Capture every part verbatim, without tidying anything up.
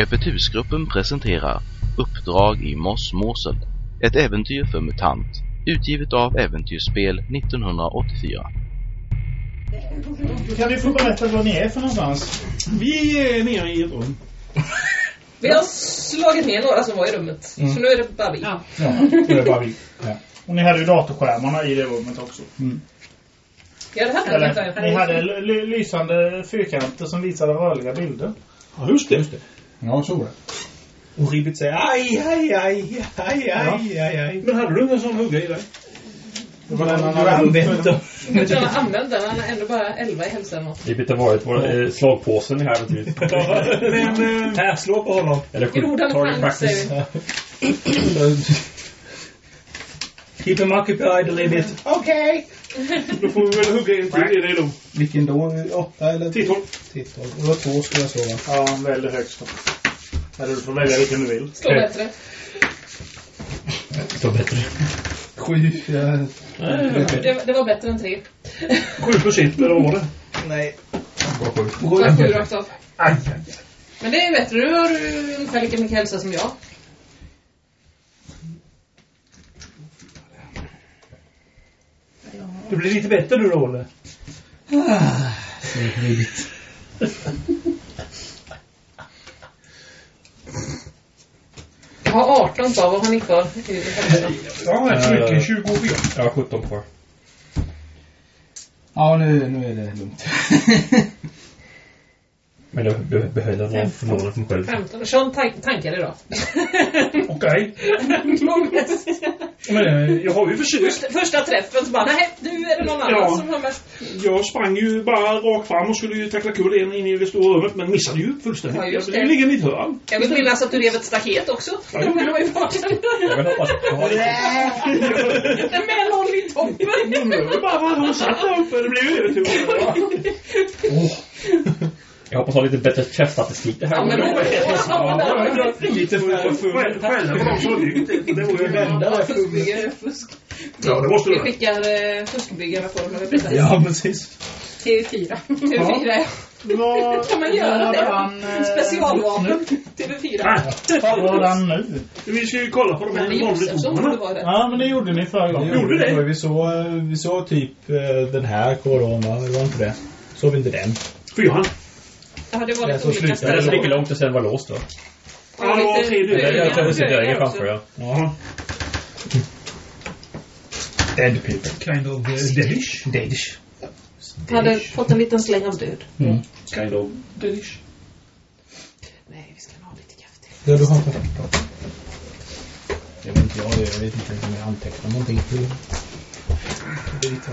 Repetusgruppen presenterar Uppdrag i Mos Morsel, ett äventyr för mutant, utgivet av Äventyrsspel nittonhundraåttiofyra. Kan ni få berätta vad ni är för någonstans? Vi är nere i ett rum. Vi har slagit ner några som var i rummet. Mm. Så nu är det bara vi. Ja, ja nu är det bara vi. Ja. Och ni hade ju datorskärmarna i det rummet också. Mm. Ja, det hade Eller, inte. Ni hade l- lysande fyrkanter som visade rörliga bilder. Ja, just det. Just det. Ja, så det. Och Ribbit säger aj, aj, aj, aj, aj, aj, aj. Men hade du ingen sån hugga i dig? Det var den han hade använt. Jag tror han använde den. Han är ändå bara elva i hälsan. Ribbit har varit vår äh, slagpåsen i här. Men äh, här, slå på honom. Eller target practice. Keep him occupied a little bit. Okej. Då får vi väl hugga in till det då. Vilken då? Åtta eller? Titton. Titton. Det var två skulle jag säga. Ja, väldigt högst då. Eller du får välja vilken du vill. Slå bättre. Slå bättre. Sju. Ja. Det, det var bättre än tre. Sju plus ett, eller vad var det? Nej. Vad sju. Ta sju rakt av. Aj, aj, aj. Men det är bättre. Du har ungefär lika mycket hälsa som jag. Det blir lite bättre nu då, eller? Ah, det är skit. Jag har arton kvar. Vad har ni kvar? Ja, jag tror mycket. tjugo. Jag har sjutton kvar. Ja, nu, nu är det lugnt. Men jag be- behöver någon förlåna för mig själv. femton. Sean tank- tankar idag. Okej. Men jag har ju försökt. Första, första träffen så bara, nej, nu är det någon annan Ja. som har mest. Jag sprang ju bara rakt fram och skulle ju tackla kul in in i det stora rummet, men missade ju fullständigt. Ja, just det. Det ligger i mitt hörn. Jag vill minnas att du rev ett staket också. Ja, De här var ju vaken. Jag vill hoppas att jag har lite... Den med någon i toppen. Det var bara vad hon satt där uppe. Det blev ju övertugande. Oh. Jag hoppas ha lite bättre träffstatistik det här. Ja, men då är det lite för själva på dem så lyckligt. Det var ju vända. fuskbygge, fusk. Ja, det måste Vi du. skickar eh, fuskbyggarna på dem när vi berättar. Ja, precis. T V fyra. T V fyra, ja. Vad Kan man göra det? han, eh, Specialvapen. T V fyra. Vad var han nu? Vi ska ju kolla på de Men här det är Josefsson som det vanliga var det. Ja, men det gjorde ni förra gången. Gjorde det? Vi såg, vi såg typ eh, den här corona, eller var inte det? Såg vi inte den? Fyran. Det hade varit Ja, så olika slutar Det är så ställen. mycket långt och sen var låst då. Ja, det var tre döda. Jag tror det sitter döda längre också. framför, ja. Ja. Dead people. Kind of uh, deadish. Deadish. Hade fått en liten släng av död. Mm. Kind of deadish. Nej, vi ska ha lite kaffe till. Det du har på. Jag vet inte, jag, jag vet inte om jag antecknar någonting. Det är lite...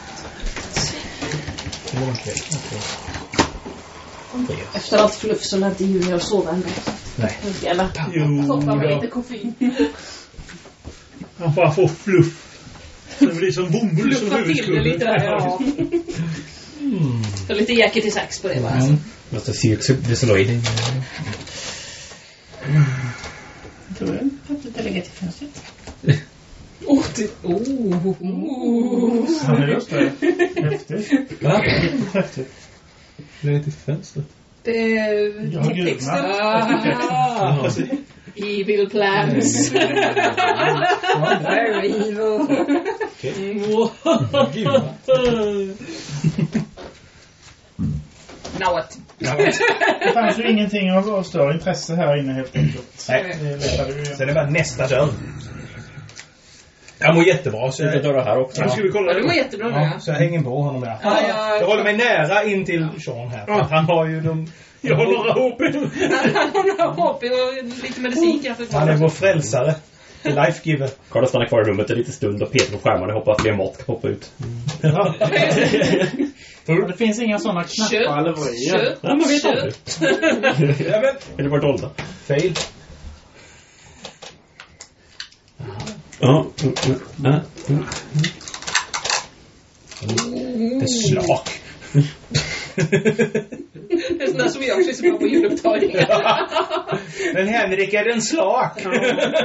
Det var okej. Efter allt fluff så lär inte Junior sova ändå. Nej. Eller Jo, hoppa med då. lite koffein. Han bara får fluff. Det blir som bomull som Fluffa till det lite där, ja. Mm. Så lite jacket i sax på det bara. Mm. Måste se disloid. Lite lägga till fönstret. Åh, det... Oh, oh. Ja, just det. Häftigt. Va? Häftigt. Det är lite fönstret. Det är Ja, gud, texten. va? Ah, evil plans. Very evil. Now what? Det fanns ju ingenting av av större intresse här inne helt enkelt. Nej. Det letade ju. Sen är det bara nästa dörr. Jag mår jättebra så Jag jag, dör här också. Nu ska vi kolla. Ja, det var jättebra nu. ja, Ja. så jag hänger på honom där. Ja, ja. Jag håller mig nära in till Sean här. Ja. Han har ju de... Jag har några H P. Han har några H P och lite medicin kanske. Han är vår frälsare. Life giver. Karl stannar kvar i rummet en liten stund och petar på skärmarna och hoppas att fler mat ska poppa ut. Ja. Det finns inga sådana knappar eller vröjer. Kött. Ja, man vet aldrig. Kött. Jag vet. Eller bara dolda. Fail. Ja. Mm, mm, mm, mm. Det är slak. Det är sådär som jag också är så bra på julupptagningar. Men Henrik är en slak.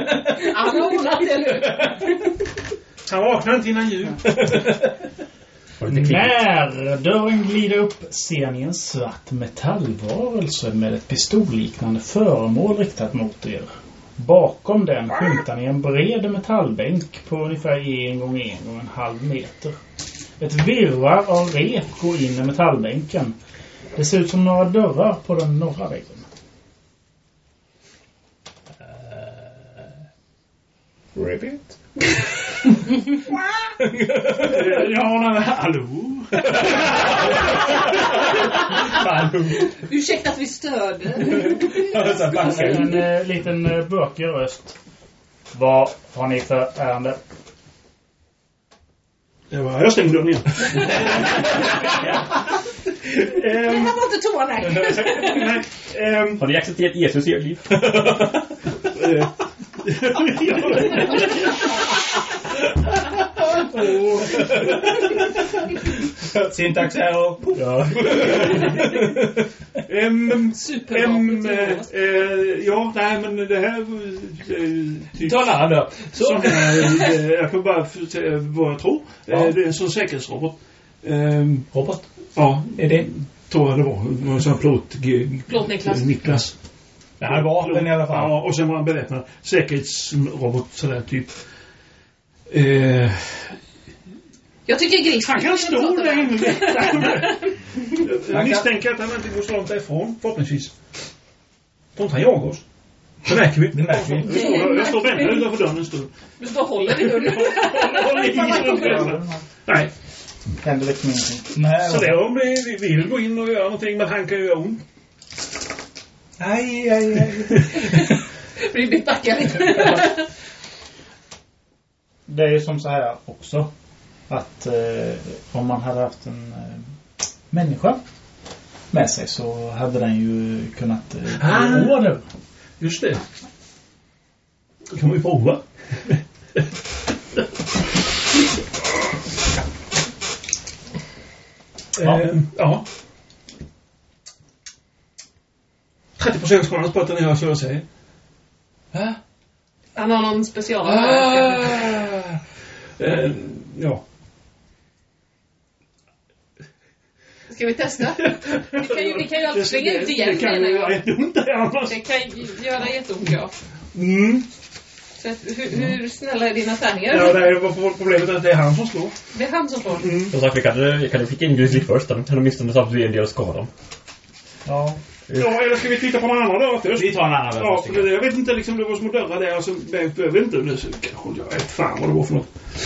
Han har ordnat det nu. Han vaknar inte innan jul. När dörren glider upp ser ni en svart metallvarelse med ett pistolliknande föremål riktat mot er. Bakom den skymtar ni en bred metallbänk på ungefär en gång en gång en halv meter. Ett virvar av rep går in i metallbänken. Det ser ut som några dörrar på den norra väggen. Uh, Ribbit? Ja, nej, hallå. Hallå. Ursäkta att vi störde. En eh, liten eh, bökig röst. Vad har ni för ärende? Det var jag stängde dörren igen. Det här var inte toa, nej. Nej. Um, Har ni accepterat Jesus i ert liv? Syntax här och... Ja. um, Superbra. um, uh, ja, nej, men det här... Uh, typ, Ta en annan då. så. Så här, uh, jag kan bara säga vad jag tror. Ja. Uh, det är en sån säkerhetsrobot. Um, Robot? ja, Är det? tror jag det var. Det var en sån plåt... Plåt Niklas. Niklas. Det här var den i alla fall. Ja, och sen var han beväpnad. Säkerhetsrobot, sådär typ. Eh, Jag tycker Gris. han kan stå där inne. Jag kan- misstänker att han inte går så långt därifrån, förhoppningsvis. Tror inte han jagar oss. Det märker vi. Det märker vi. Jag står, jag står och väntar utanför dörren en stund. Du står och håller i dörren. Håll i. Nej, Händer liksom ingenting. Nej, så det är om vi vi vill gå in och göra någonting, men han kan ju göra ont. Aj, aj, aj. Ribbit backar lite. Det är ju som så här också. Att eh, om man hade haft en eh, människa med sig så hade den ju kunnat eh, Ah. gå över. Just det. Då kan vi ju prova. Ja. Eh, ja. trettio procent chans på att den är så jag säger. Va? Han har någon special. Ah. Eh, ja. Ska vi testa? Vi kan ju, vi kan ju alltid springa ut igen. Det kan ju göra jätteont där annars. Det kan ju göra jätteont, ja. Mm. Så att, hur, hur snälla är dina tärningar? Ja, det är vad problemet är att det är han som slår. Det är han som får. Mm. Som sagt, vi kan, kan du skicka in Grizzly först. Han har åtminstone sagt att vi är en del av skadan. Ja. Ja, eller ska vi titta på någon annan dörr först? Vi tar en annan Ja, först. för det, jag vet inte liksom, det var små dörrar där och så jag vet inte om det så kanske jag vet fan vad det var för något.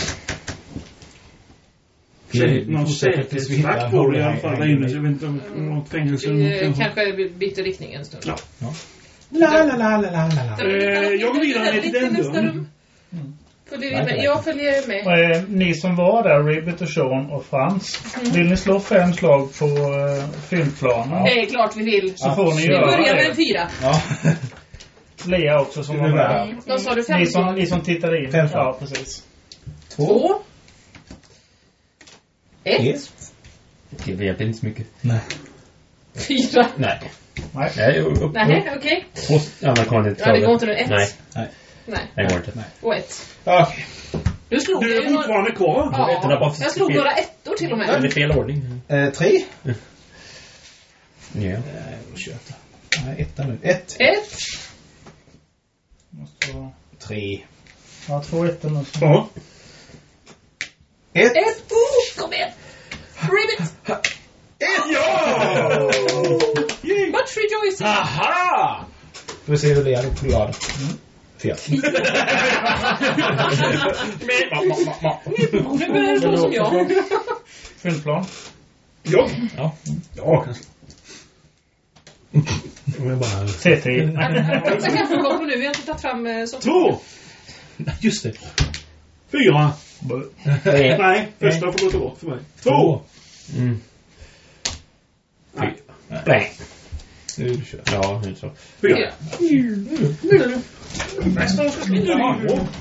Vi- Någon vi fortsätter tills vi hittar säkerhetsvakt på det i alla hål i fall där inne, så jag vet inte om något fängelse eller Vi något. kanske byter riktning en stund. Ja. La la la la la la la. Eh, jag går vidare ner till den nästa dörren. rum. Följer vi med? Jag följer med. Eh, ni som var där, Ribbit och Sean och Frans, vill ni slå fem slag på eh, filmplanen? Det är klart vi vill. Så får ni Vi göra börjar med en det. fyra. Ja. Lea också som var med. Mm. Då sa du fem Ni som, slag. ni som tittade in. Fem slag. Ja, precis. Två. Två. Ett. Ett. Okej, det hjälper inte så mycket. Nej. Fyra. Nej. Nej. Nej, upp, upp. Nej, okej. Och, ja, man kan inte Ja, det går inte nu. Ett. Nej, Nej. Nej. det går inte. Och ett. Okej. Du slog Du ju är några... fortfarande kvar. Jag vet inte, det är bara Ja, jag slog fel. några ettor till och Det är med. fel ordning. Eh, tre. Ja. Nej, då kör jag. Nej, etta nu. Ett. Ett. Måste vara... Tre. Ja, två ettor nu. Ja. Ett. Ett. Oh, kom igen. Ribbit. Ja! Much rejoicing. Aha! Får vi se hur det är på glad. Fyra. Nu börjar det så som jag. Filmplan. Ja. Ja. Ja, kanske. Om jag bara... T tre. Jag kan få gå på nu. Vi har inte tagit fram eh, så. Två! Just det. Fyra! Tre. Nej, första får gå tillbaka för mig. Två! Mm. Nej. Nej. Nu kör jag. Ja, nu så. Fyra. Fyra. Nästa ska slå ja.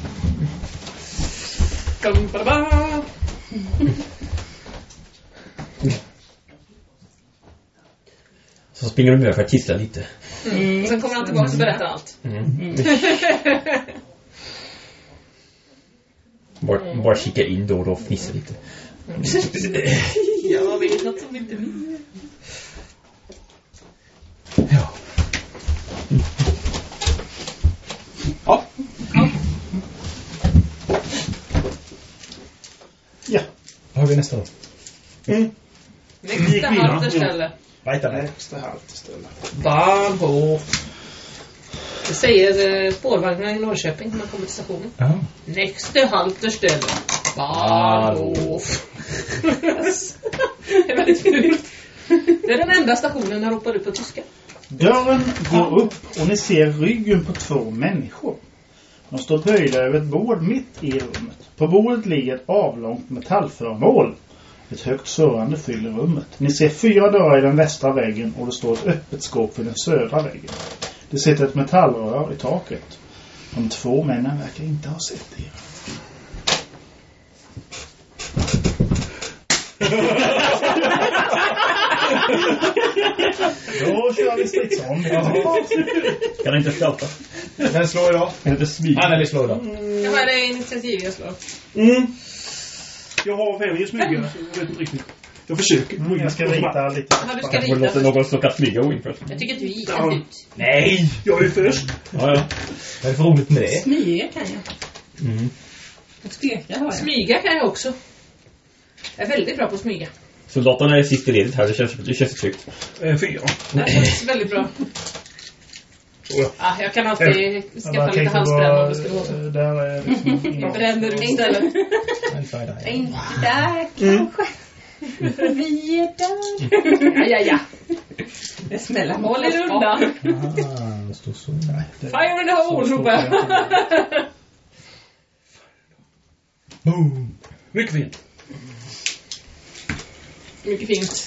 Dum, ba, ba. Så springer de med för att kissa lite. Mm. Sen kommer han tillbaka och berättar allt. Mm. Bara, bara kika in då och då och fnissa lite. Jag vet något som inte vi. Ja. Ja. Ja. Vad har vi nästa då? Mm. Nästa halterställe. Vad heter det? Nästa halt istället. Bahnhof. Det säger eh, spårvagnarna i Norrköping när man kommer till stationen. Ja. Nästa halterställe. Bahnhof. Det är väldigt fult. Det är den enda stationen jag ropar ut på tyska. Dörren går upp och ni ser ryggen på två människor. De står böjda över ett bord mitt i rummet. På bordet ligger ett avlångt metallföremål. Ett högt surrande fyller rummet. Ni ser fyra dörrar i den västra väggen och det står ett öppet skåp vid den södra väggen. Det sitter ett metallrör i taket. De två männen verkar inte ha sett er. Då kör vi stridsrom. Kan du inte starta? Den slår idag. Kan du inte smyga? Ja, den slår idag. Det här är initiativ jag slår. Mm. Jag har fem i smyga. Jag vet inte riktigt. Jag försöker. Mm, jag ska rita lite. Ja, du ska Jag får låta rita. någon som kan smyga och in först. Jag tycker att du gick Ja. ut. Nej, jag är först. Ja, ja. Vad är det för roligt med det? Smyga kan jag. Mm. Och steka har jag. Smyga kan jag också. Jag är väldigt bra på att smyga. Soldaterna är sist i ledet här, det känns, det känns tryggt. Eh, fyra. Det känns väldigt bra. Så, Ja, jag kan alltid Jag skaffa bara lite tänkte halsbränna om på, det skulle vara så. eh, där är liksom Jag ingen- bränner ut istället. Inte där. Inte där kanske. Vi är där. Ja, ja, ja. Det smäller. Håll er undan. Ah, det står så. Nej. Fire in the hole, ropar jag. boom. Mycket fint. Mycket fint.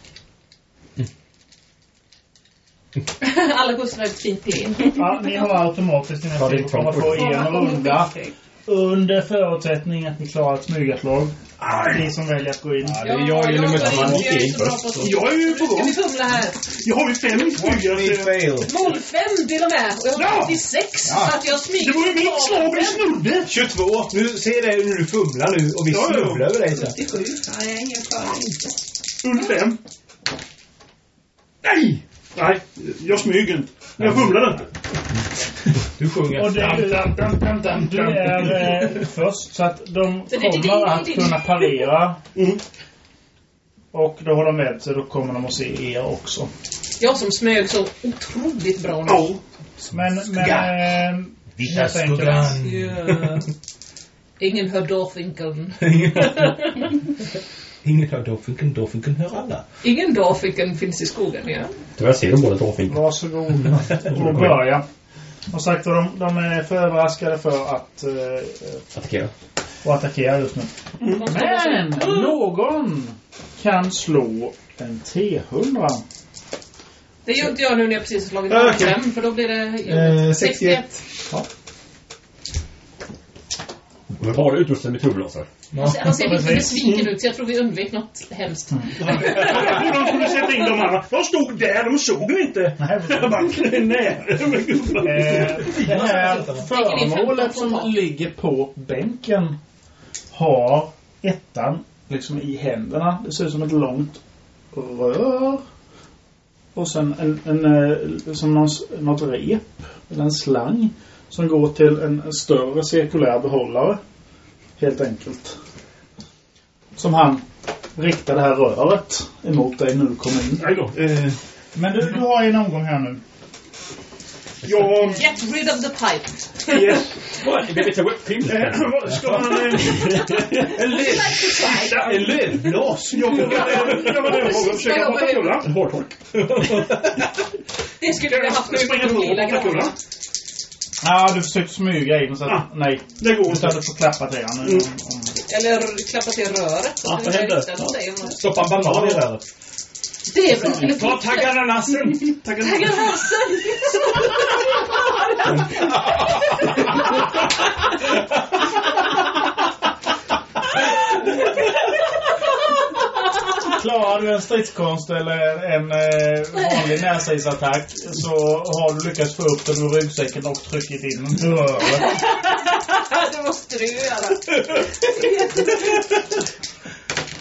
Alla går så ett fint plen. Ja, ni har automatiskt Ja, det är ni kommer att få en runda under förutsättning att ni klarar ett smygaslag. Ni som väljer att gå in. Ja, det är jag ju nummer två. Jag Man är åker in så bra först. på att- Jag är ju på Ska gång. vi fumla här? Jag har ju fem i smyga. Watch me så- fail. noll fem till och med. Och jag har Ja. åttiosex. Ja. Så att jag smyger. Det var ju mitt slag vi snodde. tjugotvå. Nu ser det när du fumlar nu och vi Ja, ja. snubblar över dig sen. sjuttiosju. Nej, jag klarar inte. Under fem. Nej! Nej, jag smyger inte. Jag fumlar inte. Du sjunger. Och det, du är eh, först så att de kommer att kunna parera. Mm. Och då har de med sig, då kommer de att se er också. Jag som smög så otroligt bra nu. Ja. Men, men eh, Vita helt enkelt. skuggan. Ja. Ingen hör Dorfinkeln. Ingen hör Dorfinken, Dorfinken hör alla. Ingen Dorfinkeln finns i skogen, ja. Tyvärr ser de båda Dorfinken. Varsågod och börja. Och sagt att de, de är för överraskade för att eh, Attackera. och attackera just nu. Men någon kan slå en T hundra. Det gör inte jag nu när jag precis har slagit Okej. noll fem, för då blir det Eh, sextioett. De är bara utrustade med turbulåsar. Han ser- Han ser lite precis. besviken ut, så jag tror vi undvek något hemskt. Jag de skulle sätta in de andra. De stod där, de såg ju inte. Nej, Jag bara, nej. Eh, det här föremålet som ligger på bänken har ettan liksom i händerna. Det ser ut som ett långt rör. Och sen en, en, eh, som någon, något rep eller en slang som går till en, en större cirkulär behållare. Helt enkelt. Som han riktar det här röret emot dig när du kommer in. Nej då. Eh, Men du, du har en omgång här nu. jag... Get rid of the pipe. Yes. Det är lite whipped cream. Eh, vad ska man... Eh, en löv... En lövblås. Jag var där och försöka hoppa kulan. En hårdtork. Det skulle vi ha haft med Springa på och lilla hoppa kulan. granen. Ja, du försökte smyga in så att, Ah, nej. Det går Så att inte. du får klappa till han. Mm. Eller klappa till röret. Så Ja, ska vad vi händer? rikta mot dig om något. Stoppa en banan i röret. Det är bra. Eller Ta taggarna nassen. Tagga Taggarna nassen. Klarar du en stridskonst eller en eh, vanlig närstridsattack så har du lyckats få upp den ur ryggsäcken och tryckit in den i röret. Det måste du göra.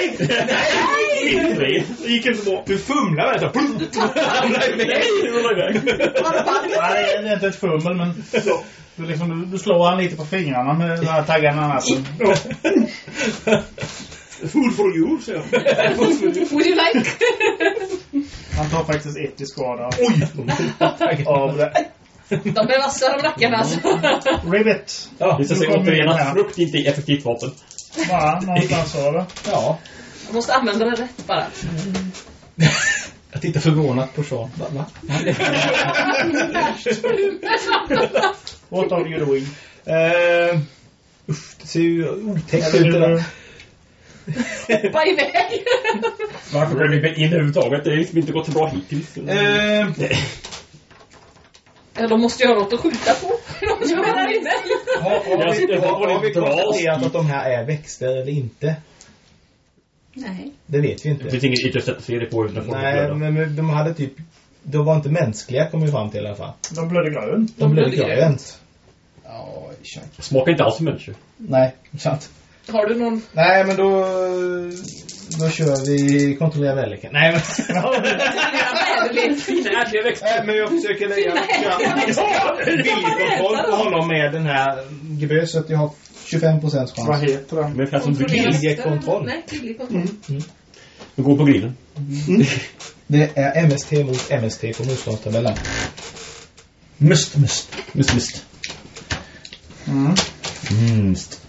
Nej! Nej! Nej! Det gick inte bra. Du fumlar med det så. Nej, det var iväg. Nej, det är inte ett fummel, men du, liksom, du, du slår han lite på fingrarna med de här taggarna. Alltså. Food for you, säger jag. Would you like? Han tar faktiskt ett i skada. Oj! Av det. De blir vassare om rackarna alltså. Ribbit. Ja, det Du ser kommer återigen in här. att frukt inte är effektivt vapen. Bara någonstans av det. Ja. Jag måste använda det rätt bara. Jag tittar förvånat på Sean. Va? Va? What are you doing? Uh, usch, det ser ju otäckt ut. Eller det där. Hoppa iväg. Varför går ni in överhuvudtaget? Det är liksom inte gått så bra hittills. Eh, Ja, de måste ju ha något att skjuta på. De som är där inne. Har, har, Jag- vi, jag- har, har vi jag- konstaterat att de här är växter eller inte? Nej. Det vet vi Det inte. finns inget yttre sätt att se det på utan folk Nej, blöda. men men de hade typ... De var inte mänskliga, kommer vi fram till i alla fall. De blödde grönt. De blev blödde grönt. Ja, sant. Smakar inte alls som människor. Nej, sant. Har du någon... Nej, men då... Då kör vi kontrollera väderleken. Nej, men... Finärliga växter. Nej, men jag försöker lägga bilkontroll på honom med den här gebös så att jag har tjugofem procent chans. Vad heter den? Men fast som du Kontrollera grill. växter? kontroll. Nej, tydlig kontroll. Du går på grillen. Det är M S T mot M S T på motståndstabellen. Must, must. Must, must. Mm. Mst.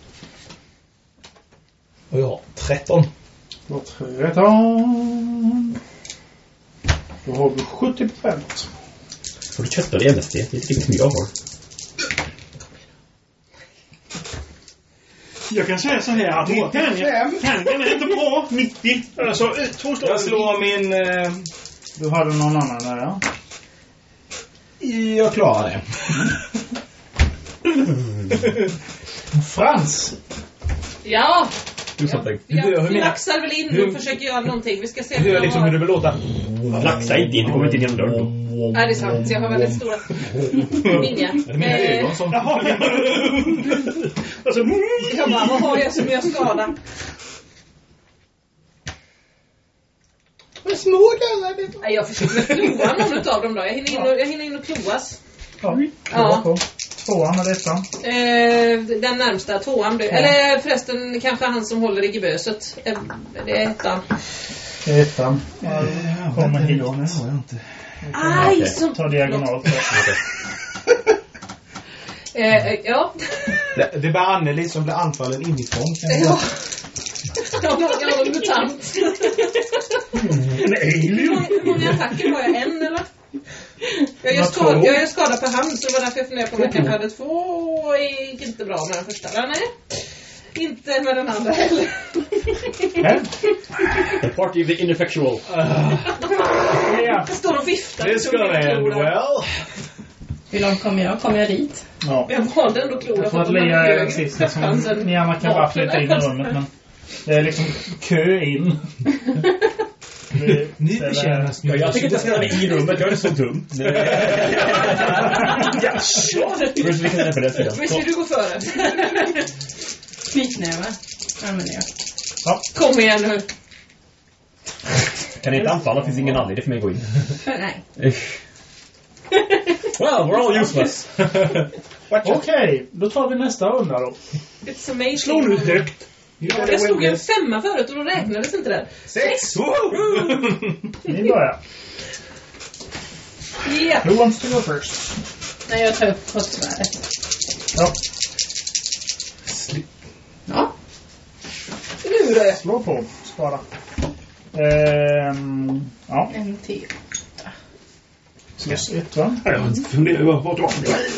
Och jag har tretton. Då tretton. Då har vi sjuttio procent. Får du kötta det M S T? Det är inte riktigt som jag har. Jag kan säga så här att nittiofem. tärningen är inte bra. nittio. Alltså, eh, två slag. Jag slår min... Eh, Du hade någon annan där, ja. jag klarar det. Frans. Ja, Du something. hur jag menar- flaxar väl in hur- och försöker göra någonting. Vi ska se Hur, jag liksom, har... hur du vill låta. Flaxa inte in, det kommer inte in genom dörren. Nej, det är sant. Jag har väldigt stora vingar. Det är mina Eh, ögon som... Jaha, ja. Alltså, jag bara, vad har jag som gör skada? Vad små där. Nej, jag försöker väl kloa någon utav dem då. Jag hinner in och, jag hinner in och kloas. Ja. Ja. Ja. Tvåan med detta. Eh, den närmsta, tvåan blir. Eller förresten, kanske han som håller i geböset. Eh, det är ettan. Ettan. Kommer hit. Det har jag inte. Aj, så... Ta diagonalt. Eh, ja. Det, det var Anneli som blev anfallen inifrån. Ja. Jag har en mutant. en alien. Hur många attacker har jag? En eller? Jag gör, skada, jag gör skada på hand, så det var därför jag funderade på om jag kanske hade två. Det gick inte bra med den första. Ja, nej. Inte med den andra heller. The party of the ineffectual. Ja. Jag står och viftar. Det ska end well. Hur långt kommer jag? Kommer jag dit? Ja. Jag valde ändå klora. Jag tror att Lea är den sista som... Ni andra kan bara flytta in i rummet, men... Det är liksom kö in. Vi Ni ställer- betjänas Ja, jag tycker inte ställa mig i rummet, jag är så dum. Jaså? Först vi kan ställa på den sidan. Visst vill du gå före? Knytnävar använder jag. Kom igen nu. Kan jag inte anfalla, finns ingen anledning för mig att gå in. Nej. Well, we're all useless. Okej, då tar vi nästa runda då. It's amazing. Slå nu högt. Jag slog en femma förut och då räknades inte det. Sex! Ni börjar. Ja. Who wants to go first? Nej, jag tar upp pottsvärdet. Ja, Ja. Nu då. slå på. Skada. Ehm, ja, En till. plus ett, va? Jag funderar över vad du har.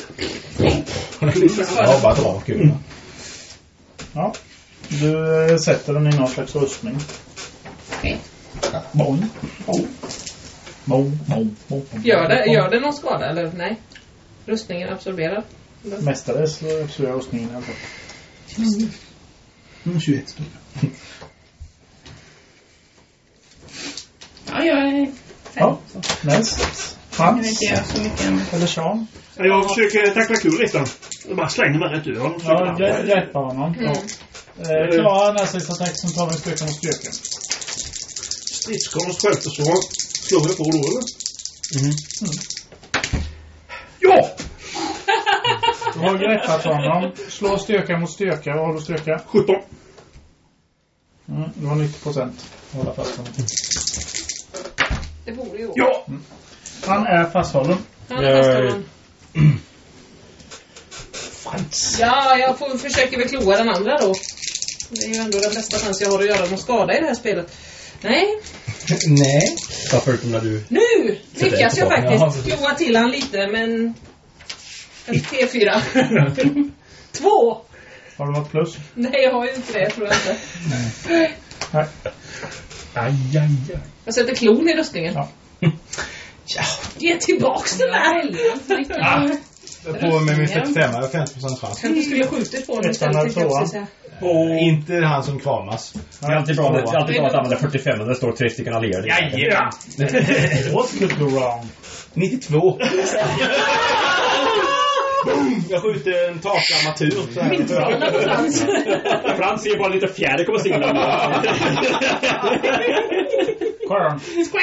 Ja, bara dra kul. Ja. Du eh, sätter den i någon slags rustning. Okej. Boing. Boing. Boing. Boing. Boing. Gör det, gör det någon skada eller nej? Rustningen absorberar. Mestadels så absorberar rustningen helt enkelt. Mm, tjugoett stod det. Ja, jag är Ja, fem. näst. Jag kan Frans. inte göra så mycket än. Eller Sean. Jag försöker tackla kul lite. Jag bara slänger mig rätt ur honom. Ja, jag hjälper honom. Mm. Eh, Klara nästa attack som tar med styrka mot styrka. Stridskonst självförsvar. Slår jag på då, eller? Mm. Mm. Ja! Du har greppat honom. Slå styrka mot styrka. Vad har du styrka? sjutton. Mm, du har nittio procent. Hålla fast honom. Det borde ju. Ja! Mm. Han är fasthållen. Han är fasthållen. Frans. Ja, jag får försöka väl kloa den andra då. Det är ju ändå den bästa chans jag har att göra någon skada i det här spelet. Nej. Nej. Varför när du... Nu lyckas jag Jaha. faktiskt kloa till han lite, men... En T fyra. Två. Har du något plus? Nej, jag har ju inte det, tror jag inte. Nej. Aj, aj, aj. Jag sätter klon i rustningen. Ja. Ja. Ge tillbaks den där. Ah, jag på med min fyrtiofem, jag har femtio procent chans. Kanske skulle skjutit på den Ettan istället. eller tänkte jag tvåan? också säga. Och inte han som kramas. Det är alltid bra, det är alltid bra att använda fyrtiofem när det står tre stycken allierade. Jajamän! What could go wrong? nittiotvå. Boom! Jag skjuter en takarmatur. så här. Mittfrågorna på Frans. Frans ser bara lite fjärde kommer singla. Karan.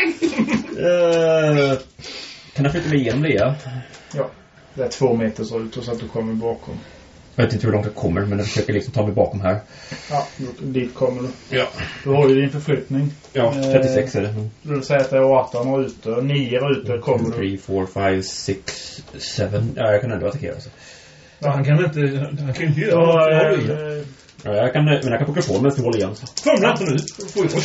uh, Kan jag flytta mig igenom det? Ja? Ja. Det är två meter så ut och så att du kommer bakom. Jag vet inte hur långt jag kommer, men jag försöker liksom ta mig bakom här. Ja, dit kommer du. Ja. Du har ju din förflyttning. Ja, trettiosex är det. Du vill säga att det är arton och ute. nio var ute kommer du. tre, fyra, fem, sex, sju. Ja, jag kan ändå attackera. Så. Ja, han kan inte... Han kan inte Ja, göra eh, det. Ja, jag kan, men jag kan plocka på mig för håll igen. Så. Fumla inte nu. Oj, oj,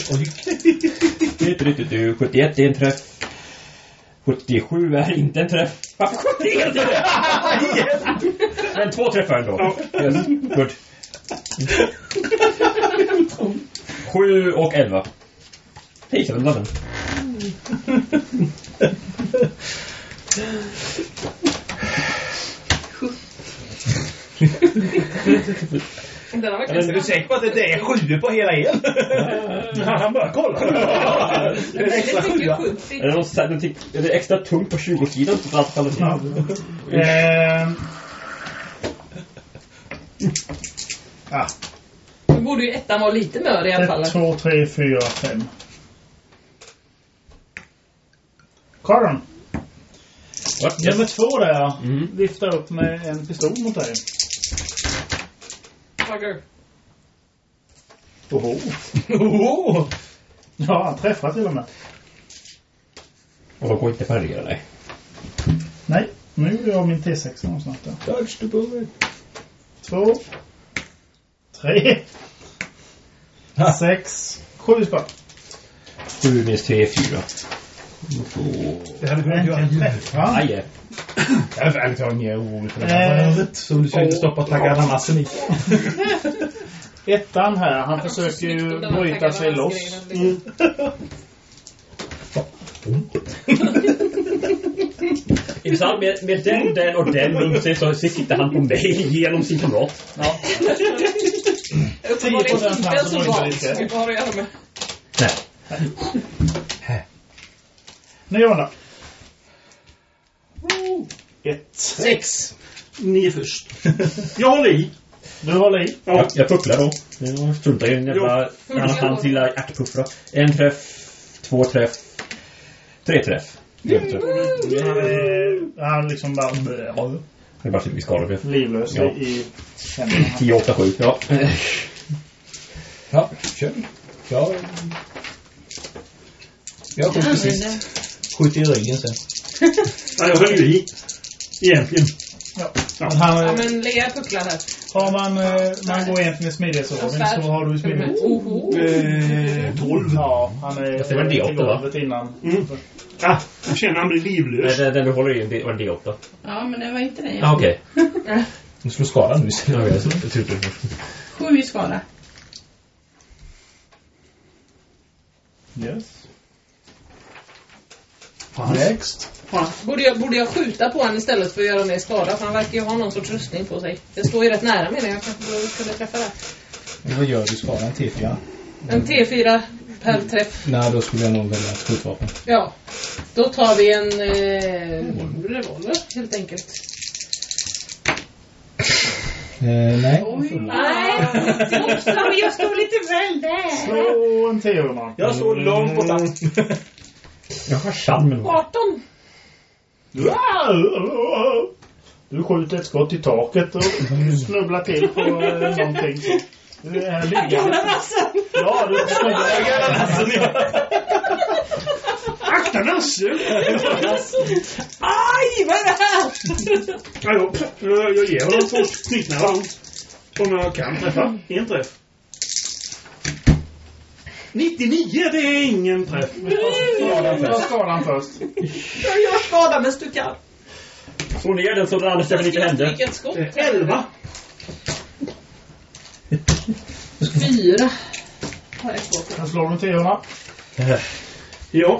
oj. sjuttioett är en träff. sjuttiosju är inte en träff. Varför sjuttiosju är det? Men två träffar ändå. Yes, good. sju och elva. Hej, så den den. Den har Är verkligen du säker på att det är sju på hela el? Ja, han bara kollar. Det är extra sjua. Är det, någon, är det extra tungt på tjugo-sidan? Så att det Ja. Ehm. Ah. Då borde ju ettan vara lite mör i alla fall. ett, två, tre, fyra, fem. Karan. What? Nummer två där. Ja. Mm. Lyfta upp med en pistol mot dig. Fucker. Oho. Oh. Ja, han träffar till och med. Och då går inte parera dig. Nej, nu gjorde jag min T sex någonstans där. Dodge the bullet. Två. Tre. Sex. Sju spänn. sju minus tre, fyra. Det hade kunnat göra en Ja. Aj, Jag är ärligt talat mer orolig för det Eh. här. Så du ska inte stoppa tagganassen i. Ettan här, han försöker ju bryta sig loss. Mm. Ibland med, med den, den och den runt sig så sitter han på mig genom sin kamrat. Ja. Uppenbarligen procent inte chans så att bra. bryta lite. Vi har att göra med. Nej. Nu gör han Ett. Sex. Ni är först. Jag håller i. Du håller i. Ja, jag pucklar då. Jag struntar i en jävla... Han har hans lilla ärtpuffra. En träff, två träff, tre träff. Tre träff. Han, är, han liksom bara Det är bara typ vi skadar för. livlös Ja. i händerna. tio, åtta, sju. Ja. Ja, kör. Ja. Jag skjuter precis. Skjuter i ryggen sen. Ja, jag höll ju i. Egentligen. Ja. Men han, Ja, men Lea pucklar här. har man, eh, man går egentligen i smidighetsordning så har du i smidighet. Oho. Eh, tolv. Ja, han är Det var en D åtta, i golvet innan. Mm. Ah, jag känner han blir livlös. Den, den du håller i var en D åtta. Ja, men det var inte det. Ja, okej. Du slår skada nu. Ja, jag tror det. Sju i skada. Yes. Next. Borde jag, borde jag skjuta på honom istället för att göra mer skada? För han verkar ju ha någon sorts rustning på sig. Det står ju rätt nära mig när jag kanske borde kunna träffa det. Men vad gör du? Skada en T fyra? En T fyra per träff. Nej, då skulle jag nog välja ett skjutvapen. Ja. Då tar vi en eh, revolver helt enkelt. Eh, nej. Nej, men jag står lite väl där. Slå en T-hundra. Jag står långt borta. Jag har charmen. arton. Du skjuter ett skott i taket och snubblar till på eh, någonting. Så. Du är liggande. Ja, du snubblar. Akta nassen! Aj, vad är det här? Ja, jag, jag, jag ger honom två knytnävar. Om jag kan träffa. En träff. nittionio, det är ingen träff. Ta skadan först. Jag gör skada med du kan. Slå ner den så det annars även inte händer. Vilket skott? elva. Fyra. Har jag skott. Jag slår en T-hundra. Ja.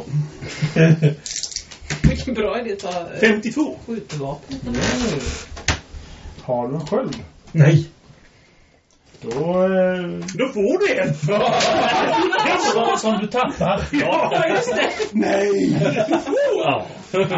Vilken bra idé att ta eh, femtiotvå. skjutvapen. Har du en sköld? Nej. Då... Eh, Då får du en. som, som du tappar. Ja, just det. Nej. Ja.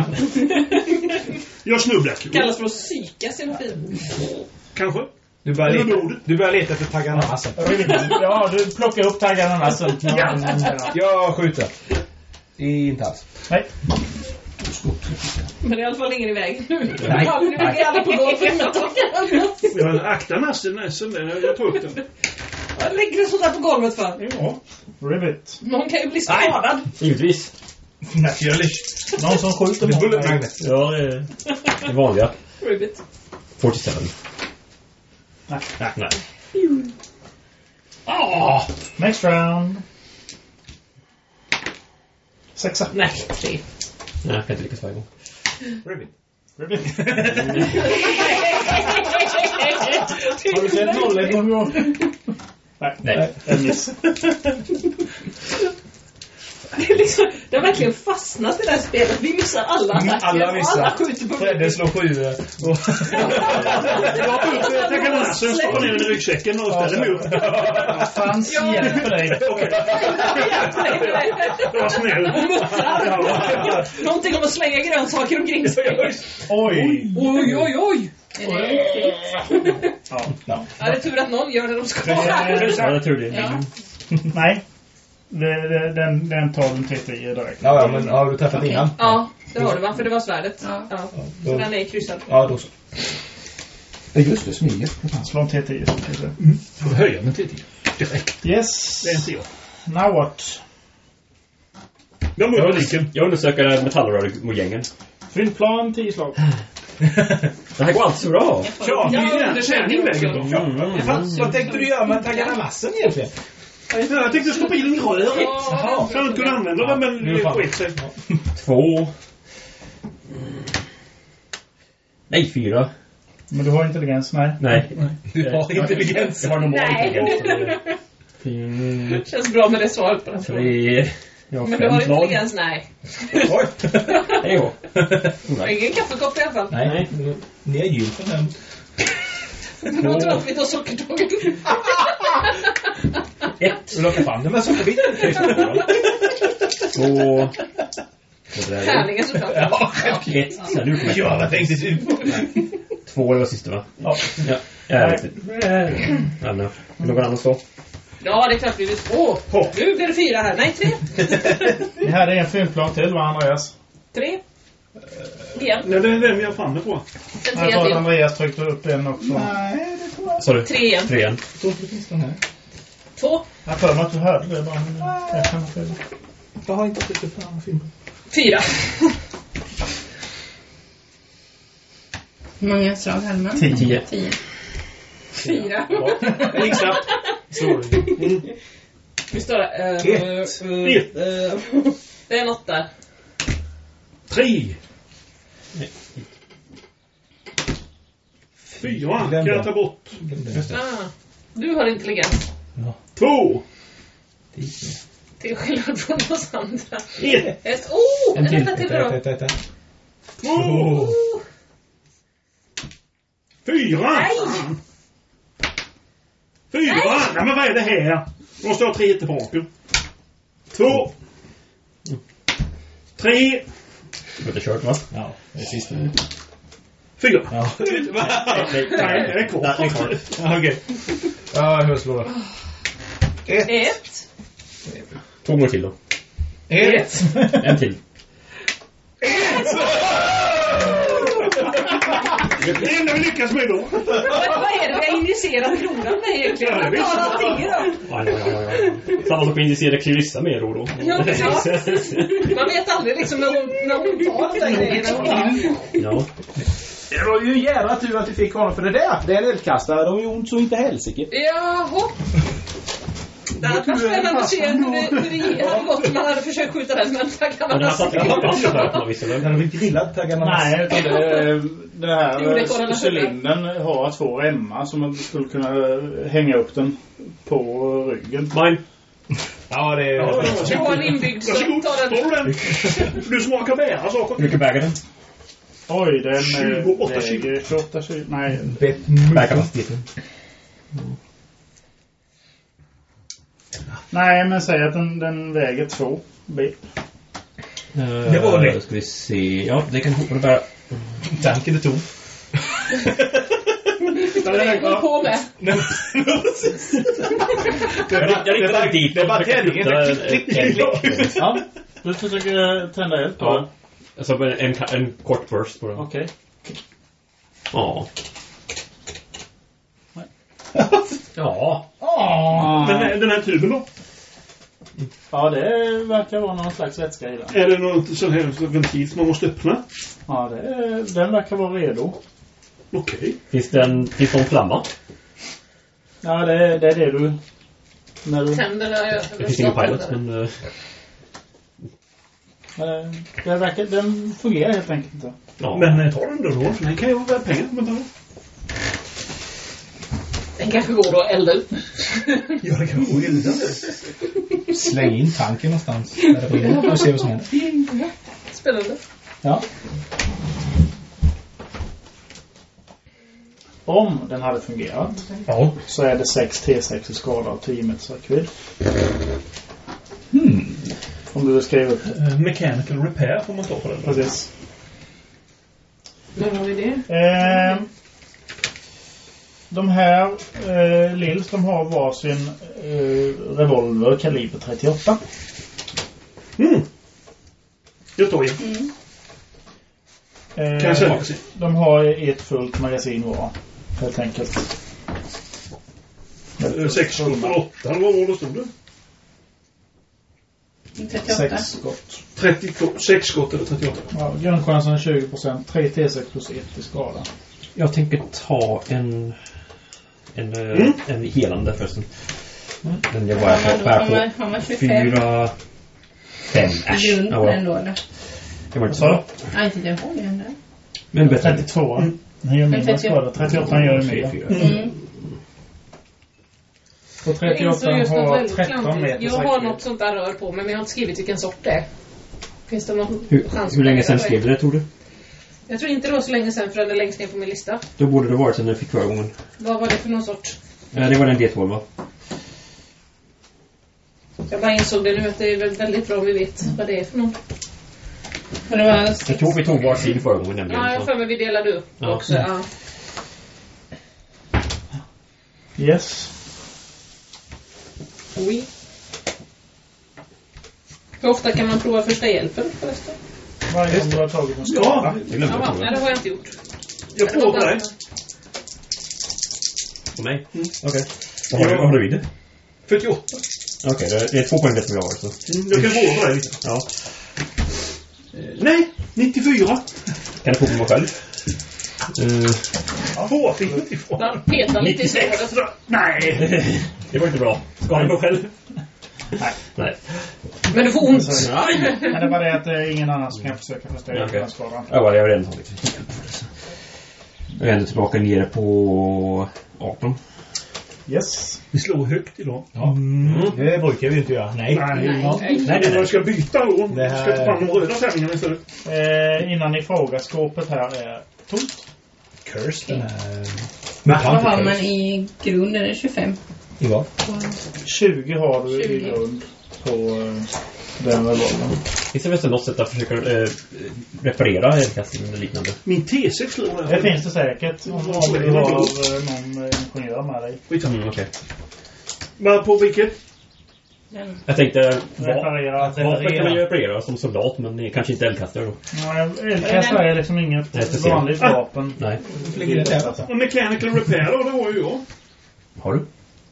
Jag snubblar. Kallas för att psyka sin fin. Kanske. Du börjar Eller leta, blodet. du börjar leta efter taggarna massen. Ja, du plockar upp taggarna massen. Ja. Jag skjuter. Inte alls. Nej. Men det är i alla fall ingen i vägen nu. Nej. Nu ligger alla på golvet. Jag aktar nassen, nassen. Jag tar upp den. Vad lägger du sådär på golvet för? Ja. Ribbit. Någon kan ju bli skadad. Givetvis. Naturligt. Någon som skjuter Det är mot bullet mig. magnet. Ja, det är det vanliga. Ribbit. fyrtiosju. Nej. Nej. Nej. Ah, next round. Sexa. Nej, tre. Nej, jag kan inte lyckas varje gång. Ribbit. Ribbit. Har du sett nollet någon gång? Nej. Nej. En miss. Det, är liksom, det har verkligen fastnat i det här spelet. Vi missar alla attacker. Alla missar. Alla skjuter på Fredde slår sju. Och... Jag tar upp taggarna nassen, stoppar ner den i ryggsäcken och ställer mig upp. Vad fan hjälper dig? Det var snäll. Någonting om att slänga grönsaker omkring sig. Oj. Oj, oj, oj. Ja. Ja. Ja, det är tur att någon gör det de ska. Ja, det är tur det. Ja. Nej. Det, det, den, den tar den T tio direkt. Ja, ja, men har du träffat innan? Ja, det har du va? För det var svärdet. Ja. Ja. Så Då, den är kryssad. ja, då så. Ja, just det, smyger. Slå en T tio. Får höja den till direkt. Yes. Det är inte jag. Now what? Jag Jag, mår liken. jag undersöker metallrör mot gängen. Fyndplan, tio slag. Det här går allt så bra. Ja, det Ja, är det träning vägen då. Mm. Fan, vad tänkte du göra med taggarna massen egentligen? Jag tänkte stoppa in den i röret. Ja. Så jag inte kunde använda den, men Nu det fan. skit sig. Två. Nej, fyra. Men du har intelligens, nej. Nej. Du har intelligens. Jag har normal Nej. intelligens. Fyra. Känns bra med det svaret på den frågan. Tre. Jag har Men du har fem slag. intelligens? Nej. Oj. Hej då. Ingen kaffekopp i alla fall. Nej, ni är gylfen här. Jag tror att vi tar sockertågen. Ett. Du lockar fram den med sockerbiten. Två. Tärningen såklart. Ja, Ett. Sen nu kommer ja, vad tänkte du på? Två, det var sista va? Ja. Ja. Ja, jag vet inte. Anna. Någon annan så? Ja, det är klart vi vill. Åh, nu blir det fyra här. Nej, tre. Det här är en fyndplan till, va, Andreas? Tre. Igen. Nej, det är den jag fann det på. En Jag tre tror att till. Andreas tryckte upp en också. Nej, det tror jag. Sa du? Tre igen. Tre igen. Jag tror inte det finns den här. Två. Jag för mig att du hörde det bara. men Jag kan inte. Jag har inte tryckt upp den andra filmen. Fyra. Hur många slag hade man? Tio. Tio. Fyra. Gick snabbt. Mm. Vi står där. Ett. Uh, Ett. uh, det är något där. Tre. Fyra kan jag ta bort. Ah, du har intelligens. Två. Till skillnad från oss andra. Ett. Ett. Oh! En En till. etta till då. Ett, ett, ett. Två. Oh. Fyra. Nej! Fyra. Nej, men vad är det här? Måste ha tre tillbaka. Två. Tre. Du har inte kört va? Ja, det är sista. Fyra. Ja. Nej, det är kvar. Ja, okej. Ja, hur slår det? Ett. Ett. Två gånger till då. Ett. En till. Det är det enda vi lyckas med då. Vad, vad är det vi har injicerat kronan med egentligen? Ja, det visst. Bara allting då. Ja, ja, ja, ja. Samma sak med injicerade Clarissa med då då. Ja, precis. Man vet aldrig liksom när hon, när hon tar den grejen. Ja. Det var ju en jävla tur att vi fick honom för det där. Det är en eldkastare. De är ont så inte helsike. Jaha. Det hade varit spännande att se hur det, hur det hade gått om man hade försökt skjuta den. Men taggarna Men det här satt i klockan där på något vis, eller? Den har inte grillat taggarna. Nej, utan det, det här Jo, det går den att cylindern har två remmar som man skulle kunna hänga upp den på ryggen. Mine. Ja, det är... Ja, det var en inbyggd så varsågod, tar den. tar du den. Du smakar bära saker. Hur mycket väger den? Oj, den tjugoåtta kilo. väger tjugoåtta kilo. Nej, Bärkapaciteten. nej, men säg att den, den väger två bit. Det var det. Då ska vi se. Ja, det kan hoppa bara. Tanken är tom. Vad är det jag på med? Jag riktar inte dit. Det är bara tändningen. Klick, klick, klick. Ja, du försöker tända eld på den. Ja. Alltså en, en kort burst på den. Okej. Ja. Ja. Okay. Men den här tuben då? Ja, det verkar vara någon slags vätska i den. Är det någon sån här ventil som man måste öppna? Ja, det, den verkar vara redo. Okej. Okay. Finns det en, finns det en flamma? Ja, det, det är det du... När du Tänder där. Det finns ingen pilot, men... Uh... eh, det verkar, den fungerar helt enkelt inte. Ja. Men eh, ta den då då, för den kan ju vara pengar. Men ta den. Den kanske går att elda upp. Ja, det kan vara elda. Släng in tanken någonstans. Där det brinner och se vad som händer. Spännande. Ja. Om den hade fungerat Ja. så är det sex T sex i skada av tio meters räckvidd. Hmm. Om du skriver upp det. Uh, mechanical repair får man ta på den. Precis. När har vi det? Eh, de här eh, Lils, de har varsin eh, revolver kaliber trettioåtta. Mm. Jag tar igen. Mm. Eh, Kan jag säga det? de har ett fullt magasin var, helt enkelt. sex skott och åtta, vad var det stod det? trettioåtta. Sex skott. trettio, sex skott eller trettioåtta. Ja, grundchansen är tjugo procent. tre T sex plus ett i skada. Jag tänker ta en... En, Mm. en helande förresten. Den jag bara Han på, var- här han var- på han var tjugofem. fyra... Fem. Äsch. Grund på Ja, den lådan. det var inte Så. så. Nej, inte det. Håll igen där. Men bättre. trettiotvå. Mm. Den gör mindre skada. trettioåtta gör ju mer. Mm. Och trettioåtta Jag insåg just något har väldigt tretton klantigt. meter Jag har räckvidd. något sånt där rör på mig, men jag har inte skrivit vilken sort det är. Finns det någon Hur, chans? hur länge att sedan jag skrev du det, tror du? Jag tror inte det var så länge sedan, för den är längst ner på min lista. Då borde det varit sedan du fick förra gången. Vad var det för någon sort? Eh, Det var den D tolv, va? Jag bara insåg det nu, att det är väl väldigt bra om vi vet vad det är för någon. För det var Jag tror vi tog var sin förra gången nämligen. Ja, jag så. för mig vi delade upp Ja. också. Ja. Yes. Oj. Hur ofta kan man prova första hjälpen förresten? Varje gång du har tagit en skada. Ja, Det glömde jag, Ja, tror nej, jag. det har jag inte gjort. jag får på dig. På mig? Mm. Okej. Vad har du- vad har du vid det? fyrtioåtta. Okej, det är- det är två poäng det som jag har. Så. Mm, jag kan få på dig lite. Ja. Nej, nittiofyra. Kan du få på mig själv? Uh, Två fick jag ifrån. Man petar lite i såret. Nej. det var inte bra. Ska du på själv? Nej. Nej. Men du får ont. Nej. Men det är bara det att det är ingen annan som kan försöka förstå Ja, okej. den här skadan. Ja, jag har redan tagit det. Jag är ändå tillbaka nere på arton. Yes. Vi slår högt idag. Ja. Det brukar vi ju inte göra. Nej. Nej, Nej, ja. nej. Nej, nej, Jag ska byta då. Det Jag här- ska ta fram de röda tärningarna istället. Eh, innan ni frågar, skåpet här är tomt. Curse den här... Vad Mutant har man curse. i grunden? Är det tjugofem? I vad? tjugo har du i tjugo. grund på eh, den revolvern. Finns det väl något sätt att försöka eh, reparera eldkastaren eller liknande? Min T sex slår jag. Det finns det säkert. Om, om du har eh, någon eh, ingenjör med dig. Mm, okej. Okay. Men på vilket? Den. Jag tänkte, Reparera, vad kan man ju reparera som soldat, men det är kanske inte eldkastare då. Nej, eldkastare är liksom inget Nej, vanligt ah. vapen. Nej. Och mechanical repair då, det har ju jag. Har du?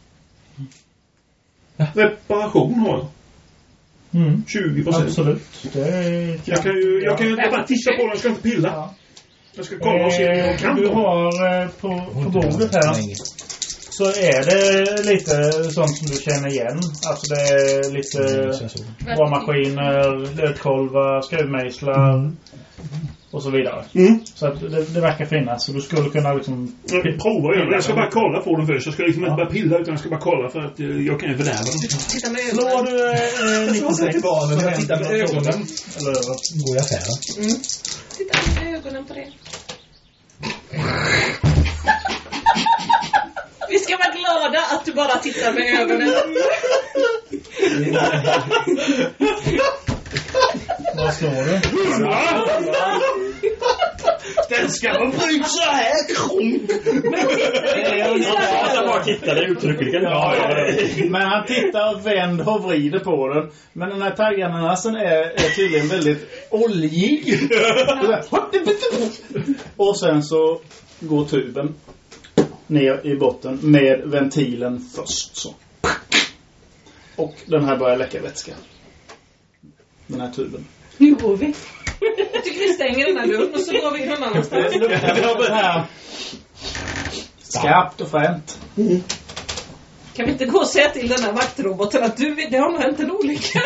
Reparation har jag. Mm. tjugo procent. Absolut. Det är... Jag kan ju, jag kan ju bara titta på den, jag ska inte pilla. Ja. Jag ska kolla och se om jag kan Du då. har eh, på, på bordet här så är det lite sånt som du känner igen. Alltså det är lite borrmaskiner, lötkolvar, skruvmejslar mm. och så vidare. Mm. Så att det, det verkar finnas. Så du skulle kunna liksom... Jag provar igen. Jag ska bara kolla på den först. Jag ska liksom ja. inte bara pilla utan jag ska bara kolla för att uh, jag kan ju fördärva den. Titta med Slår du eh, nittiosex barnen och tittar med ögonen. Eller över. Går i affären. Mm. Titta med ögonen på det. Vi ska vara glada att du bara tittar med ögonen. Vad slår du? Den ska vara bryt så här krunk. Jag bara tittade uttryckligen. Ja, men han tittar, vänder och vrider på den. Men den här taggarnasen är, är tydligen väldigt oljig. Och sen så går tuben ner i botten med ventilen först så. Och den här börjar läcka vätska. Den här tuben. Nu går vi. Jag tycker vi stänger den här dörren och så går vi någon annanstans. Det luktar här skarpt och fränt. Mm. Kan vi inte gå och säga till den här vaktroboten att du, det har nog hänt en olycka?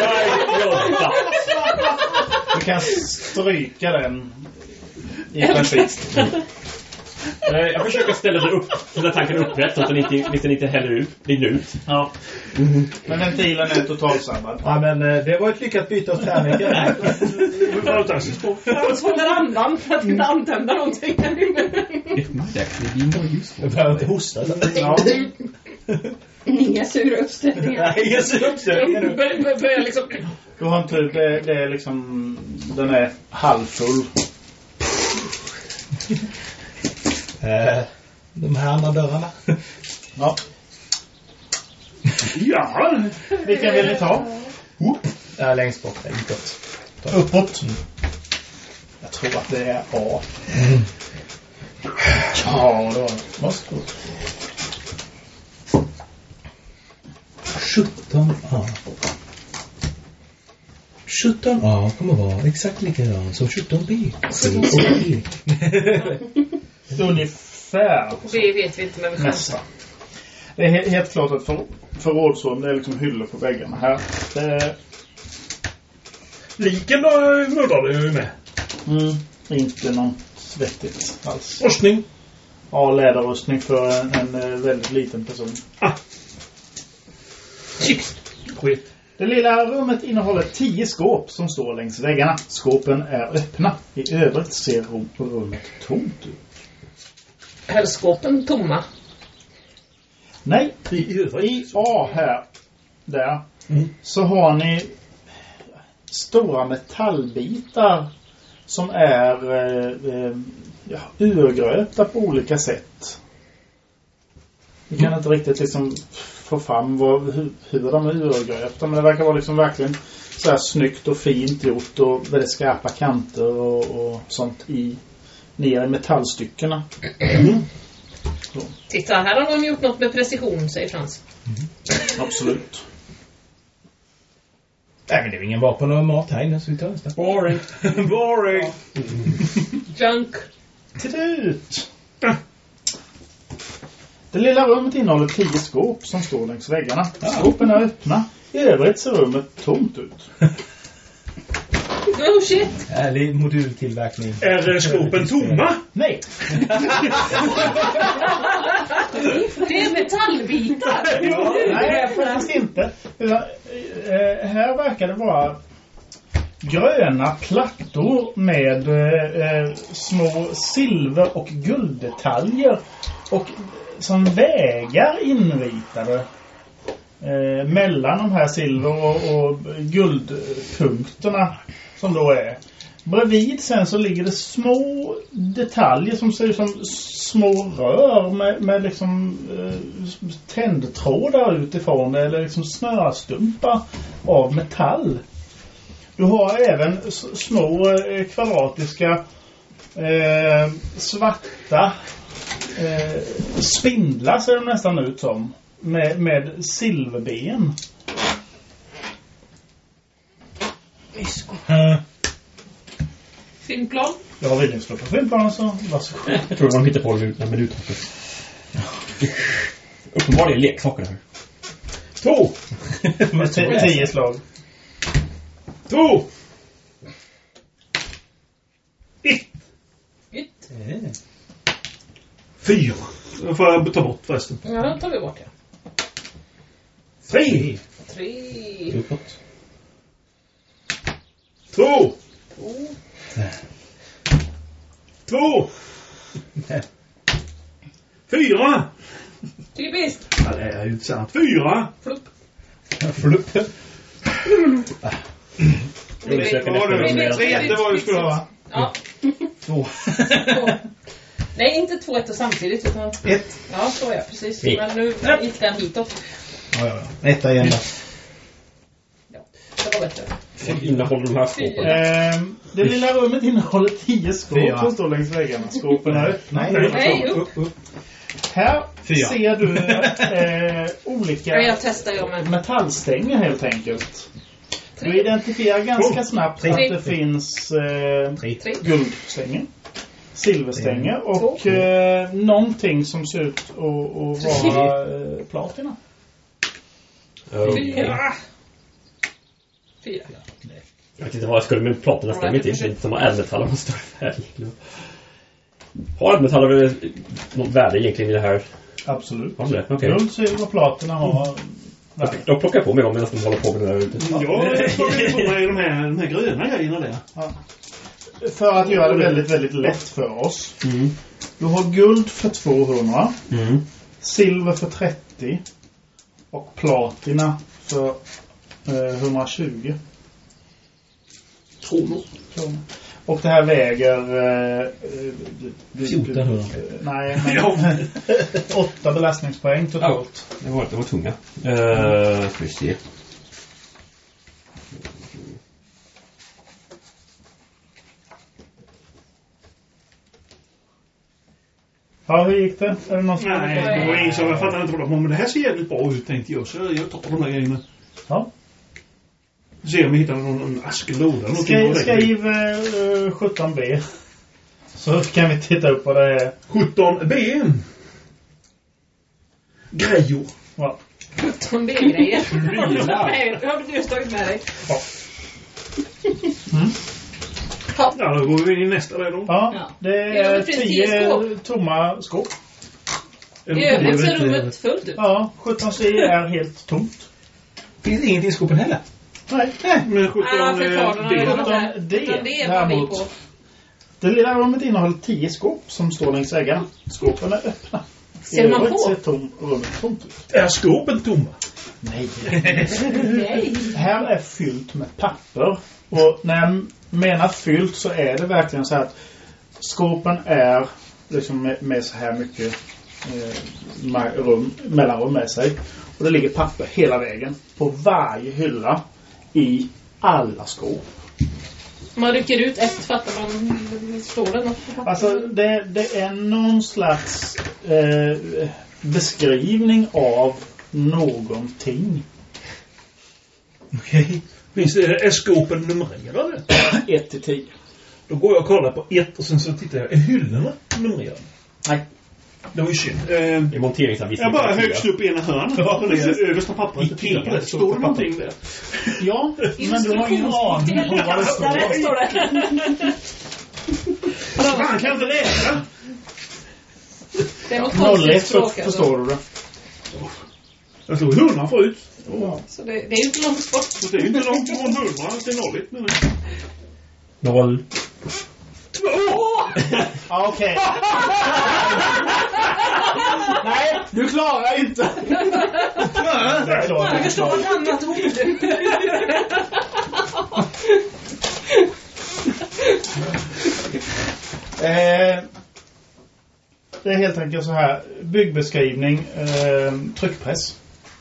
Du kan stryka den i princip. Jag försöker ställa det upp, ställa tanken upprätt så att den inte, den inte häller ut, rinner ut. Ja. Mm. Men ventilen är totalsammad. Ja, men det var ett lyckat byte av träning. Det var fantastiskt bra. Frans håller andan för att inte antända någonting. Jag behöver inte hosta. Ja. Inga sura uppställningar. Nej, inga sura uppställningar nu. Börjar liksom... Du har en typ, det, det är liksom, den är halvfull. Eh, de här andra dörrarna. Ja. Ja. Vilken vill ni ta? Ja, längst bort. Uppåt. Uppåt. Mm. Jag tror att det är A. Mm. Ja, då. Varsågod. sjutton A. sjutton A kommer vara exakt likadan som sjutton B. Ungefär. Det vet vi inte, men vi nästan. Det är helt, helt klart att för, förrådsrum, det är liksom hyllor på väggarna här. Det... Liken då mördade ju med. Mm, inte något vettigt alls. Rustning. Ja, läderrustning för en, en väldigt liten person. Ah. Skit. Det lilla rummet innehåller tio skåp som står längs väggarna. Skåpen är öppna. I övrigt ser rummet tomt ut. Är skåpen tomma? Nej, i, i A här, där, mm. så har ni stora metallbitar som är eh, ja, urgröpta på olika sätt. Vi kan mm. inte riktigt liksom få fram vad, hur, hur de är urgröpta, men det verkar vara liksom verkligen så här snyggt och fint gjort och väldigt skarpa kanter och, och sånt i ner i metallstyckena. Mm. Så. Titta, här har de gjort något med precision, säger Frans. Mm. Absolut. Nej, men det är ingen vapen och mat här inne, så vi tar nästa. Boring. Boring. Junk. Tut. Det lilla rummet innehåller tio skåp som står längs väggarna. Skåpen är öppna. I övrigt ser rummet tomt ut. Oh shit. Ärlig modultillverkning. Är skåpen tomma? Nej. Det är metallbitar. Ja, nej, faktiskt inte. Här verkar det vara gröna plattor med eh, små silver- och gulddetaljer och som vägar inritade eh, mellan de här silver- och, och guldpunkterna som då är. Bredvid sen så ligger det små detaljer som ser ut som små rör med, med liksom eh, tändtrådar utifrån det, eller liksom snörstumpar av metall. Du har även s- små eh, kvadratiska eh, svarta eh, spindlar ser de nästan ut som med, med silverben. Mm. Filmplan. Jag vill ju slå på filmplanen så varsågod. Jag tror de hittar på en minut. Uppenbarligen leksaker här. Två. Med t- tio slag. Två. Ett. Ett. Fyra. Då får jag ta bort förresten. Ja, då tar vi bort det. Tre. Tre. Uppåt. Två. Två. Två. Fyra. Typiskt. Ja, det är ju inte sant. Fyra. Flupp. Flupp. Det var det. Tre jätte vad det skulle ha. Ja. Två. Två. Nej, inte två ettor samtidigt utan... Ett. Ja, så är jag precis. Ett. Men nu gick den hitåt. Ja, ja, ja. Etta igen då. Ja, det var bättre. Vad innehåller de här skåpen? Ehm, det lilla rummet innehåller tio skåp Fyra. som står längs väggarna. Skåpen är öppna. Nej, Nej, upp. upp, upp. Här Fyra. ser du eh, olika Ja, jag testar jag med. metallstänger helt enkelt. Tre. Du identifierar ganska Oh. snabbt Tre. att det finns eh, Tre. Tre. guldstänger, silverstänger Mm. och eh, någonting som ser ut att, att vara eh, platina. Fyra. Fyra. Jag vet inte vad jag skulle med platorna stämmer inte. Det är inte som att ädelmetaller har större värde. Har ädelmetaller något värde egentligen i det här? Absolut. Har det? Okej. Guld, silver och platina har värde. De plockar på mig dem medan de håller på med det där ute. Jag tar på mig de här, de här gröna grejerna där. Ja. För att göra det väldigt, väldigt lätt för oss. Mm. Du har guld för tvåhundra, Mm. silver för trettio och platina för eh, hundratjugo Kronor. kronor. Och det här väger eh, eh, fjortonhundra. eh, nej, men Ja. åtta belastningspoäng totalt. Det var, det var tunga. Uh, ska vi se. Ja, hur gick det? Är det någon som Nej, det var ingen som jag fattade inte vad det var. Men det här ser jävligt bra ut tänkte jag. Så jag tar de här grejerna. Ja. Se om vi hittar någon, någon askelåda. Skriv, skriv eh, sjutton B. Så kan vi titta upp vad det är. sjutton B. Grejor. Ja. sjutton B-grejer. Nej, jag har just tagit med dig. Mm. Ja, då går vi in i nästa där då. Ja, Ja. det Ja, är men finns tio tio skåp. tomma skåp. I övrigt ser rummet fullt ut. Ja, sjutton C är helt tomt. Finns inget i skåpen heller. Nej, Men Ah, sjutton förklararna B. är de sjutton här. D sjutton D var vi däremot. på. Det lilla rummet innehåller tio skåp som står längs väggarna. Skåpen är öppna. Ser man övrigt på? ser tom, rummet tomt ut. Är skåpen tomma? Nej. Nej. Här är fyllt med papper. Och när jag menar fyllt så är det verkligen så här att skåpen är liksom med, med så här mycket eh, rum, mellanrum med sig. Och det ligger papper hela vägen på varje hylla i alla skåp. Om man rycker ut ett fattar man, står det något på papper? Alltså det, det är någon slags eh, beskrivning av någonting. Okej. Finns det, är skåpen numrerade? ett till tio. Då går jag och kollar på ett och sen så tittar jag. Är hyllorna numrerade? Nej. Det var ju synd. Eh, I monteringsanvisningen. jag bara högst upp i ena hörn. Ja, på det precis. översta pappret. Titta på det. Står det någonting där? Ja, men du har ingen aning om vad det står. Där står det. Fan, kan jag inte läsa? Det är något noll konstigt ett så språk alltså. förstår du det. Jag stod hundra förut. Så det, det är ju inte långt bort. Så det är ju inte långt från hundra till noll ett. Men Noll. två! Ja, okej. Nej, Du klarar inte! Nej, det är klart. Jag förstår ett annat ord. Eh, det är helt enkelt så här. Byggbeskrivning, eh, tryckpress.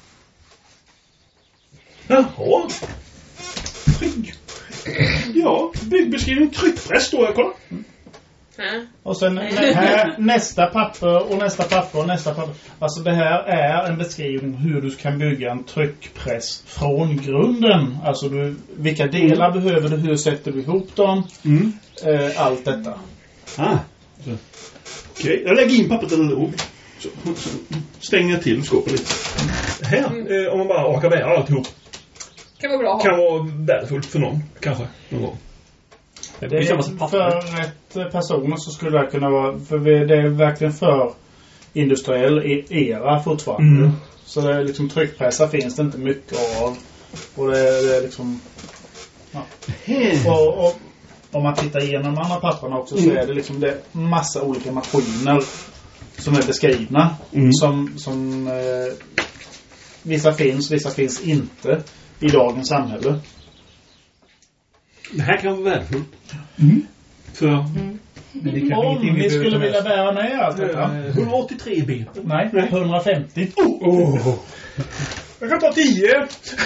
Jaha. Tryck. Ja, byggbeskrivning, tryckpress står jag, kolla. Mm. Och sen nä- här, nästa papper och nästa papper och nästa papper. Alltså det här är en beskrivning hur du kan bygga en tryckpress från grunden. Alltså du, vilka delar mm. behöver du, hur sätter du ihop dem. Mm. Eh, allt detta. Ah. Okej, okay. Jag lägger in pappret där det låg. Så, så stänger jag till skåpet lite. Här, mm. eh, om man bara orkar bära alltihop. Kan vara bra att ha. Kan vara värdefullt för någon, kanske. Någon gång. Det är för ett personer så skulle det kunna vara, för det är verkligen för industriell era fortfarande. Mm. Så det är liksom tryckpressar finns det inte mycket av. Och det är, det är liksom ja. och, och om man tittar igenom de andra papperna också så mm. är det liksom det är massa olika maskiner som är beskrivna. Mm. Som, som eh, vissa finns, vissa finns inte i dagens samhälle. Det här kan vara värdefullt. Mm. För... Mm. Men det kan om vi, vi skulle vilja bära ner allt detta. hundraåttiotre B. Nej, Nej. hundrafemtio. Oh. Oh. Jag kan ta tio.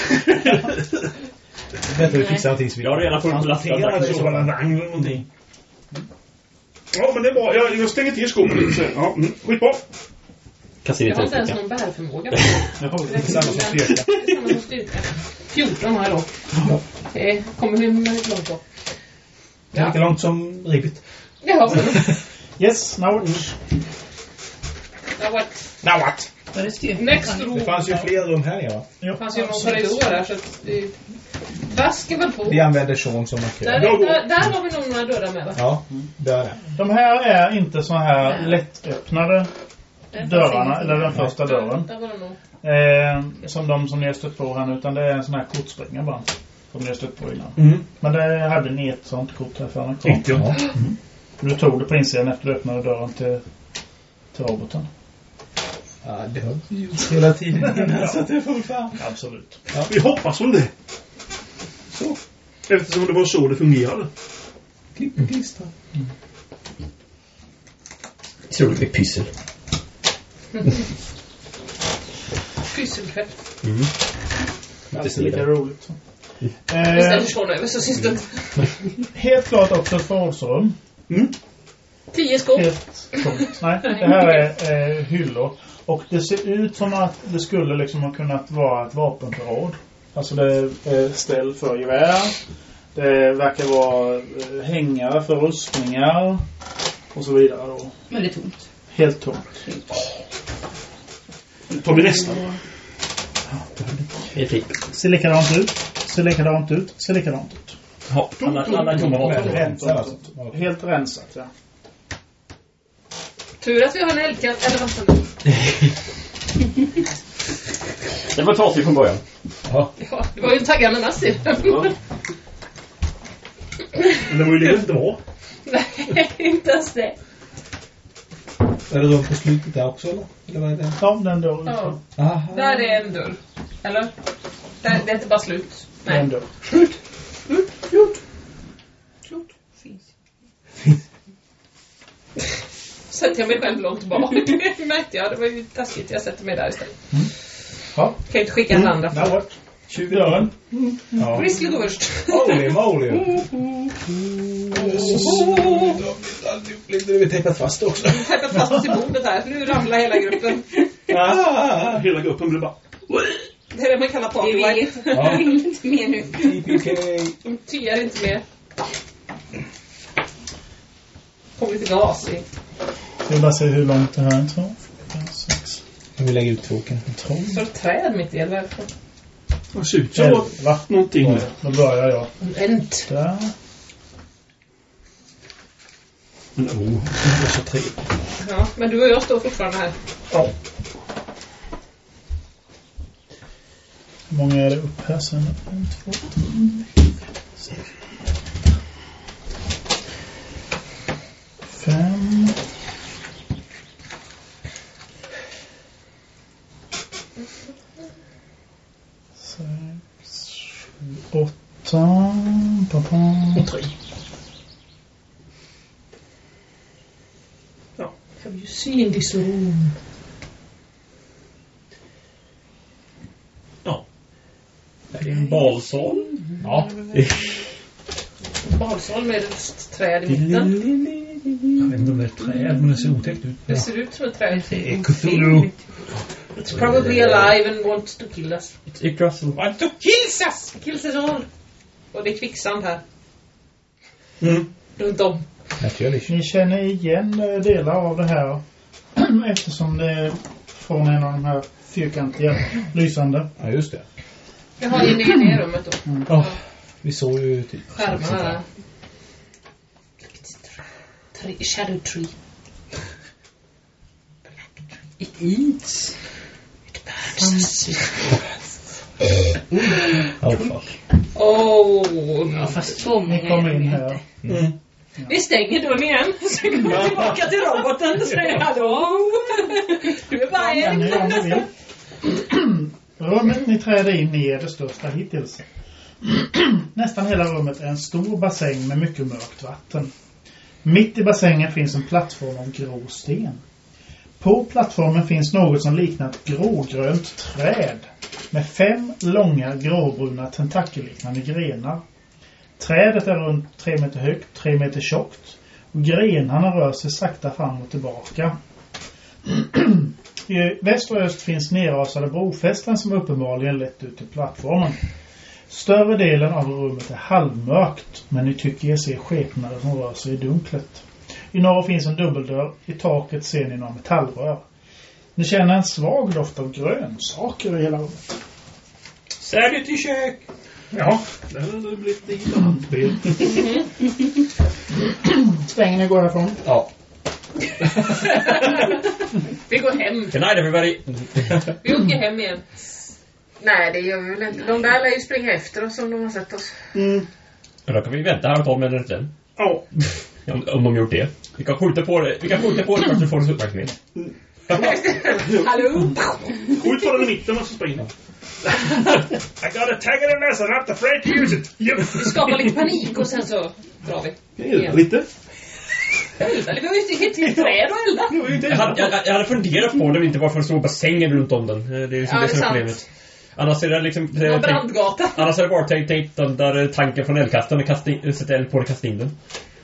Vänta, vi fixar någonting. Jag har redan fått placera det. Så var en vagn eller någonting. Ja, men det är bra. Jag, jag stänger till skåpet lite sen. Ja, mm. Skitbra. Jag har inte ens någon bärförmåga. Jag har inte samma som styrka. Samma som styrka. fjorton har jag då. Ja. Det kommer hur långt då? Det är lika långt som ribbit. Ja. Yes, now what? Now what? Now what? Next room. Det fanns ju fler rum här, ja. Det fanns ju någon korridor där, så att det... Vaskar väl på. Vi använder Sean som markör. Där, där, där har vi nog några dörrar med, va? Ja, dörrar. De här är inte så här lättöppnade dörrarna, eller den första dörren. Där var det nog. Eh, som de som ni har stött på här nu, utan det är en sån här kortspringa bara. Som ni har stött på innan. Mm. Men det hade ni ett sånt kort här för en Inte jag. Mm. Du tog det på insidan efter du öppnade dörren till, till roboten. Ja, det har vi gjort hela tiden innan, så att det får fan. Absolut. Ja. Vi hoppas om det. Så. Eftersom det var så det fungerade. Klipp och klistra. Mm. Så det blir pyssel. Pysselkväll. Mm. Det är lika roligt. Vi ställer så över så syns det. Helt klart också ett förrådsrum. Mm. Tio skåp. Helt tomt. Nej, det här är eh, hyllor. Och det ser ut som att det skulle liksom ha kunnat vara ett vapenförråd. Alltså det är ställ för gevär. Det verkar vara eh, hängare för rustningar. Och så vidare då. Men det är tomt. Helt tomt. Nu tar vi nästa. Det är fint. Ser likadant ut. Ser likadant ut. Ser likadant ut. Ja, alla, alla tomma vapen. Rensat alltså. Helt rensat, ja. Tur att vi har en eldkant eller vatten. Det var trasigt från början. Ja. Ja, det var ju en taggande massiv. Ja. Men det var ju lite inte bra. Nej, inte ens det. Är det rum på slutet där också, eller? Eller vad är det? Ja, den dörren. Ja. Aha. Där är en dörr. Eller? Där, det är inte bara slut. Nej. En dörr. Slut. Slut. Slut. Slut. Finns. Sätter jag mig själv långt bak. Märkte jag. Det var ju taskigt. Jag sätter mig där istället. Mm. Ja. Kan inte skicka en andra. Mm. What? tjugo dörren. Mm. Ja. Grizzly går först. Holy moly. Lite vi tejpat fast också. Tejpat fast oss i bordet här. Nu ramlar hela gruppen. Ah, hela gruppen blir bara... Det är det man kallar party. Jag vill inte mer nu. T P K. De tyar inte mer. Kommer lite gas i. Ska vi bara se hur långt det här är. Två, fyra, sex. Jag vill lägga ut två kanske. Tolv. Så ett träd mitt i elvärlden. Det ser ut som att någonting. Ja, då börjar jag. En. Där. Men oh, det är så trevligt. Ja, men du och jag står fortfarande här. Ja. Hur många är det upp här sen? En, två, tre, sex, fem. Sex, sju, åtta... Pappa. Och tre. Ja. Have you seen this room? Ja. Är det en balsal? Ja. Balsal med röstträd i mitten. Jag vet inte om det är ett träd, men det ser otäckt ut. Det ser ut som ett träd. Det är Cthulhu. It's probably alive and wants to kill us. It's Yggdrasil. Want to kill us! Kills us all. Och det är kvicksand här. Mm. Runt om. Naturligt. Ni känner igen eh, delar av det här eftersom det är från en av de här fyrkantiga lysande. Ja, just det. Jag har ju ner i det rummet då. Mm. Ja, vi såg ju typ... Skärmarna där. Tree, shadow tree. It eats. It burns us. Oh, fuck. Oh. Ja, fast så många Ni kommer är in det här. inte. Mm. Vi stänger dörren igen. Så går vi tillbaka till roboten och säger hallå. Du är bara Ja, ni, om ni en. vill. Rummet ni träder in i är det största hittills. Nästan hela rummet är en stor bassäng med mycket mörkt vatten. Mitt i bassängen finns en plattform av grå sten. På plattformen finns något som liknar ett grågrönt träd med fem långa gråbruna tentakelliknande grenar. Trädet är runt tre meter högt, tre meter tjockt och grenarna rör sig sakta fram och tillbaka. I väst och öst finns nerrasade brofästen som uppenbarligen lett ut till plattformen. Större delen av rummet är halvmörkt, men ni tycker jag ser skepnader som rör sig i dunklet. I norr finns en dubbeldörr, i taket ser ni några metallrör. Ni känner en svag doft av grönsaker i hela rummet. Särskilt i kök. Ja, det har blivit ett annat spel. Stänger ni går härifrån? Ja. Vi går hem. Good night everybody. Vi åker hem igen. Nej, det gör vi väl inte. De där lär ju springa efter oss om de har sett oss. Mm. Men då kan vi vänta här och ta med den sen. Ja. Om, om de gjort det. Vi kan skjuta på det. Vi kan skjuta på det för att du får en uppmärksamhet. Hallå? Skjut på den i mitten och så springer. I got a tag in the mess, I'm not afraid to use it. Yep. Vi skapar lite panik och sen så drar vi. Elda lite. Elda? Vi behöver ju inte hit till träd och elda. Jo, inte Jag hade, jag, jag hade funderat på det, inte varför det stod bassängen runt om den. Det är liksom Ja, det det är som är sant. problemet. Annars är det liksom... Någon tänk, brandgata. annars är det bara tänkt, tänkt den där tanken från eldkastaren och kasta in, sätta eld på och kasta in den.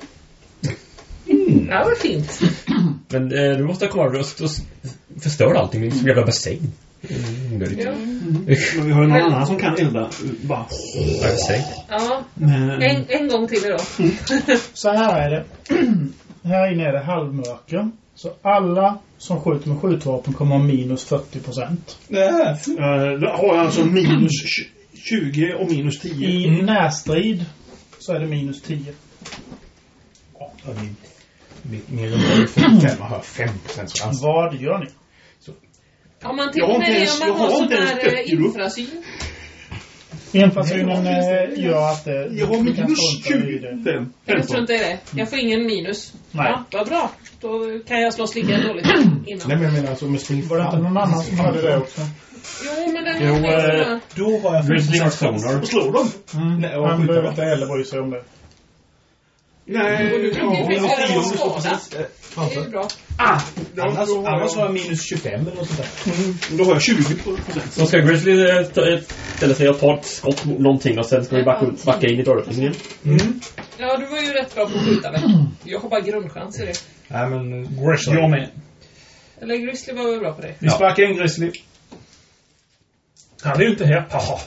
Mm. Ja, vad fint. Men eh, du måste komma över och, och förstör allting. Det är som en jävla bassäng. Mm, Ja. Men vi har en annan som kan elda. Bara... Ja, Men... en, en gång till då. Så här är det. Här inne är det halvmörker. Så alla som skjuter med skjutvapen kommer ha minus fyrtio procent. Uh, då har jag alltså minus tjugo och minus tio. I Mm. närstrid så är det minus tio. Ja, min, min, min rum har ju fem och har fem procent chans. Vad gör ni? Om man till Jag har och med inte det, ens- om jag man har har sån inte ens där dött i eh, rum. infrasyn. Infrasynen eh, gör att det, Jag har du kan minus strunta i det. tjugofem. Jag tror inte det är det. Jag får ingen minus. Nej. Ja, vad bra. Då kan jag slås lika dåligt Nej, innan. men jag menar alltså med spring Var det inte någon annan som hade det också? Jo, men den Jo, är eh, Då har jag Grizzly har chans. sonar. Och slår dem? Nej, och Han skjuta behöver dem. inte heller bry sig om det. Nej, Och du kan ja, inte minus fixa tio dem om du står skada. precis. Eh, Det är framför. ju bra. Ah! Då, Annars, då, har annars har jag jag, minus tjugofem eller något sånt där. mm, då har jag tjugo procent. Så ska Grizzly eh, ta- eh, ställa sig och ta ett skott mot någonting och sen ska vi backa, backa in i dörröppningen. Mm. Ja, du var ju rätt bra på att skjuta väl. Jag har bara grundchans i det. Nej, men... Grizzly. Jag med. Eller Grizzly var väl bra på det. Vi sparkar in Grizzly. Han är ju inte här. Haha.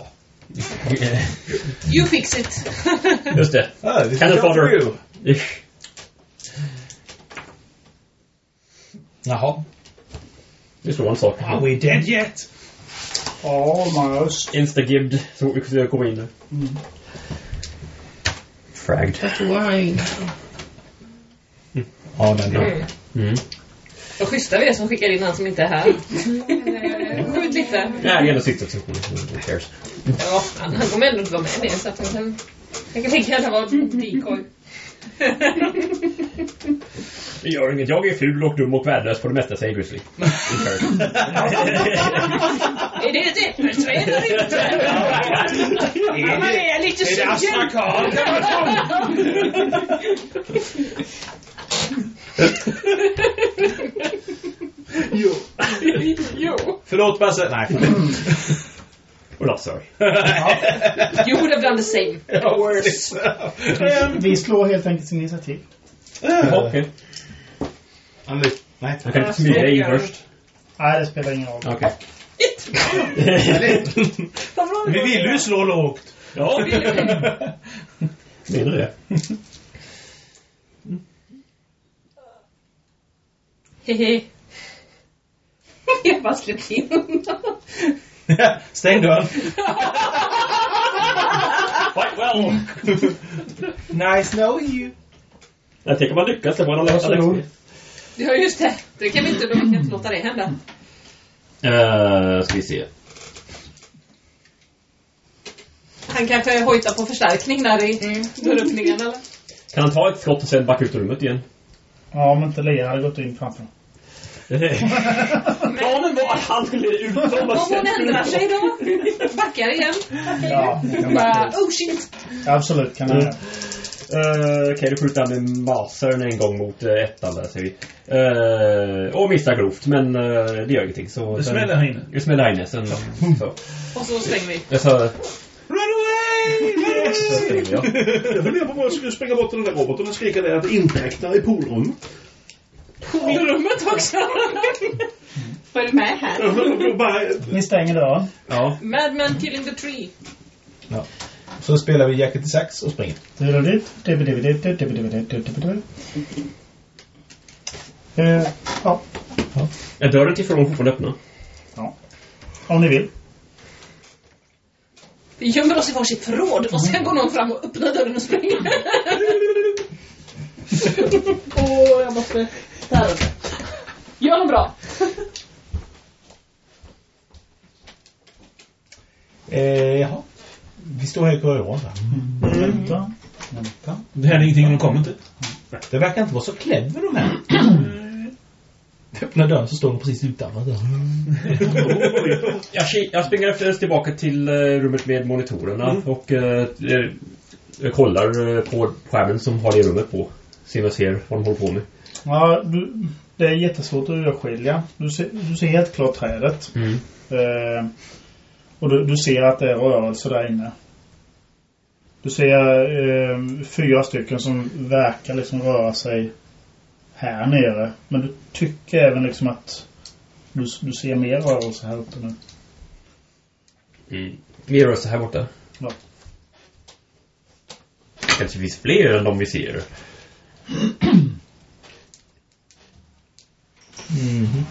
You fix it. Just det. Ah, this is Cannon job for fodder. you. Jaha. Det står en sak. Are we dead yet? Almost. Insta-gibbed. Så vi ska komma in där. Mm. Fragged. Ja, den då. Mm. Mm. Vad schyssta vi är som skickar in han som inte är här. Skjut lite. Nej, det är ändå sista sektionen. Who cares? Ja, han, han kommer ändå inte vara med mer så att han kan... Jag kan tänka att han var decoy. Det gör inget, jag är ful och dum och värdelös på det mesta, säger Grizzly. Är det ett äppelträd eller inte? Ja, man är lite sugen. Är det astrakal? Jo. Jo. Förlåt, Basse. Nej. Och not sorry. You would have done the same. Ja, worse. Vi slår helt enkelt sin initiativ. Jaha, okej. Nej. Jag kan inte smyga i först. Nej, det spelar ingen roll. Okej. Vi vill ju slå lågt. Ja, menar det. Hehe. Jag bara släppte in. Stäng dörren. Quite well. Nice knowing you. Jag tänker man lyckas, det var någon lätt Varsågod. Ja, just det. Det kan vi inte, då kan vi inte låta det hända. Uh, ska vi se. Han kanske hojtar på förstärkning där i mm. dörröppningen, eller? Kan han ta ett skott och sen backa ut ur rummet igen? Ja, om inte Lea hade gått in framför. Planen var att han skulle ut. Om hon ändrar sig då? Backar igen? Ja, det kan Bara, vara. oh shit! Absolut, kan jag Mm. göra. Uh, Okej, okay, du skjuter med masern en gång mot uh, ettan där, säger vi. Uh, och missar grovt, men uh, det gör ingenting. Så Det sen, smäller här inne. Det smäller här inne, sen så. Och så stänger vi. Jag sa... Run away! Så stänger vi, ja. Jag funderar på vad jag skulle springa bort till den där roboten och skrika det att inkräkta i poolrum. Poolrummet också. Var du med här? Bara, Ni stänger dörren. Ja. Madman killing the tree. Ja. Så spelar vi Jacket till sax och springer. Eh, Ja, Är dörren till från fortfarande öppna? ja. Om ni vill. Vi gömmer oss i varsitt förråd och sen går någon fram och öppnar dörren och springer. Åh, jag måste... Där uppe. Gör något bra. Eh, jaha. Vi står här i korridoren. Mm. Vänta. Vänta. det här är ingenting de kommer till. Det verkar inte vara så clever de här. Öppna dörren så står de precis utanför dörren. Jag, jag springer efter tillbaka till uh, rummet med monitorerna mm. och uh, jag kollar uh, på skärmen som har det rummet på. Se vad jag ser vad de håller på med. Ja, du, det är jättesvårt att urskilja. Du ser, du ser helt klart trädet. Mm. Eh, och du, du ser att det är rörelse där inne. Du ser eh, fyra stycken som verkar liksom röra sig här nere. Men du tycker även liksom att du, du ser mer rörelse här uppe nu. Mm. Mer rörelse här borta. Ja. Kanske finns fler än de vi ser. Mm.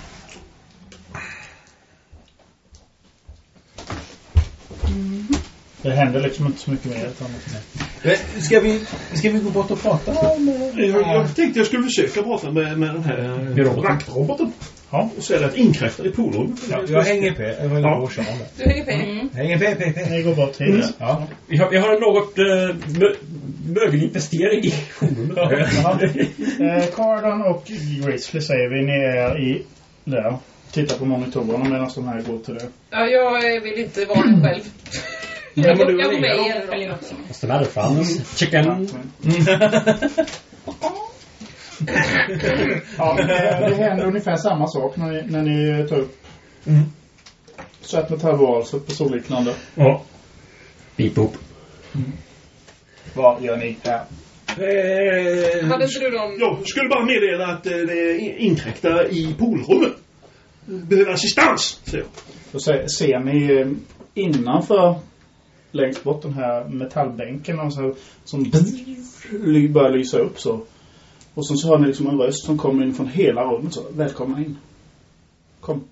Det händer liksom inte så mycket mer. Men ska vi, ska vi gå bort och prata om... Jag, jag tänkte jag skulle försöka prata med, med den här raktroboten. Ja. Och säga att inkräfta i poolrum. Ja, jag hänger på. Jag håller Ja. på att köra. Du hänger på. Mm. Jag hänger på, på, på. Det går bort till. Ja. Vi har, vi har en något uh, mö, mögelinvestering i fordonet. Ja. eh, Cardan och Grizzly säger vi. Ni är i där. Titta på monitorerna medan de här går till det. Ja, jag vill inte vara det själv. Jag går, jag går med er också. What's the matter, Frans? Chicken? Ja, det, det händer ungefär samma sak när ni, när ni tar upp Mm. så att metallvarelser på så liknande. Ja. Beep boop. Mm. Vad gör ni här? Eh, Hade inte du någon... Jag skulle bara meddela att eh, det är inkräkta i poolrummet. Behöver assistans, säger jag. Då ser, ser ni eh, innanför längst bort den här metallbänken och så, som bzz, börjar lysa upp så. Och sen så har ni liksom en röst som kommer in från hela rummet så. Välkomna in. Kom.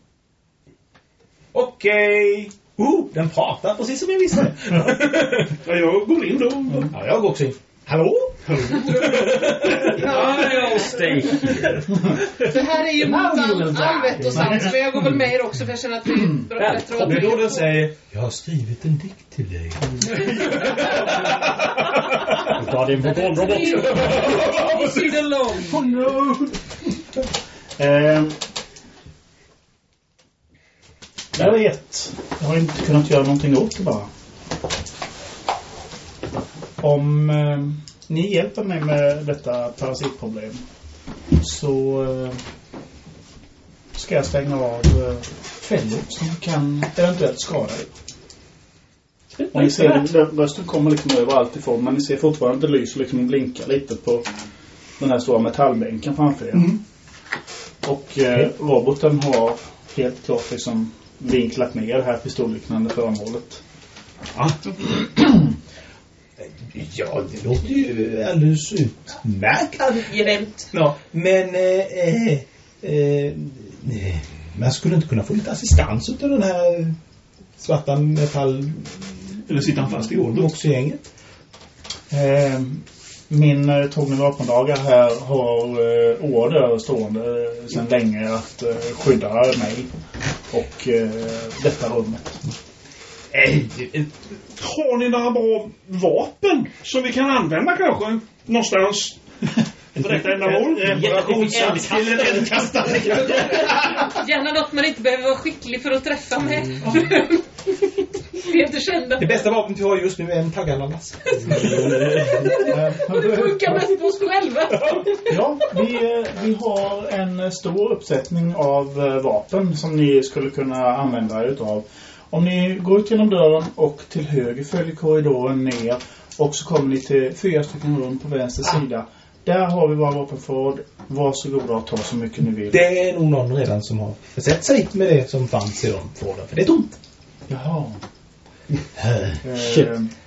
Okej. Oh, den pratar precis som jag visste. Ja, jag går in då. Ja, jag går också in. Hallå? Ja, jag stay here. Det här är ju mot all, all vett och sant. Men jag går väl med er också för jag känner att det är bra bättre att Det är då den säger, jag har skrivit en dikt till dig. Ta din fotonrobot. Oh no! ehm, jag vet. Jag har inte kunnat göra någonting åt det bara. Om eh, ni hjälper mig med detta parasitproblem så eh, ska jag stänga av eh, fällor som kan eventuellt skada er. Och ni ser, rösten kommer liksom överallt ifrån, men ni ser fortfarande det lyser liksom och blinkar lite på den här stora metallbänken framför er. Mm. Och eh, roboten har helt klart liksom vinklat ner det här pistolliknande föremålet. Ja. Ja, det låter ju alldeles utmärkt. Jämt. Ja, men eh, eh, nej, man skulle inte kunna få lite assistans utav den här svarta metall. Eller sitter han fast i golvet också i gänget? Eh, min eh, Togna vapendagar här har eh, order stående eh, sedan länge att eh, skydda mig och eh, detta rummet. Eh, har ni några bra vapen som vi kan använda kanske? Någonstans? För detta ändamål? Reparationssats till en eldkastare. Gärna något man inte behöver vara skicklig för att träffa med. Det är inte kända. Det bästa vapnet vi har just nu är en taggananas. Och du funkar mest på oss själva. Ja, vi, vi har en stor uppsättning av vapen som ni skulle kunna använda utav. Om ni går ut genom dörren och till höger följer korridoren ner och så kommer ni till fyra stycken rum på vänster sida. Där har vi våra vapenförråd. Varsågoda och ta så mycket ni vill. Det är nog någon redan som har försett sig med det som fanns i de förråden. För det är tomt. Jaha. Uh, shit.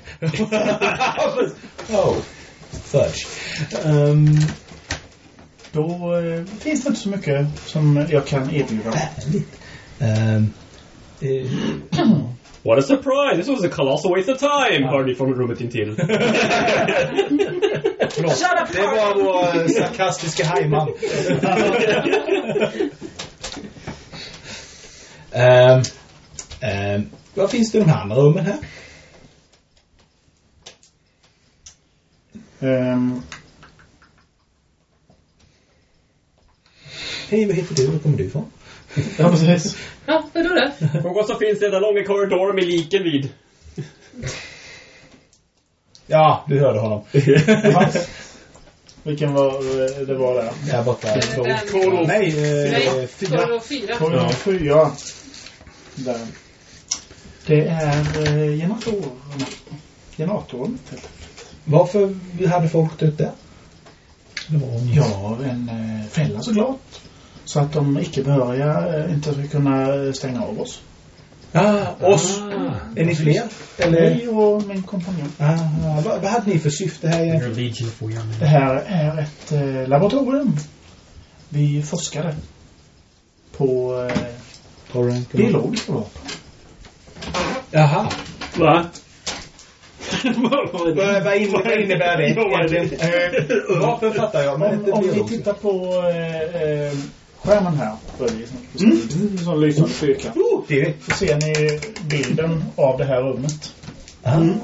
Oh, fudge. Um, Då eh, finns det inte så mycket som jag kan erbjuda. Um, uh, What a surprise! This was a colossal waste of time! Hörde ni från rummet intill. Förlåt, det var vår sarkastiska hajman. um, um, vad finns det i de här andra rummen här? Um, Hej, vad heter du? Var kommer du ifrån? ja, precis. Ja, vad är det? Något så finns det den långa korridoren med liken vid. Ja, du hörde honom. Vilken var det var där? Där borta. Korridor. Nej, eh, Nej, fyra. korridor fyra. Korridor fyra. Där. Det är eh, generatorn. Generatorn. Varför hade folk ut där? Det var en... Ja, en eh, fälla såklart. Så att de icke-behöriga eh, inte ska kunna stänga av oss. Ah, oss. Ah, är ni fler? Eller? Mig och min kompanjon. Ah, vad, vad hade ni för syfte här egentligen? Det här är ett eh, laboratorium. Vi forskade på eh, biologiska vapen. Jaha. Va? Vad, vad innebär det egentligen? Uh, vapen fattar jag, men om, om vi tittar på eh, eh, skärmen här mm. sån lysande fyrkant oh, så ser ni bilden av det här rummet. Mm.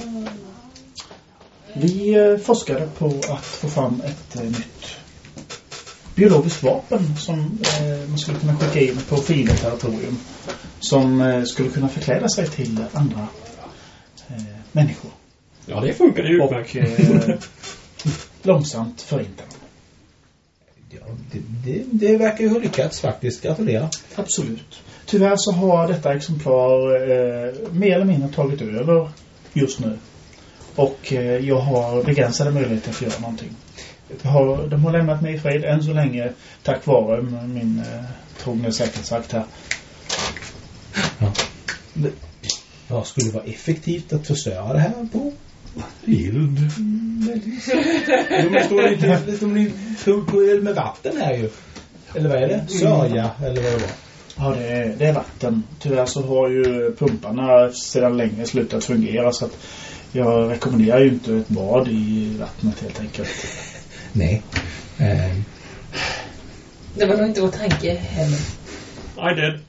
Vi eh, forskade på att få fram ett eh, nytt biologiskt vapen som eh, man skulle kunna skicka in på fiendeterritorium som eh, skulle kunna förkläda sig till andra eh, människor. Ja, det funkar ju utmärkt. Och eh, långsamt förinta dem. Ja, det, det, det verkar ju ha lyckats faktiskt. Gratulerar. Absolut. Tyvärr så har detta exemplar eh, mer eller mindre tagit över just nu. Och eh, jag har begränsade möjligheter att göra någonting. Jag har, de har lämnat mig i fred än så länge tack vare min eh, trogna säkerhetsakt här. Ja. Vad skulle vara effektivt att förstöra det här på? Eld. De står lite, lite om på eld med vatten här ju. Eller vad är det? Sörja, eller vad det var? Ja, det är, det är vatten. Tyvärr så har ju pumparna sedan länge slutat fungera så att jag rekommenderar ju inte ett bad i vattnet helt enkelt. Nej. Eh. Det var nog inte vår tanke heller. I did.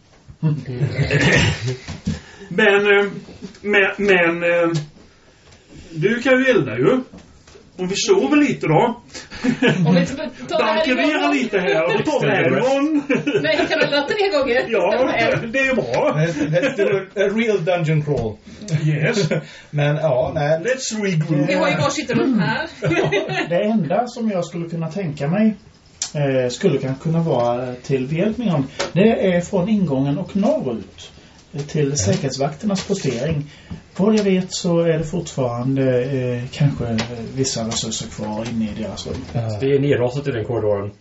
men, men, men du kan ju elda ju. Om vi sover lite då. Om vi tar Bankerera lite här och tar det här någon. Nej, kan elda tre gånger. Ja, det är bra. Let's do a real dungeon crawl. Yes. Men ja, nej. Let's regroup. Vi har ju varsitt rum här. Det enda som jag skulle kunna tänka mig eh, skulle kanske kunna vara till Vietnam. Det är från ingången och norrut till säkerhetsvakternas postering. Vad jag vet så är det fortfarande eh, kanske vissa resurser kvar inne i deras rum. Det är nerrasat i den korridoren.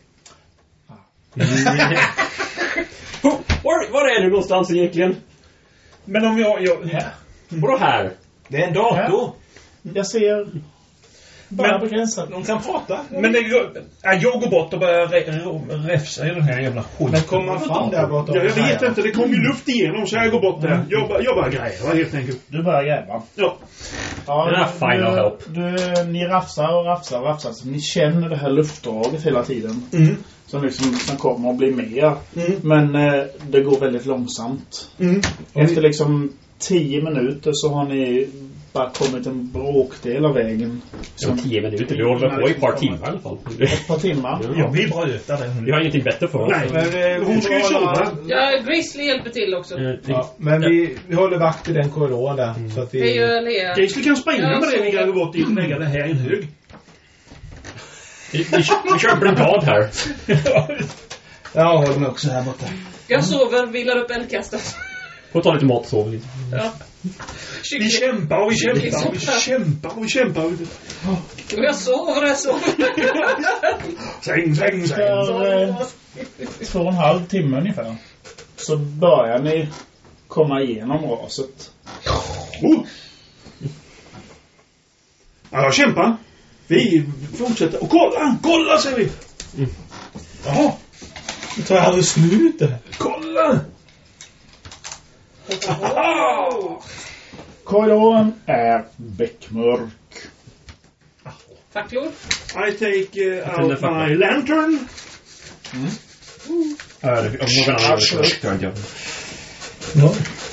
var, var är du någonstans egentligen? Men om jag... jag Här. Vadå här? Det är en dator. Jag ser bara Men- begränsat. De kan prata. Men det, ja, jag går bort och börjar re- räfsa i den här jävla skiten. Men kommer man fram där borta? Ja, jag vet inte, det kom ju luft igenom så jag går bort där. Jag, bara- jag bara gräver helt enkelt. Du börjar gräva. Ja. Ja, Den här final du, help. du, ni rafsar och rafsar och rafsar. Så ni känner det här luftdraget hela tiden. Mm. Som liksom som kommer att bli mer. Mm. Men eh, det går väldigt långsamt. Mm. Efter liksom tio minuter så har ni bara kommit en bråkdel av vägen. Som tio minuter. Vi håller på i ett par timmar i alla fall. Ett par timmar. Ja, vi brötar den. Vi har ingenting bättre för oss. Nej, Men, eh, hon ska ju sova. Ja, Grizzly hjälper till också. Eh, Ja, men vi, vi håller vakt i den korridoren där. Så att Det är vi... ju Lea. Grizzly kan springa Ja, med det så- vi gräver bort i och lägga det här i en hög. Vi, vi, kör- vi kör brigad här. Ja, håller mig också här borta. Jag sover, vilar upp eldkastet. Får ta lite mat och sova lite. Ja. Vi kämpar och vi kämpar och vi kämpar och vi kämpar. Och jag sover, jag sover. Sväng, sväng, sväng. För eh, två och en halv timme ungefär. Så börjar ni komma igenom raset. Oh. Ja, jag kämpar. Vi fortsätter. Och kolla, kolla säger vi. Mm. Jaha, Det tar aldrig slut det här. kolla. Aha. Korridoren är beckmörk. Facklor. I take uh, Jag tänder out facklor. my lantern. Ja, det, om någon annan gör det så gör inte jag. Ja.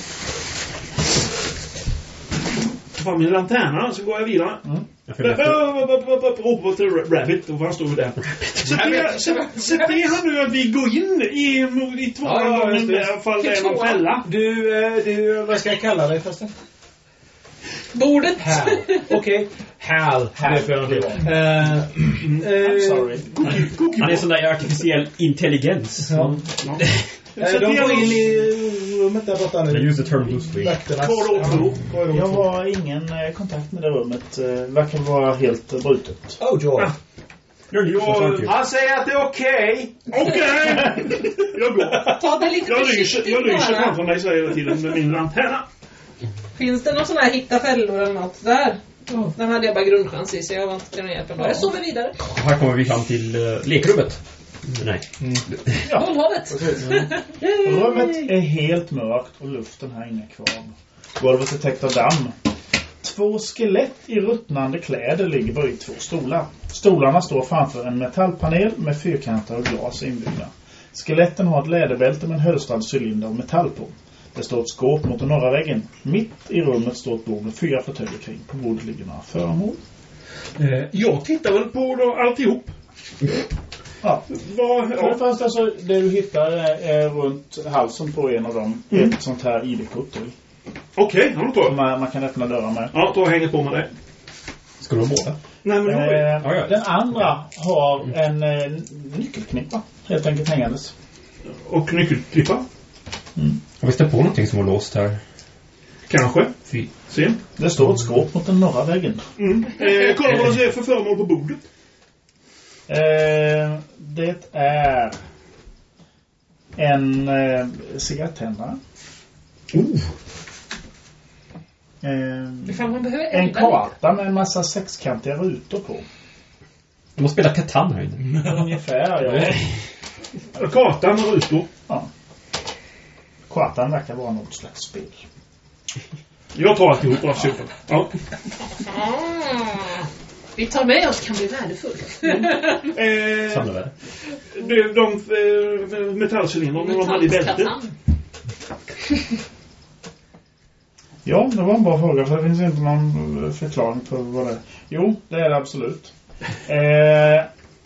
Ta fram min lanterna så går jag vidare. Jag följer efter. Ropa till Rabbit och han stod där. Se till han nu att vi går in i, i Ja, just tvåan det. i alla fall det är någon fälla. Du, eh, du, vad ska jag kalla dig förresten? Bordet. Hal. Okej. Hal. Hal. Det får jag inte vara. Eh, I'm eh, sorry. Han är sån där artificiell intelligens. Ja. Eh, De går in i rummet där borta I nu. use the term loosely. Vakternas. Korridor två. Korridor Jag två. har ingen eh, kontakt med det rummet. Eh, verkar vara helt eh, brutet. Oh, George. You're useless, aren't you? Han säger att det är okej. Okej! Jag går. Ta det lite Jag lyser, försiktigt jag lyser bara. framför mig så hela tiden med min lanterna. Finns det någon sån här hitta fällor eller något där? Den hade jag bara grundchans i så jag var inte till någon hjälp ändå. Jag sover vidare. Här kommer vi fram till uh, lekrummet. Nej. Bollhavet. Rummet är helt mörkt och luften här inne kvar. Golvet är täckt av damm. Två skelett i ruttnande kläder ligger bredvid två stolar. Stolarna står framför en metallpanel med fyrkanter och glas inbyggda. Skeletten har ett läderbälte med en hölstrad cylinder och metall på. Det står ett skåp mot den norra väggen. Mitt i rummet står ett bord med fyra fåtöljer kring. På bordet ligger några föremål. Eh, jag tittar väl på då alltihop. Ja. Vad, För det ja. första så det du hittar är, är runt halsen på en av dem. Mm. Ett sånt här I D-kort. Okej, okay, då tar Som man, man kan öppna dörrar med. Ja, då hänger på med det. Ska du ha båda? Nej, men då är Eh, Ja, ja. Den andra har en eh, nyckelknippa helt enkelt hängandes. Och nyckelklippa. Har vi ställt på någonting som var låst här? Kanske. Fy. Se. Det står ett skåp mot den norra väggen. Mm. Eh, kolla vad det är för föremål på bordet. Eh, det är en eh, cigarettändare. Oh. Eh, Ifall man behöver en elda karta med en massa sexkantiga rutor på. De har spelat Catan här inne. Ungefär, ja. Karta med rutor. ja. Kartan verkar vara något slags spel. Jag tar alltihop av sopen. Ja. Ah, vi tar med oss kan bli värdefullt. eh, Samlarvärde. de de eh, metallcylindrarna de hade i bältet. Ja, det var en bra fråga för det finns inte någon förklaring på vad det är. Jo, det är det absolut. Eh,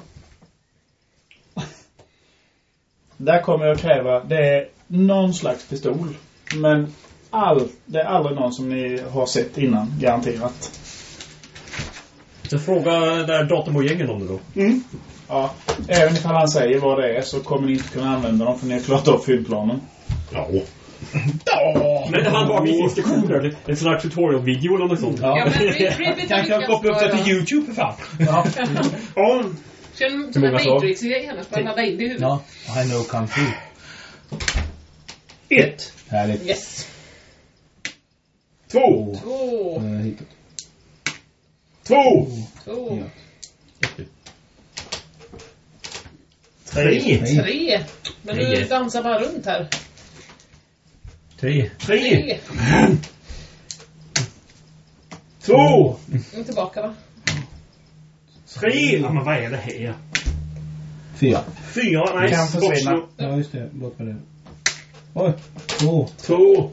där kommer jag att kräva, det är någon slags pistol. Men all, det är aldrig någon som ni har sett innan, garanterat. Så fråga där datormojängen om det då. Mm. Ja, även ifall han säger vad det är så kommer ni inte kunna använda dem för ni har klart upp fyllplanen. Ja. Men det var bara min instruktioner. En sån här tutorial-video eller något sånt. Ja, men vi, vi, vi Kan jag koppla upp det till YouTube för fan? Ja. Ja. Känn som en Matrix-grej annars bara ladda in det i huvudet. Ja, I know Kung Fu. Ett. Härligt. Yes. Två. Två. Eh, hitåt. Två. Två. Tre. Tre. Men du Tre. dansar bara runt här. Tre. Tre. Tre. Två. Och tillbaka va? Tre. Ja, men vad är det här? Fyra. Fyra. Nej. Kan försvinna. också. Ja, just det. Låt mig det. Oj. Två. Två.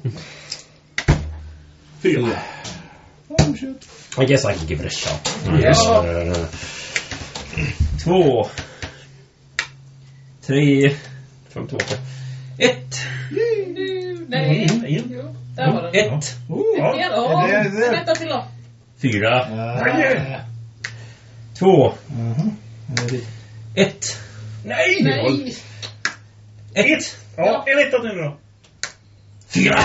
Fyra. Oh, shit. I guess I can give it a shot. Ja. Uh, två. Tre. Fem, två. Ett. Nej. En. Jo, där var den. Ett. Ja. Ja, ja. Det- det- Vänta till då. Fyra. Nej. Två. Mhm. Ett. Nej. Nej. Ett. Ja, en etta till nu då. Fyra.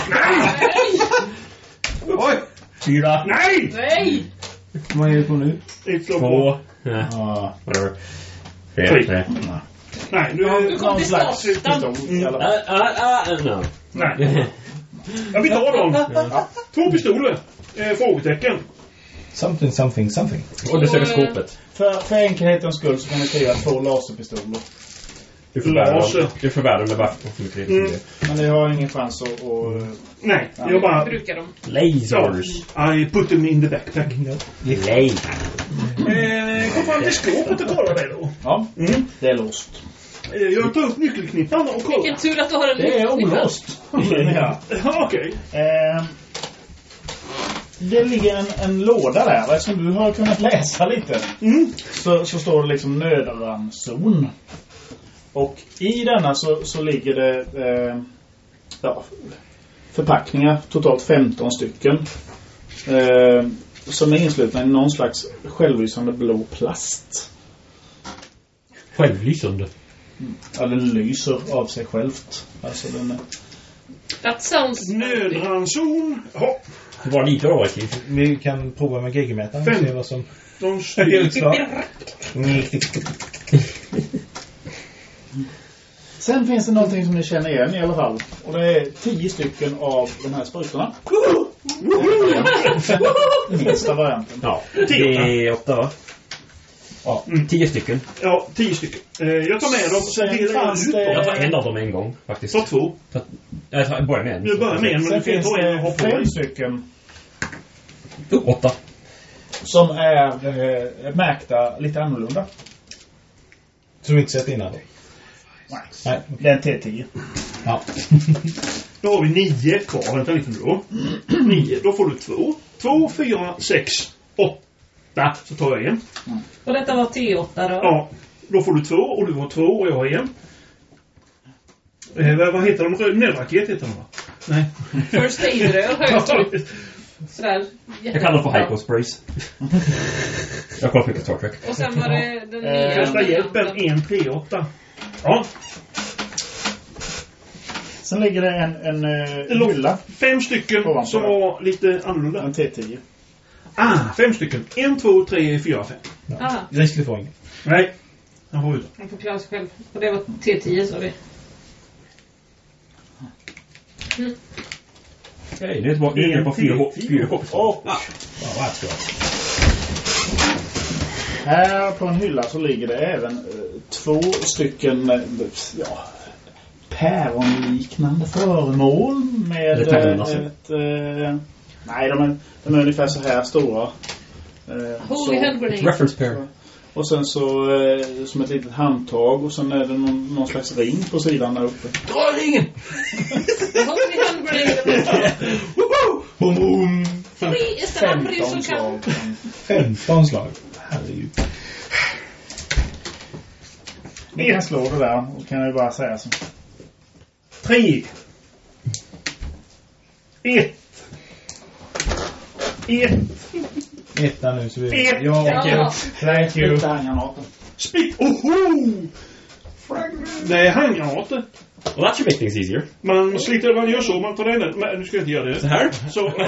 Oj. Fyra. Nej. Nej. Vad är det på nu? Ett slår på. Två. Ja, Ja. whatever. Tre. Tre. Tre. Nej, nu... Du kom Någon till slags startstånd. pistol i alla fall. Ah, ah, ah, no. Nej. Ja, vi tar dem. Två pistoler. Eh, frågetecken. Something, something, something. Undersöka skåpet. För, för enkelhetens skull så kan vi skriva två laserpistoler. Du får bära Laser. dem. Du får bära dem med vatten och mycket Mm. mm. Men det har ingen chans att... att Nej, jag bara... Brukar de. Lasers. I put them in the backpack. Laser. Eh, kom fram till skåpet och kolla det då. ja, Mm. det är låst. Eh, jag tar upp nyckelknippan och kollar. Vilken tur att du har en Det är nyckelknippa. olåst. ja. Ja, okej. Eh, det ligger en, en låda där. Eftersom du har kunnat läsa lite Mm. så, så står det liksom nödranson. Och i denna så, så ligger det eh, ja, förpackningar, totalt femton stycken. Eh, som är inslutna i någon slags självlysande blå plast. Självlysande. Ja, den lyser av sig självt. Alltså den är... That sounds... Nödranson. Ja, Det var lite avverkning. Vi kan prova med gigamätaren och Fem. se vad som de är styr. utslag. Sen finns det någonting som ni känner igen i alla fall. Och det är tio stycken av de här sprutorna. Den minsta varianten. Ja. Tio. Det är åtta va? Ja. Mm. Tio stycken. Ja, tio stycken. Eh, jag tar med dem. Sen delar jag fanns ut det- dem. Jag tar en av dem en gång faktiskt. Ta två. Jag tar, börjar med en. Nu börjar med en, men Sen du kan finns ta en och ha det på dig. fem stycken Oh, åtta. som är eh, märkta lite annorlunda. Som vi inte sett innan då. Nej, det är en T tio. Ja. Då har vi nio kvar. Vänta lite nu då. Nio. Då får du två. Två, fyra, sex, åtta. Så tar jag en. Och detta var T åtta då? Ja. Då får du två och du har två och jag har en. Eh, vad, vad heter de? Röd- Nödraket heter de va? Nej. First aid-rör har jag tagit. Sådär. Jag kallar dem för Hypo Sprays. Jag kollar på mycket Star Trek. Och sen var det den Eh, nya... Första hjälpen, en T åtta. Ja. Sen ligger det en, en, eh, Det låg hylla. fem stycken Ovanpå som det. var lite annorlunda. En T tio. Ah, fem stycken. En, två, tre, fyra, fem. Ah, Grislig får ingen. Nej. Han får ut. han får klara sig själv. Och det var T tio sa vi. Okej, nu är det tillbaka. Nu är det på fyra H. Fyra H. Och Ja, vad är det? här på en hylla så ligger det även eh, två stycken eh, ja, päronliknande föremål med Är det päronerna? eh, ett... Eh, Nej, de är, de är ungefär så här stora. Eh, Holy hand grenade. Reference pair. Och sen så eh, som ett litet handtag. Och sen är det någon, någon slags ring på sidan där uppe. Dra ringen! Holy hand grenade. Boom, boom. Three is the number you femton should slag. come. femton slag. Herregud. Ni kan slå det där. Och kan jag bara säga så. Tre. Ett. Ett. Etta nu så vi... Ett. Ja, Ja. Thank you. Handgranaten. Spik. Oho! Det är handgranater. Well, that should make things easier. Man sliter, man gör så, man tar den. Men nu ska jag inte göra det. Så här? Så. Nej!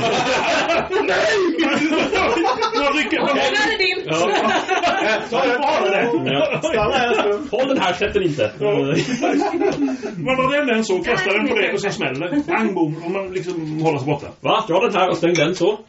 Man rycker. Den här är din. Ja. Ta det bara det. Ja. Stanna här en stund. Håll den här, sätt den inte. Man har den den så, kastar den på det och sen smäller det. Bang, boom. Och man liksom håller sig borta. Va? Dra den här och stäng den så.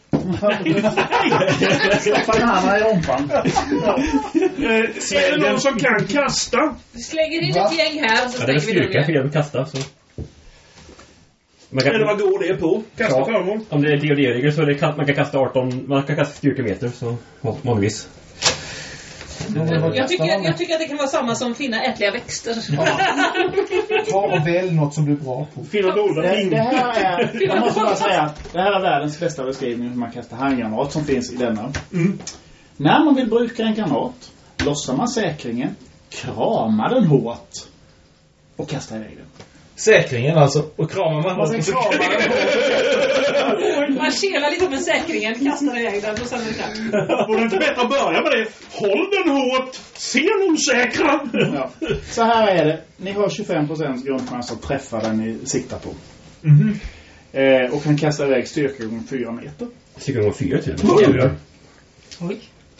Stoppa den här i rumpan. Eh, är det någon som kan kasta? Vi slänger in ett gäng här så Ja, det är stänger vi styrka för den. att kasta. Så. Man kan, Eller vad går det på? Kasta Ja. föremål. om det är D och D-regler så är det, man kan kasta arton, man kan kasta styrkemeter så vanligtvis. Jag tycker, jag tycker att det kan vara samma som finna ätliga växter. Ta och välj något som du är bra på. Finna dolda Det, ting. det här är, jag måste bara säga att det här är världens bästa beskrivning hur man kastar handgranat som finns i denna. Mm. När man vill bruka en granat lossar man säkringen, kramar den hårt och kastar iväg den. Säkringen alltså. Och kramar man. Och sen kramar den hårt. Man kelar lite med säkringen, kastar iväg den och sen är det klart. Vore det inte bättre att börja med det? Håll den hårt. Se den osäkra. Ja. Så här är det. Ni har tjugofem procent grundchans att träffa den ni siktar på. Mhm. Eh, och kan kasta iväg styrka gånger fyra meter. Styrka gånger fyra till. Oj. Oj.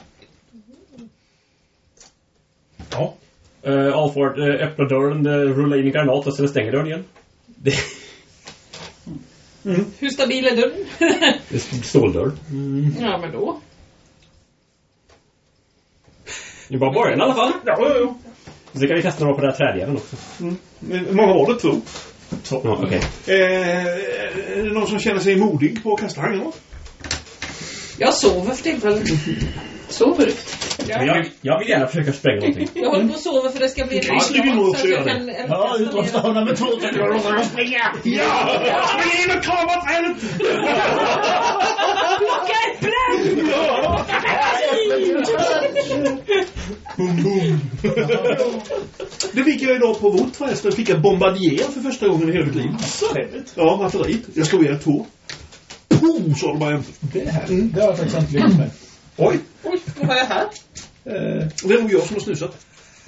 Ja. Uh, Alford uh, öppnar dörren, uh, rullar in i granat och sen stänger dörren igen. Det, Mm. Hur stabil är dörren? det är ståldörr. Ja, men då. Det är bara början i alla fall. Ja, ja, ja. Så kan vi kasta några på den här trädjäveln också. Mm. Hur många var det? Två. Så, ja, okej. Eh, är det någon som känner sig modig på att kasta handgranat? Jag sover för tillfället. Sover du? Men Jag, jag vill gärna försöka spränga någonting. Jag håller på att sova för det ska bli en Ja, skulle vi nog också så att jag göra kan det. Ja, utrusta honom med två tänder och låta springa. Ja! Spring in och krama trädet! Plocka äpplen! Ja! Boom, boom. Det fick jag idag på vårt förresten. Fick jag bombardier för första gången i hela mitt liv. Ja, batteriet. Jag ska göra två. Puh, sa de bara. Det här. Det har jag faktiskt inte lyckats med. Oj, Oj, vad har jag här? Eh, det är nog jag som har snusat.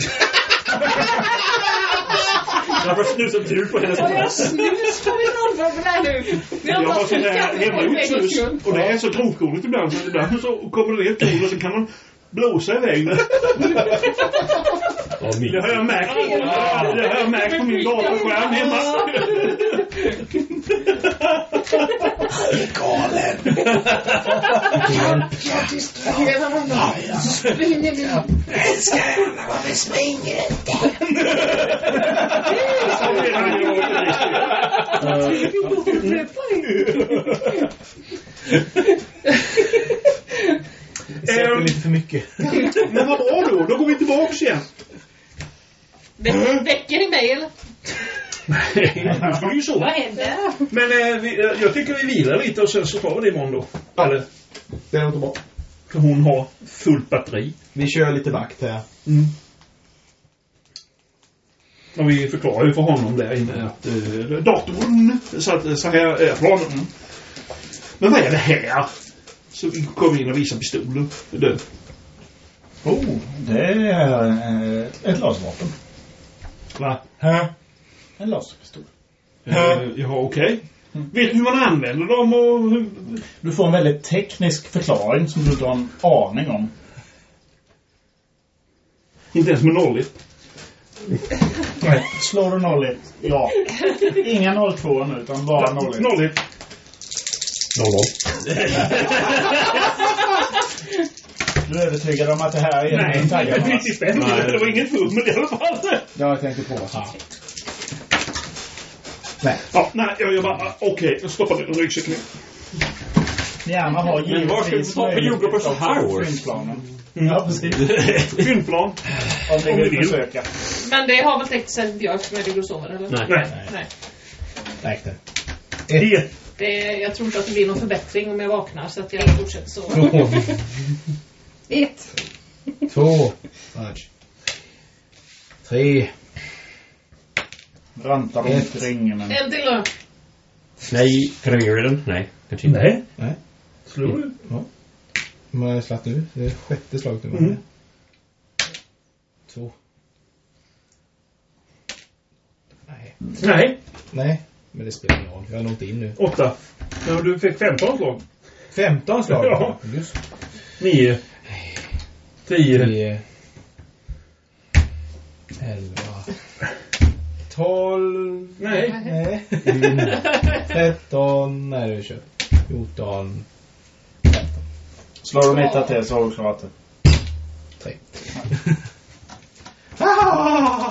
Jag har snusat tur på hennes Har jag mål. snus på min nollvabla nu? Vi har Jag har bara sån här fickat hemmagjort för egen snus. skull. Och det är så grovkornigt ibland. Så ibland så kommer det ner korn och så kan man blåsa iväg det. Ja, Det har jag märkt. Det har jag märkt på min datorskärm hemma. galen. Jag distraherar honom. Springer vi. Jag älskar henne vad vi springer. Så är det ju Sätter lite för mycket. Men vad bra då, då går vi tillbaka igen. Vä- Väcker ni mig eller? Nej, det är ju så. Vad händer? Men eh, vi, eh, jag tycker vi vilar lite och sen så tar vi det imorgon då. Eller, Det låter bra. för hon har fullt batteri. Vi kör lite vakt här. Mm. Och vi förklarar ju för honom där inne att eh, datorn, så att så här är planen. Men vad är det här? Så vi kommer in och visar pistolen. Det. Oh, det är eh, ett laservapen. Va? Hä? En laserpistol. Eh, ja, okej. Vet du hur man använder dem och hur... Du får en väldigt teknisk förklaring som du inte har en aning om. Inte ens med nolligt. Nej. Slår du noll ett? Ja. Inga noll två nu, utan bara noll ett. Nolligt. Noll noll. Du är övertygad om att det här är Nej, en taggarna? nittiofem. Det var inget fummel i alla fall. Ja, jag tänkte på det. Ja, nej, jag, jag bara, okej, okay, jag stoppar den i ryggsäcken. gärna ha Men vad ska vi ta på jordgubbar så här års? Fyndplanen. Ja, precis. Fyndplan. Om ni Om vill ni vill. försöka. Men det har väl täckt sig björk med dinosaurier, eller? Nej. Nej. Nej. Räkna. Ett. Det, jag tror inte att det blir någon förbättring om jag vaknar, så att jag fortsätter så. Två. Ett. Två. Fudge. Tre. Rantar omkring. Men... En till då. Nej, kan du göra den? Nej, kanske inte. Nej. Nej. Slå du? Ja. Hur många har jag slagit nu? Det är sjätte slaget nu. Mm. Två. Nej. Nej. Nej. Men det spelar ingen roll. Jag har nog inte in nu. Åtta. Ja, du fick femton slag. femton slag. Ja. Just. Nio. Tio. Tio. Elva. Tolv. Nej. Nej. Tretton. Nej, det är kört. Fjorton. Slår de ett till så har du klarat det. Tre. Ah!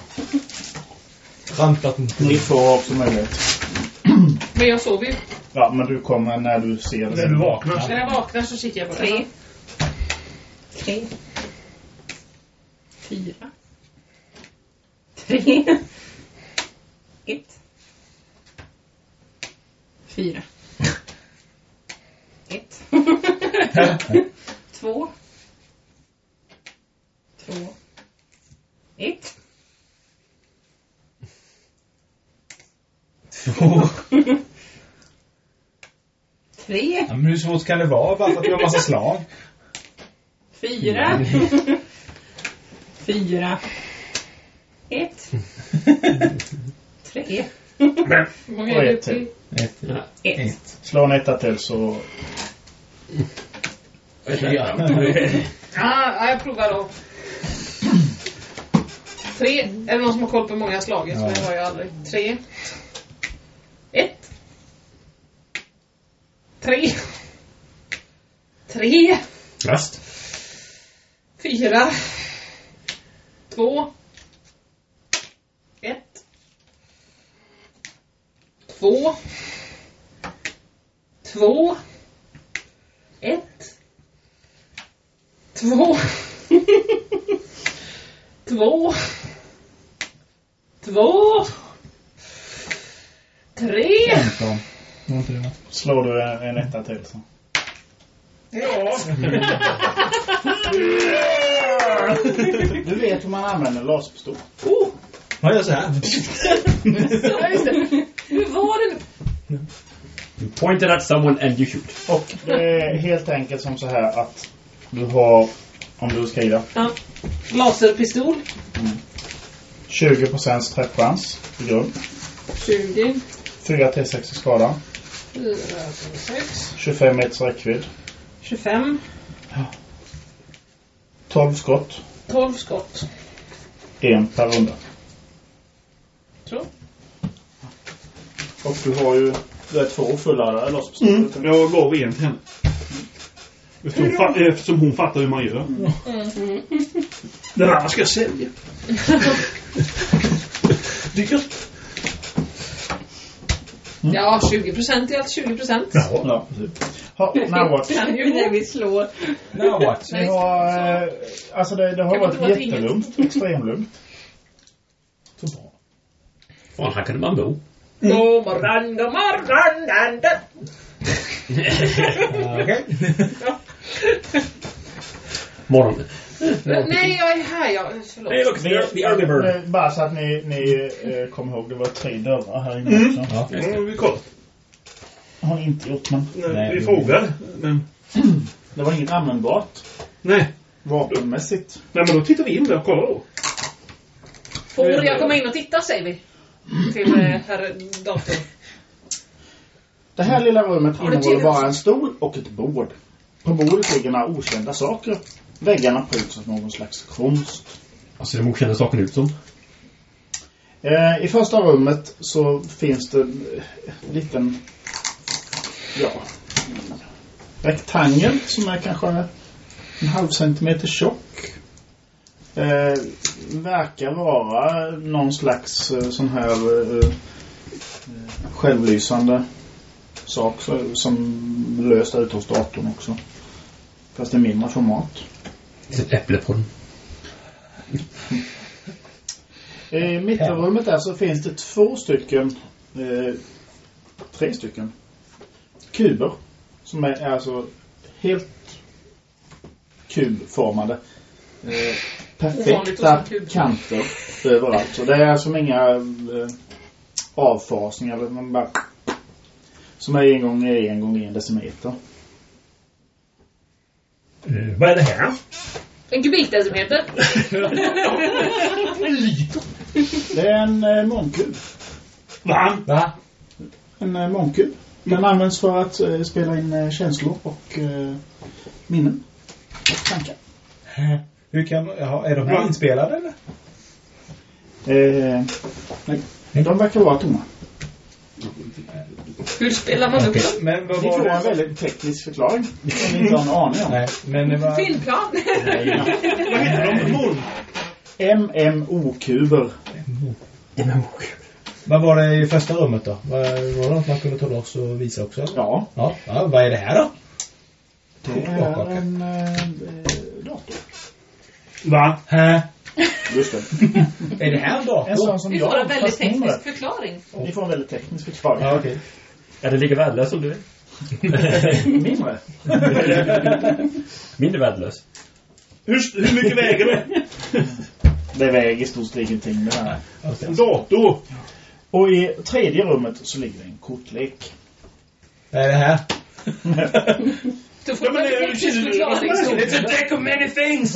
Rantat. Ni får också möjlighet. Men jag sover ju. Ja, men du kommer när du ser det. När du vaknar. När jag vaknar så sitter jag på det. Tre. Tre. Fyra. Tre. Ett. Fyra. Ett. Två. Två. Ett. Två. Tre. Ja, men hur svårt kan det vara? Bara för att vi har massa slag. Fyra. Fyra. Ett. Tre. Men. Hur många Och är det ett till. till? Ett. Ett. Ett. Slå en etta till så... Fyra. Ah, jag provar då. Tre. Är det någon som har koll på hur många jag har slagit? Ja. Så det har jag aldrig. Tre. Ett. Tre. Tre. Rast. Fyra. Två. Ett. Två. Två. Ett. Två. Två. Två. Tre. femton. Var inte det, va? Slår du en, en etta till så. Ja. Du vet hur man använder laserpistol. Oh, Ja, jag så här. ja, just det. Hur var det nu? You pointed at someone and you shoot. Och det är helt enkelt som så här att du har, om du skriver, Ja. Laserpistol. tjugo procent träffchans i grund. tjugo. fyra till sex i skada. fyra till sex. tjugofem meters räckvidd. tjugofem. tolv skott. tolv skott. En per runda. Så. Och du har ju det är två fulla laserpistoler. Mm. Jag gav en till henne. Eftersom hon, fa- eftersom hon fattar hur man gör. Mm. Den andra ska jag sälja. Dyrt. Ja, tjugo procent är allt tjugo procent. Ja, precis. Ha, now what? Kan ju När gå. vi slår. Now what? Ni har, eh, alltså det, det har Kan man inte vara varit jättelugnt, extremlugnt. Så bra. Fan, här kan man bo. God morgon, god morgon, dan, dan. Okej. Morgon. Nej, jag är här, jag. Förlåt. Hey, look, the, the early bird. Det- Bara så att ni, ni eh, kommer ihåg, det var tre dörrar här inne Mm. också. Ja. Ja, vi kollar. Har ni inte gjort, men Nej, vi det- frågar. Men, det var inget användbart nej. vapenmässigt. Nej, men då tittar vi in där och kollar då. Får jag komma in och titta, säger vi. Till eh, herr datorn. Det här lilla rummet Har du innehåller tid bara också? en stol och ett bord. På bordet ligger några okända saker. Väggarna pryds av någon slags konst. Alltså, de okända saken ut som. Eh, I första rummet så finns det en liten ja, rektangel som är kanske en halv centimeter tjock. Eh, verkar vara någon slags eh, sån här eh, självlysande sak så, som löst ut hos datorn också. Fast det är mindre format. Det är ett äpple på den. I mittenrummet där så finns det två stycken, eh, tre stycken kuber som är alltså helt kubformade. Eh, perfekta kanter överallt. Så det är alltså inga eh, avfasningar eller man bara, som är en gång i en gång i en decimeter. Mm, vad är det här? En kubikdecimeter. En liter. Det är en eh, månkub. Va? Va? En eh, månkub. Den används för att eh, spela in eh, känslor och eh, minnen och tankar. Hur kan, ja, är de här inspelade eller? Eh, nej, de verkar vara tomma. Hur spelar man upp Okej, dem? men vad Ni var får det? en väldigt teknisk förklaring som ni inte har en aning om. Nej, men det var... Filmplan. Vad heter de? Moln? M M O-kuber. Vad var det i första rummet då? Var var det något man kunde ta loss och visa också? Ja, Ja, ja, vad är det här då? det är en eh, dator. Va? Hä? Just det. Är det här en dator? En sån som Vi får jag, en väldigt fast mindre. teknisk förklaring. Ni får en väldigt teknisk förklaring. Ja, okej. Är det lika värdelös som du är? Mindre. Mindre värdelös. Hur, hur mycket väger det? Det väger i stort sett ingenting det här. En dator. Och i tredje rummet så ligger det en kortlek. Vad är det här? Du får Ja, en men det väldigt är- teknisk förklaring. It's a deck of many things.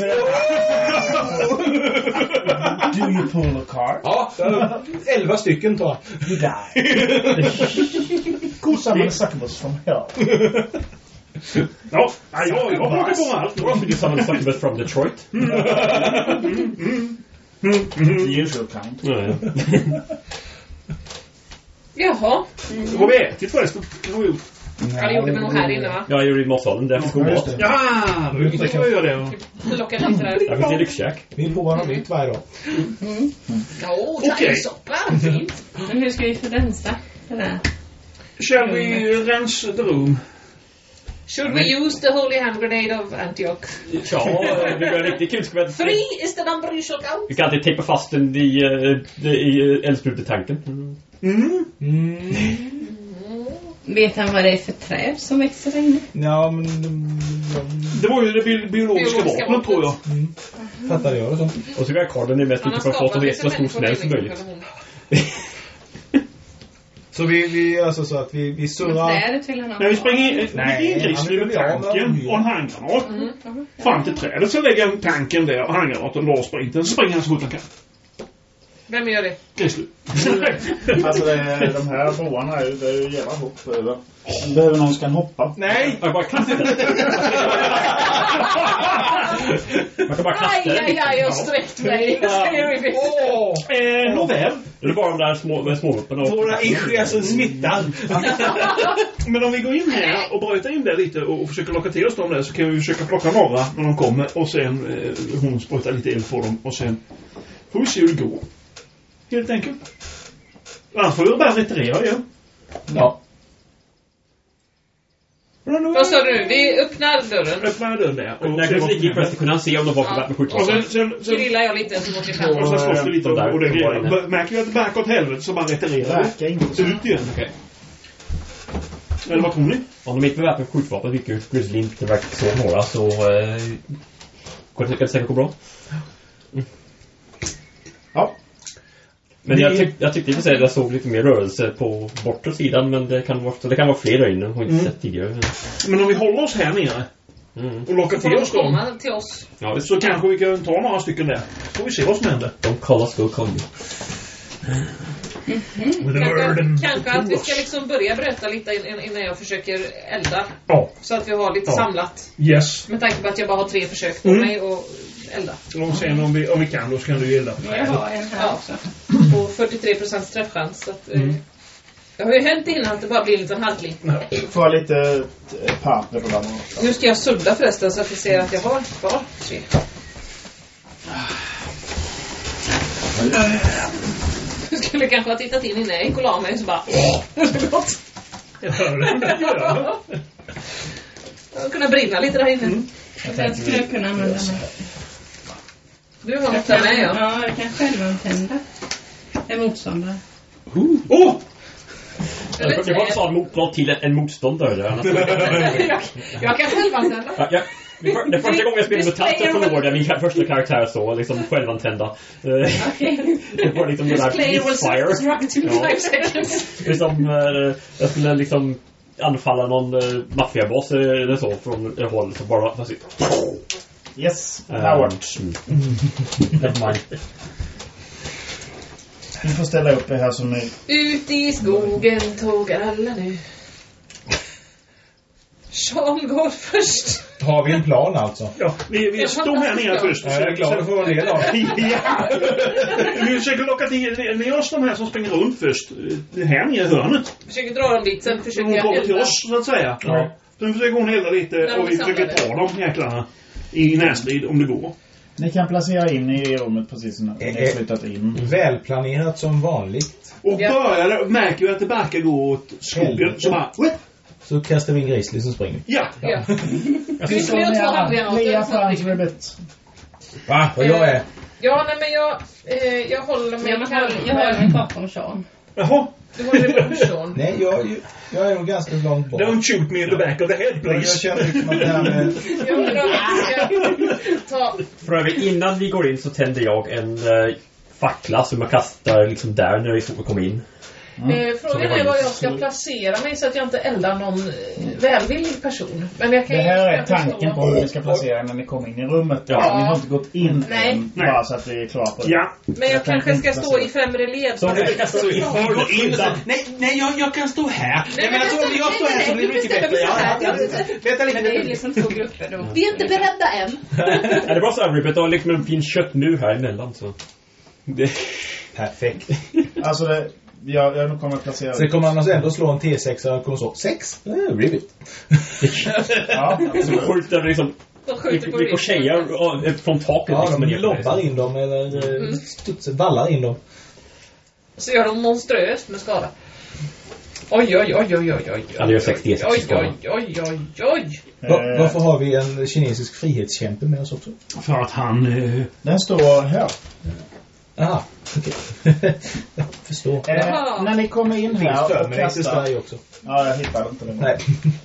Do you pull a card? Ja, elva stycken tar. You die. Summon succubus from hell. Ja, ja, jag, jag plockar på allt. Varför du summon succubus from Detroit? The usual kind. Ja, ja. Jaha. Har vi ätit förresten? Det har vi gjort. Ja, det gjorde vi nog här inne, va? Ja, jag gjorde i matsalen. Där finns god mat. Ja, då får jag göra det. Locka lite där. Där finns det lyxkäk. Vi provar något nytt varje dag. Åh, Okej. thaisoppa. Fint. Men hur ska vi få rensa den här? Shall we rense the room? Should we use the holy hand grenade of Antioch? Ja, vi gör en riktigt kul skvätt. Three is the number you shall count. Vi kan alltid tejpa fast den i, uh, i uh, eldsprutetanken. Mm. Vet han vad det är för träd som växer där inne? Ja, men... Ja, Det var ju det bi- biologiska Biologiska vapnet, tror jag. fattade jag det som. Och så är karden är mest ute för att få så vet så stor snäll som möjligt. Så vi, vi alltså så att vi, vi surrar... Trädet vill han ha. När vi springer in, Nej, in Chris han med vill bli av med tanken dem. och en handgranat fram till trädet, så lägger han tanken där och handgranaten och sprinten, så springer han så fort han kan. Vem gör det? Chris. Alltså det är, de här broarna är ju, det är ju jävla hopp över. Man behöver någon som kan hoppa. Nej! Man kan bara kasta den. Man kan bara kasta Aj, den. aj, aj, jag har sträckt mig. Scary bit. Eh, nåväl. Det är bara de där små, med småhopparna. Våra ischiasen smittar. Men om vi går in här och bryter in där lite och, och försöker locka till oss dem där, så kan vi försöka plocka några när de kommer och sen eh, hon sprutar lite eld på dem och sen får vi se hur det går. Helt enkelt. Annars får vi bara retirera igen. Ja. Vad sa du? Vi öppnar dörren. Öppnar dörren där. Och När Chris gick in först kunde han se om de var på väg med Och skjutvapen. sen, sen, sen, Grillar jag lite så fort jag kan. och sen slåss vi lite och, där och det var grejer. inne. B- Märker vi att det backar åt helvete så bara retirerar Verkar inte vi. så. Ut igen. Okej. Eller vad tror ni? Om de inte var väpnade med skjutvapen, vilket Chris inte verkar så några, så eh, går det säkert säkert gå bra. Ja. Men jag, tyck, jag tyckte i och för sig att jag såg lite mer rörelse på bortre sidan, men det kan vara, så det kan vara fler där inne, har inte Mm. sett tidigare. Men om vi håller oss här nere Mm. och lockar Så får till de oss dem, komma till oss. Ja, det, så kanske vi kan ta några stycken där. Får vi se vad som händer. de call us, go call you. Kanske, kanske att vi ska liksom börja bröta lite in- innan jag försöker elda. Ja. Så att vi har lite Ja. samlat. Yes. Med tanke på att jag bara har tre försök på Mm. mig och elda. Och sen om vi, om vi kan, då så kan du ju elda på Jag trädet. har en här Ja. också. Och fyrtiotre procent träffchans. Så att, eh, Mm. det har ju hänt innan att det bara blir en liten halkling. Får jag lite eh, papper på den? Nu ska jag sudda förresten så att vi ser att jag har kvar tre. Jag skulle kanske ha tittat in innan jag gick och la mig så bara... Det är gott. Jag hör det. Ja. Jag kunna brinna lite där inne. Mm. Jag, jag skulle kunna använda mig. Du har något där med, ja. Ja, jag kan självantända. En motståndare. Åh! Oh! Jag kan bara sa mot till en motståndare. jag, jag kan självantända. Ja, ja. Det första gången jag spelade MUTANT så förlorade min första karaktär så liksom självantända. Okay. Det var liksom den där misfire. Ja. Liksom, jag skulle liksom anfalla någon maffiaboss eller så från ett håll så bara fast yes, um, that works. Never mind. Vi får ställa upp det här som är... Ut i skogen tåg alla nu. Sean går först. Har vi en plan alltså? Ja, vi, vi står här nere först. Ja, jag är glad för att vara ner ja. Vi försöker locka till ner oss de här som springer runt först. Det här nere i hörnet. Försöker dra dem dit, sen försöker hon jag kommer till oss så att säga. Ja. Sen försöker hon elda lite när och vi försöker ta dem jäklarna i närstrid om det går. Ni kan placera in i rummet precis när ni har flyttat in. Välplanerat som vanligt. Och ja. Börjar märker vi att det verkar gå åt skogen. Så bara... Så kastar vi en grizzly som springer. Ja. Ja. Vi skulle ju ta handgranater. Frans Ribbet. Va? Vad jag är? Ja, nej men jag, eh, jag håller mig... Jag, håller, jag håller mig bakom Sean. Jaha. Du håller dig bakom Sean. Nej, jag, jag är nog ganska långt bort. Don't shoot me in the back of the head, please. Jag känner liksom att det här med... Jag undrar om jag ska ta... För övrigt, innan vi går in så tänder jag en äh, fackla som jag kastar liksom där när vi får komma in. Mm. Eh, frågan är var jag ska placera mig så att jag inte eldar någon välvillig person. Men jag kan det här är tanken på hur ni ska placera när ni kommer in i rummet. Ja. Ni har inte gått in Nej. än, bara så att vi är klara på det. Ja. Men jag, jag kanske ska stå i främre led. Så du kan stå i förled. Nej, nej jag, jag kan stå här. Nej, jag menar, men så, jag står här så blir det mycket bättre. Ja, ja. Vänta lite. Men det är liksom två grupper då. Vi är inte beredda än. Är det bra så här, Ribbet? Och liksom en fin köttmur här emellan. Så. Det... Perfekt. Alltså det... Ja, jag kommer att placera... Så kommer man ändå slå en T sex och kommer så... Sex? Eh, Ribbit. Ja, så skjuter det liksom... De skjuter på rikoschejar från taket. Ja, liksom, de lobbar in dem eller mm. studsar, vallar in dem. Så gör de monströst med skada. Oj, oj, oj, oj, oj, oj. Ja, det gör sex D sex oj, oj, oj, oj, oj. Va, varför har vi en kinesisk frihetskämpe med oss också? För att han... Eh... Den står här. Aha, okej. Okay. Jag förstår. Eh, när ni kommer in här och kastar... också. Ja, jag hittar inte det. Nej.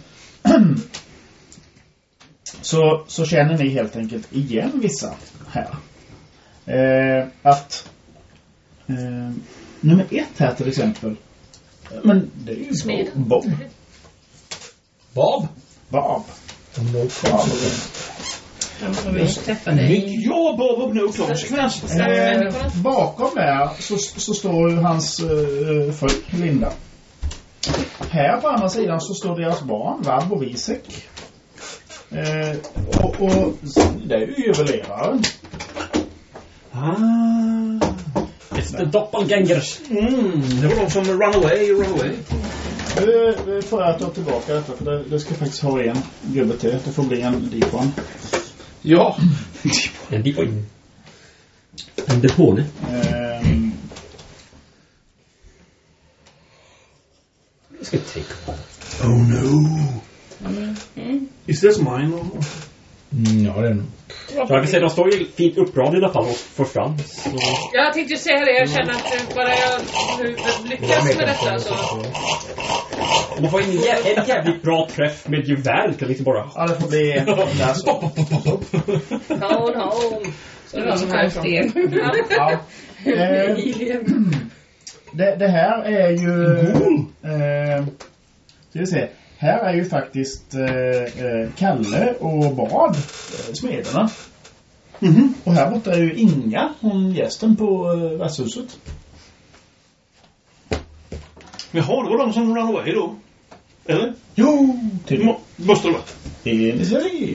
så, så känner ni helt enkelt igen vissa här. Eh, att... Eh, nummer ett här till exempel. Men det är ju Smed. Bob. Bob? Bob. No problem. Ja, Bob of no consequence. Eh, bakom där så, så står ju hans eh, fru, Linda. Här på andra sidan så står deras barn, Vab och Visek. Eh, och, och det är ju juveleraren. Ah. It's the doppelgangers. Mm, det var de som run away, run away. Nu får jag ta tillbaka detta för det, det ska faktiskt ha en gubbe till. Det får bli en dipon. Ja. En dipon. En depone. Um, jag ska take. Oh no. Mm. Is this mine? Or? Mm, ja, det är nog. Så jag kan säga, de står ju fint upprad i alla fall och får fram. Så... Jag tänkte ju säga det. Jag känner att bara jag lyckas med detta så... Man får en, jä- en jävligt bra träff med gevär. Kan liksom bara... Ja, det får bli en där så. Hold, hold. Så det var som här steg. Ja. Eh, det, det här är ju... Eh, ska vi se. Här är ju faktiskt eh, Kalle och Bad, eh, smederna. Mm-hmm. Och här borta är ju Inga, hon gästen på eh, värdshuset. Jaha, det var de som run away då. Eller? Jo, till Må, måste det vara. Initiativ.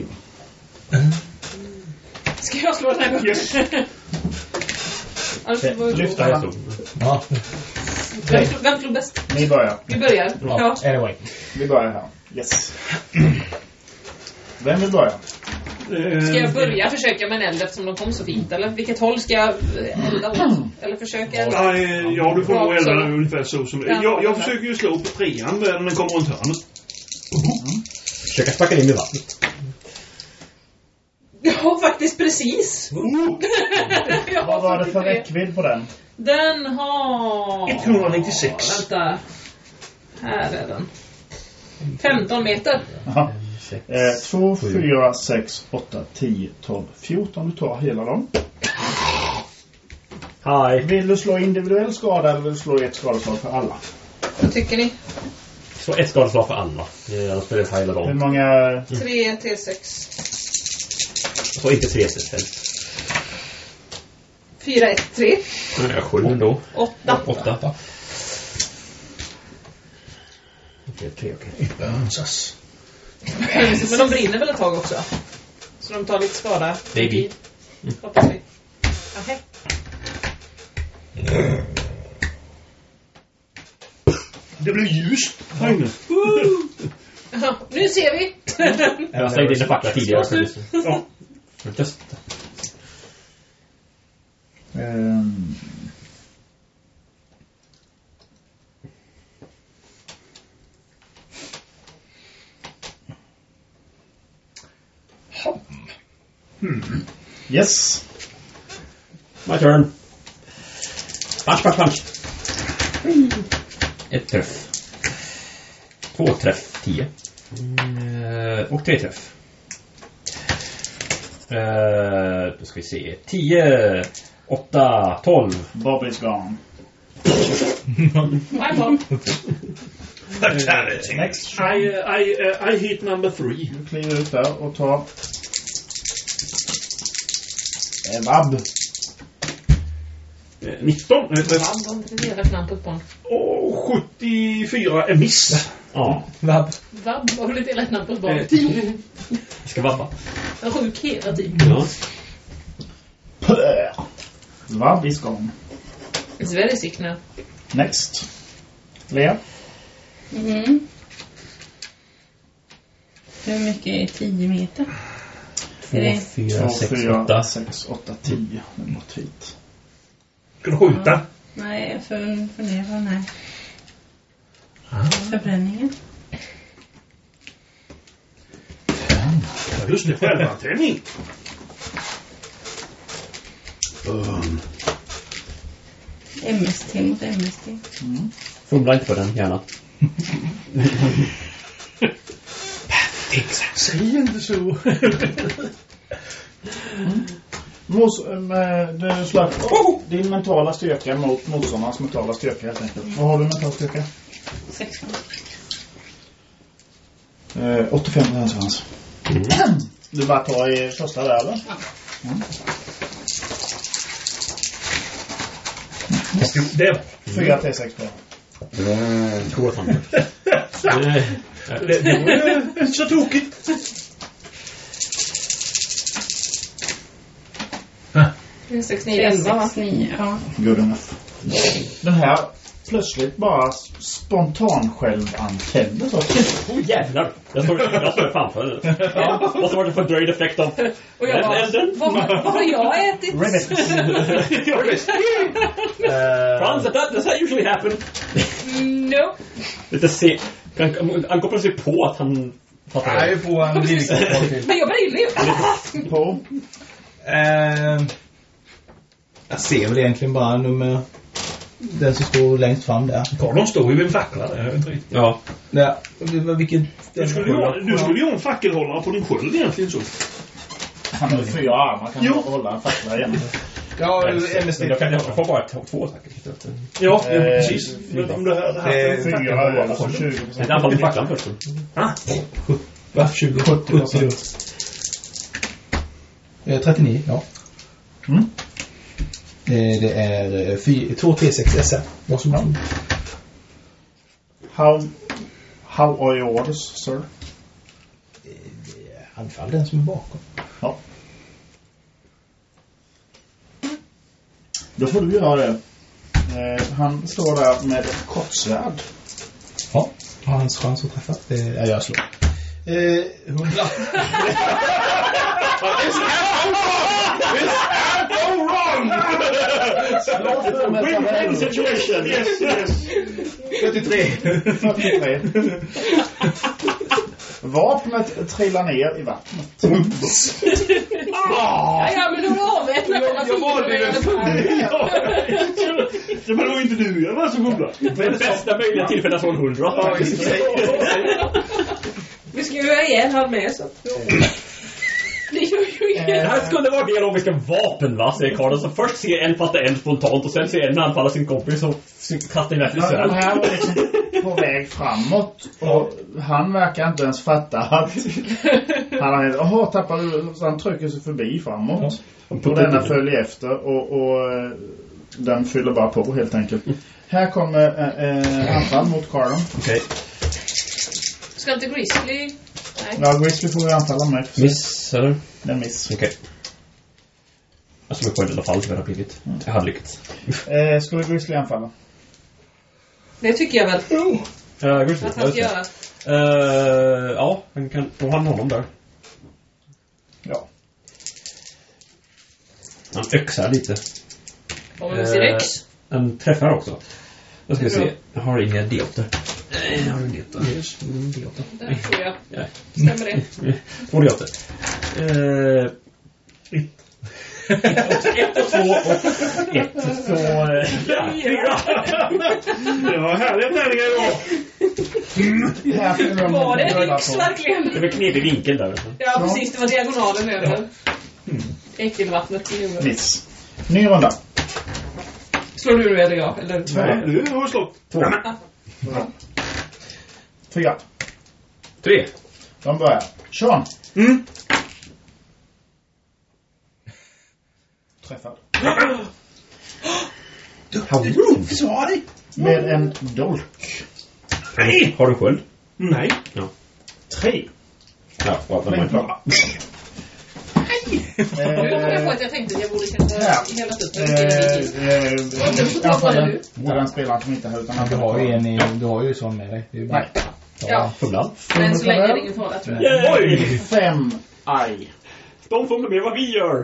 Ska jag slå den här gången? Yes. Alltså, vad lyfta här. Ja. Vem, vem slog bäst? Ni börjar. Vi börjar. Ja. Anyway. Vi börjar här. Yes. Vem vill börja? Ska jag börja försöka med en eld eftersom de kom så fint? Eller vilket håll ska jag elda åt? Eller försöka elda? Ja, ja du får nog elda ungefär så som det. Jag, jag försöker ju slå på trean när den kommer runt hörnet. Mm. Försöka sparka in i vattnet. Ja, faktiskt precis. Oh. Vad var det för räckvidd på den? Den har... etthundranittiosex. Vänta. Här är den. femton meter. Aha. Eh, två, fyra, sex, åtta, tio, tolv, fjorton. Du tar hela dem. Hi. Vill du slå individuell skada eller vill du slå ett skadeslag för alla? Vad tycker ni? Så ett skadeslag för alla. Jag spelar hela dem. Hur många... tre T sex. Så inte tre helst. fyra ett tre. Nej, jag sju ändå. åtta. åtta. Okej, okej, okej. Bönsas. Men de brinner väl ett tag också? Så de tar lite skada. Baby. Mm. Hoppas vi. Aha. Det blir ljus här inne. Aha, nu ser vi. Jag slängde in en fackla tidigare. Ja. Just. Um... Hmm. Yes. My turn. Punch, punch, punch. Ett träff. Två träff. Tio. Mm, och tre träff. Uh, då ska vi se. Tio. Åtta. Tolv. Bobby's gone. I'm on. Fatality. Next. I, I, uh, I hit number three. Du kliver ut där och tar... Eh, vabb. Eh, nitton. Eh, Vabb, var inte det hela knappet på en? och sjuttiofyra är miss. Ja. Vabb. Vabb, var väl inte hela knappet på Eh, en? tio. Jag ska vabba. Jag är sjuk hela tiden. Ja. Vabb is gone. It's very sick now. Next. Lea. Mm. Hur mycket är tio meter? Två, fyra, två, sex, fyra, åtta. sex, åtta, tio. Den mot hit. Ska du skjuta? Ja. Nej, jag får fundera på den här förbränningen. Ja, just det. Självantändning. Um. M S T mot M S T. Mm. Fumla inte på den, gärna. Exakt. Säg inte så. mm. Mos, äh, du slår oh, din mentala styrka mot motståndarnas mentala styrka helt enkelt. Vad har du mental styrka? sexton. Eh, åttiofem procent chans. Mm. Du bara tar i första där eller? Ja. Mm. Det var fyra T sex på. Jag tror att han... det, det var ju så tokigt. sex nio elva. sex nio, ja. Good enough. Den här plötsligt bara spontan självantänder så. Åh oh, jävlar! Jag står, jag står framför det. Ja. Måste vara en fördröjd effekt av... Och jag bara, vad, vad har jag ätit? Ribbit. Frans, that, does that usually happen? No. Lite se... Han, han går plötsligt på att han... Jag är på en liten. Men jag brinner ju. På? Uh, jag ser väl egentligen bara nummer... Den som står längst fram där. Ja, de står ju vid en fackla där, jag vet inte riktigt. Ja. Ja, vilket... Du skulle ju ha, du skulle ju ha en fackelhållare på din sköld egentligen så. Han har fyra armar, kan man hålla en fackla igen. Ja, M S T. Jag kan jag får bara två attacker. Ja, eh, precis. Men om du hade haft en fyra, alltså fackelhållare. tjugo procent. Det är anfall till facklan först. Ah, Va? tjugo, sjuttio. Eh, trettionio, ja. Mm. Eh, det är fy, två T sex S R. Vad som namn? How, how are your orders, sir? Eh, anfall den som är bakom. Ja. Då får du göra det. Eh, han står där med ett kortsvärd. Ja, har hans chans att träffa. Eh, jag slår. Eh, hundra. Win-win situation. Yes, yes. fyrtiotre. fyrtiotre. Vapnet trillar ner i vattnet. Ja, ja, men då avväpnar jag. Jag valde det. Det var nog inte du, jag var så goda. Det är det bästa möjliga tillfället från hundra. Vi ska ju ha ihjäl han med så att... Det gör ju Det inget. här skulle vara biologiska vapen, va, säger Karl. Så först ser en fatta en spontant och sen ser en anfalla sin kompis och kastar iväg till Men söl. de här var liksom på väg framåt och han verkar inte ens fatta att han har helt, åh, tappar du, så han trycker sig förbi framåt. Och denna följer efter och, och eh, den fyller bara på helt enkelt. Här kommer eh, eh, anfall mot Carl. Okej. Ska inte Grizzly... Nej. Ja, Grizzly får ju anfalla mig. Miss, eller? Den miss. Okej. Jag slår på i alla fall, det har blivit. Jag hade lyckats. Eh, skulle Grizzly anfalla? Det tycker jag väl. Uh, Grizzly, Att han ska göra. Uh, ja, han kan få hand honom där. Ja. Han öxar lite. Om vi ser X. Han träffar också. Då ska vi se. Jag har inga D åtta. Nej, jag har en D åtta. Mm, D åtta. Där tror jag. Ja. Stämmer det? Två D åtta. Eh, ett. Ett och två och ett. Så... eh, Ja, fyra. Det var härliga tärningar idag. Här får de Var det röda X på. verkligen? Det var knepig vinkel där. Ja, precis. Det var diagonalen över. Äckelvattnet. Miss. Ny runda. Slår du nu eller jag? Eller? Nej, du har slått. Två. Fyra. Tre. De börjar. Sean. Mm. Träffad. How rude. Med en dolk. Nej. Har du sköld? Nej. Ja. Tre. Ja, vad var Min det? plan. Nu kom jag på att jag tänkte att jag borde kanske Ja. hela upp Eh, den. eh, anfallen på den spelaren som inte har utan Du har ju en i, du har ju sån med dig. Det är ju bara- Nej. Ja, Fumlan. men så länge är det ingen fara tror jag. Oj! Fem aj. De fumlar med vad vi gör.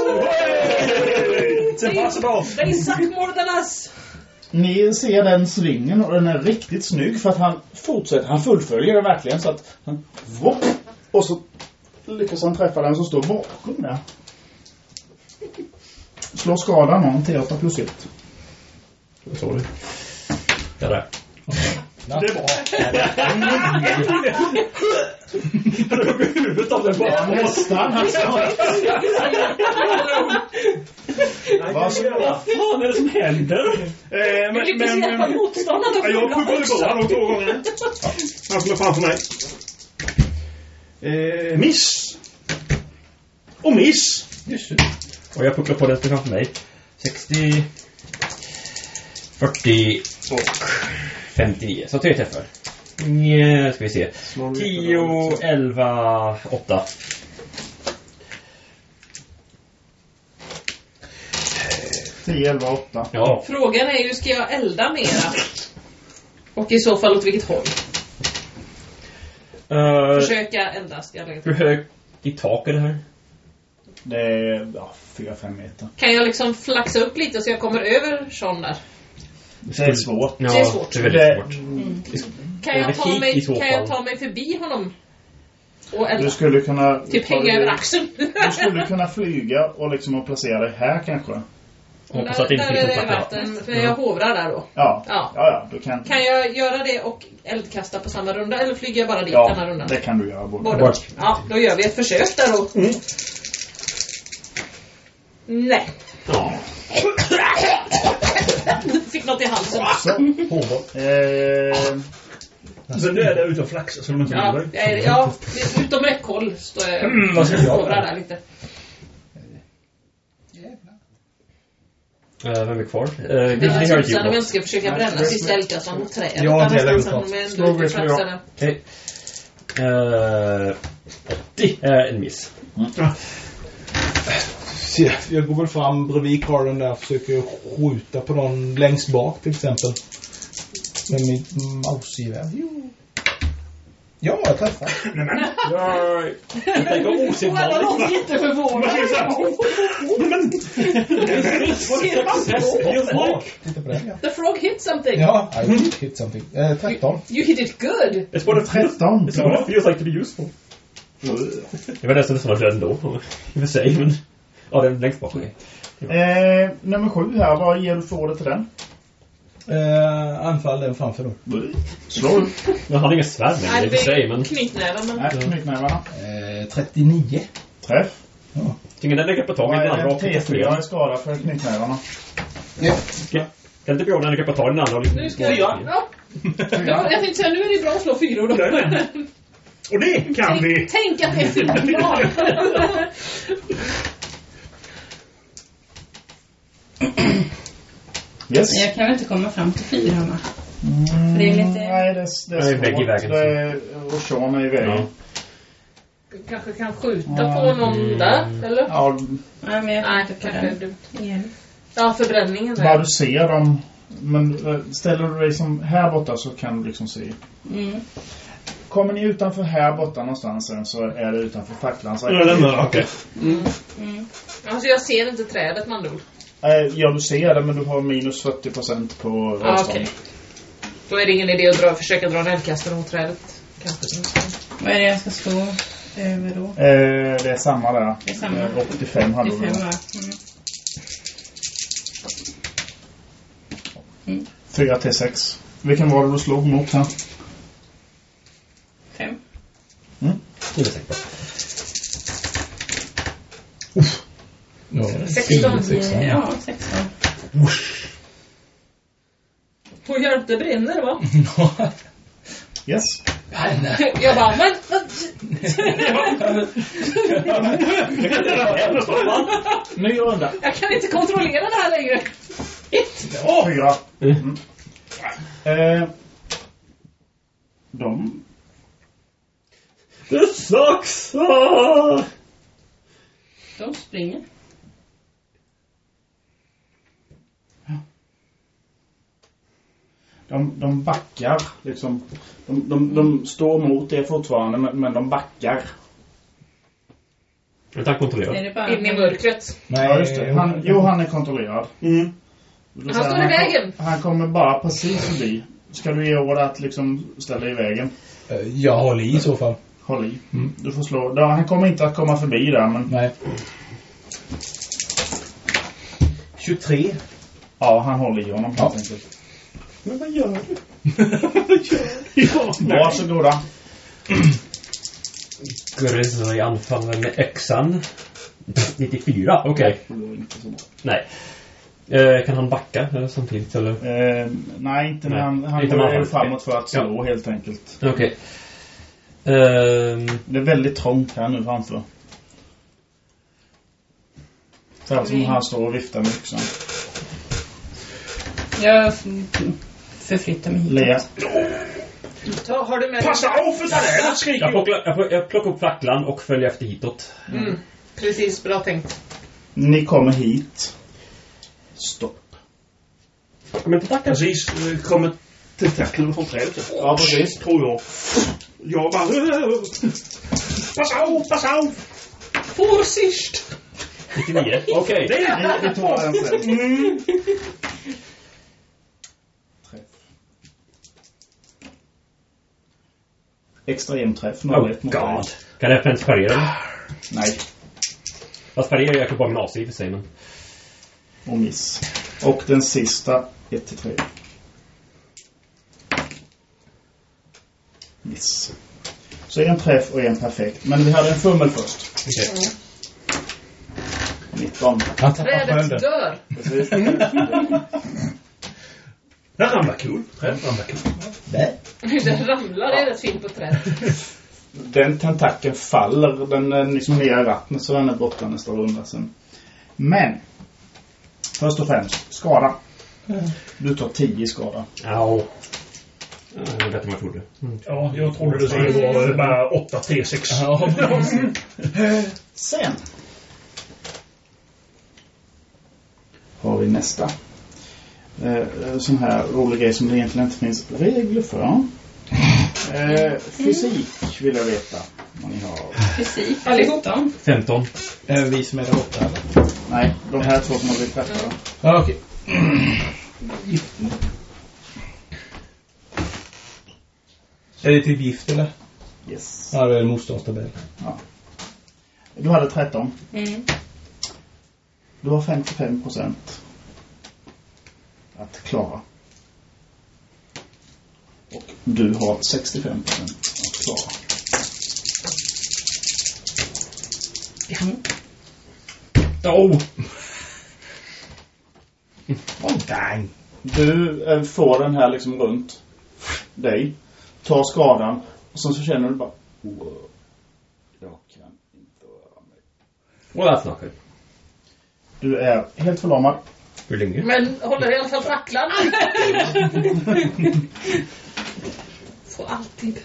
They suck more than us. Ni ser den svingen och den är riktigt snygg för att han fortsätter, han fullföljer det verkligen så att han vopp, och så lyckas han träffa den som står bakom där. Slår skada någon till åtta plus ett. Sorry. Ja, där. Det är bra. Han hugger huvudet av den bara. Nästan alltså. Vad ska jag? Vad fan är det som händer? Eh, Vi men, lyckas men, hjälpa men, motståndarna. ja, jag puggade på honom två gånger. Han skulle framför mig. Eh, miss. Och miss. Och jag pucklar på den som framför mig. sextio, fyrtio och femtionio. Så tre träffar. Ja, ska vi se. tio, elva, åtta. tio, elva, åtta. Ja. Frågan är ju, ska jag elda mera? Och i så fall åt vilket håll? Uh, Försöka eldas. Jag vet. hur högt i tak är det här? Det är ja, fyra fem meter. Kan jag liksom flaxa upp lite så jag kommer över sån där? Det är svårt. Ja, Det är svårt. Det är väldigt svårt. Kan Över jag ta hit mig, i så kan jag fall. ta mig förbi honom? Och elda? Du skulle kunna Typ ta hänga dig- över axeln. Du skulle kunna flyga och liksom och placera dig här kanske. Hoppas att det inte där finns är det något vatten, för jag hovrar där då. Ja. Ja. Ja, ja, du kan. Kan jag göra det och eldkasta på samma runda, eller flyger jag bara dit den här Ja, rundan? det kan du göra både. Både. Ja, då gör vi ett försök där då. Mm. Nej. Ja. Fick något i halsen. Så. Eh, Sen är det ute och flaxa så de inte Ja, vill dig. jag är, ja, det är utom räckhåll står jag Mm, vad ska jag hovrar göra? där lite. Uh, vem är kvar? Uh, Det Grizzly är har inte tusan gjort om jag något. ska försöka bränna sista eldkassan mot trädet. Jag har inte heller Annars gjort kan något. de ändå inte platsa där. Okej. Uh, åttio är en miss. Se, jag går väl fram bredvid Karlen där och försöker skjuta på någon längst bak till exempel. Med mitt mousegevär. Jo. Ja, jag träffar. Nej, men. Jag, jag tänker osedvanligt. Alla låter jätteförvånade. Man ser så här. Men. Titta på den, ja. The frog hit something. Ja, I did hit something. Eh, tretton. You hit it good. It's what it feels, tretton. it's what it feels like to be useful. Det var nästan som var död då. I och för sig, men... Ja, den längst bak. Okay. Eh, nummer sju här, vad ger du för det till den? Eh, anfall den framför då. Slå ut. Men han har ingen svärd längre i och för sig, men... Knytnävar, men... Nej, knytnävarna. Eh, trettionio. Träff. Ja. Tycker den lägger på tag i den andra och T fyra är skada för knytnävarna. Ja. Kan inte bra när den lägger på tag i den andra och liksom... Nu ska jag... Ja. Ja, jag tänkte säga, nu är det bra att slå fyra då. Och det kan vi. Tänk att det är flygplan. Yes. Jag kan väl inte komma fram till fyrorna. Mm, det är lite... Nej, det, det är Nej, vägg i svårt. vägen. Det är, och Sean är i vägen. Ja. Kanske kan skjuta på någon där, eller? Ja, Ja, men jag Nej, tänkte på kanske den. dumt. Igen. Ja, förbränningen bara där. du ser dem. Men eh, ställer du dig som här borta så kan du liksom se. Mm. Kommer ni utanför här borta någonstans sen så är det utanför facklan. Så Ja, den där, okej. Mm. Mm. Alltså jag ser inte trädet, man då. Eh, ja, du ser det, men du har minus fyrtio procent på Ja, avstånd. okej. Då är det ingen idé att dra, försöka dra en eldkastare mot trädet. Kanske. Vad är det jag ska slå över då? Eh, det är samma där. Det är samma. Eh, åttiofem hade du. åttiofem, va? Mm. fyra till sex. Vilken var det du slog mot här? Fem. Mm. Det är säkert bra. Ja, sexton. sexton. Ja, sexton. Och hjälp, det brinner, va? Yes. Jag bara, men... Ny runda. Jag kan inte kontrollera det här längre. Ett. Åh! Fyra. Mm. Eh, de... Det sucks! Ah! De springer. De, de backar liksom. De, de, de står mot det fortfarande, men, men de backar. Jag tar kontrollera. Är det bara... In i mörkret. Nej, Ja, just det. Han, jo, han är kontrollerad. Mm. Han står i vägen. Han, han kommer bara precis förbi. Ska du ge ordet att liksom ställa i vägen? Eh, jag håller i i så fall. Håll i. Mm. Du får slå. Ja, han kommer inte att komma förbi där, men... Nej. tjugotre. Ja, han håller i honom Ja. helt enkelt. Men vad gör du? Vad gör du? Ja, Varsågoda. Grizzly anfaller med exan. nittiofyra, okej. Det var inte så bra. Nej. Eh, kan han backa eh, samtidigt, eller? Eh, nej, inte när Nej, han, han inte går när han- ju framåt för att slå helt enkelt. Okej. Ehm, Det är väldigt trångt här nu framför. Så här som han står och viftar med yxan. Jag förflyttar mig hit. Lea. Ta, har du med... Passa av för trädet, skriker jag, plockar, jag, plockar, jag plockar upp facklan och följer efter hitåt. Mm. Precis, bra tänkt. Ni kommer hit. Stopp. Men inte tacka. Precis, eh, kommer tentakler från trädet. Ja, precis. Tror jag. Jag bara... Passa av, passa av! Vorsicht! nittionio, okej. Vi, vi tar den sen. Mm. Träff. Extrem träff. Oh noll ett mot dig. god. Kan jag ens parera? Nej. Fast parera jag kan bara med A C i och för sig, men... Och miss. Och den sista. ett till tre. Miss. Så en träff och en perfekt. Men vi hade en fummel först. Okej. nitton. Han tappar Trädet skölden. dör. Precis. Det ramlar kul. Trädet ramlar kul. Nej. Den ramlar, det är rätt fint på trädet. Den tentakeln faller. Den är liksom ner i vattnet så den är borta nästa runda sen. Men. Först och främst. Skada. Du tar tio skada. Au. Ja, det är bättre än jag trodde. Mm. Ja, jag trodde det skulle vara bara åtta T sex. Ja, Sen. Har vi nästa. Eh, sån här rolig grej som det egentligen inte finns regler för. Eh, fysik vill jag veta. Vad ni har. Fysik. Allihopa. femton. Är vi som är där åtta eller? Nej, de här två som har blivit träffade. Ja, okej. Är det typ gift eller? Yes. Ja, det är motståndstabell. Ja. Du hade tretton. Mm. Du har femtiofem procent att klara. Och du har sextiofem procent att klara. Oh. Oh, dang. Du eh, får den här liksom runt dig. Tar skadan. Och sen så känner du bara... Wow, jag kan inte röra mig. Well, that's not good. Du är helt förlamad. Hur länge? Men håller i alla fall facklan. Får alltid.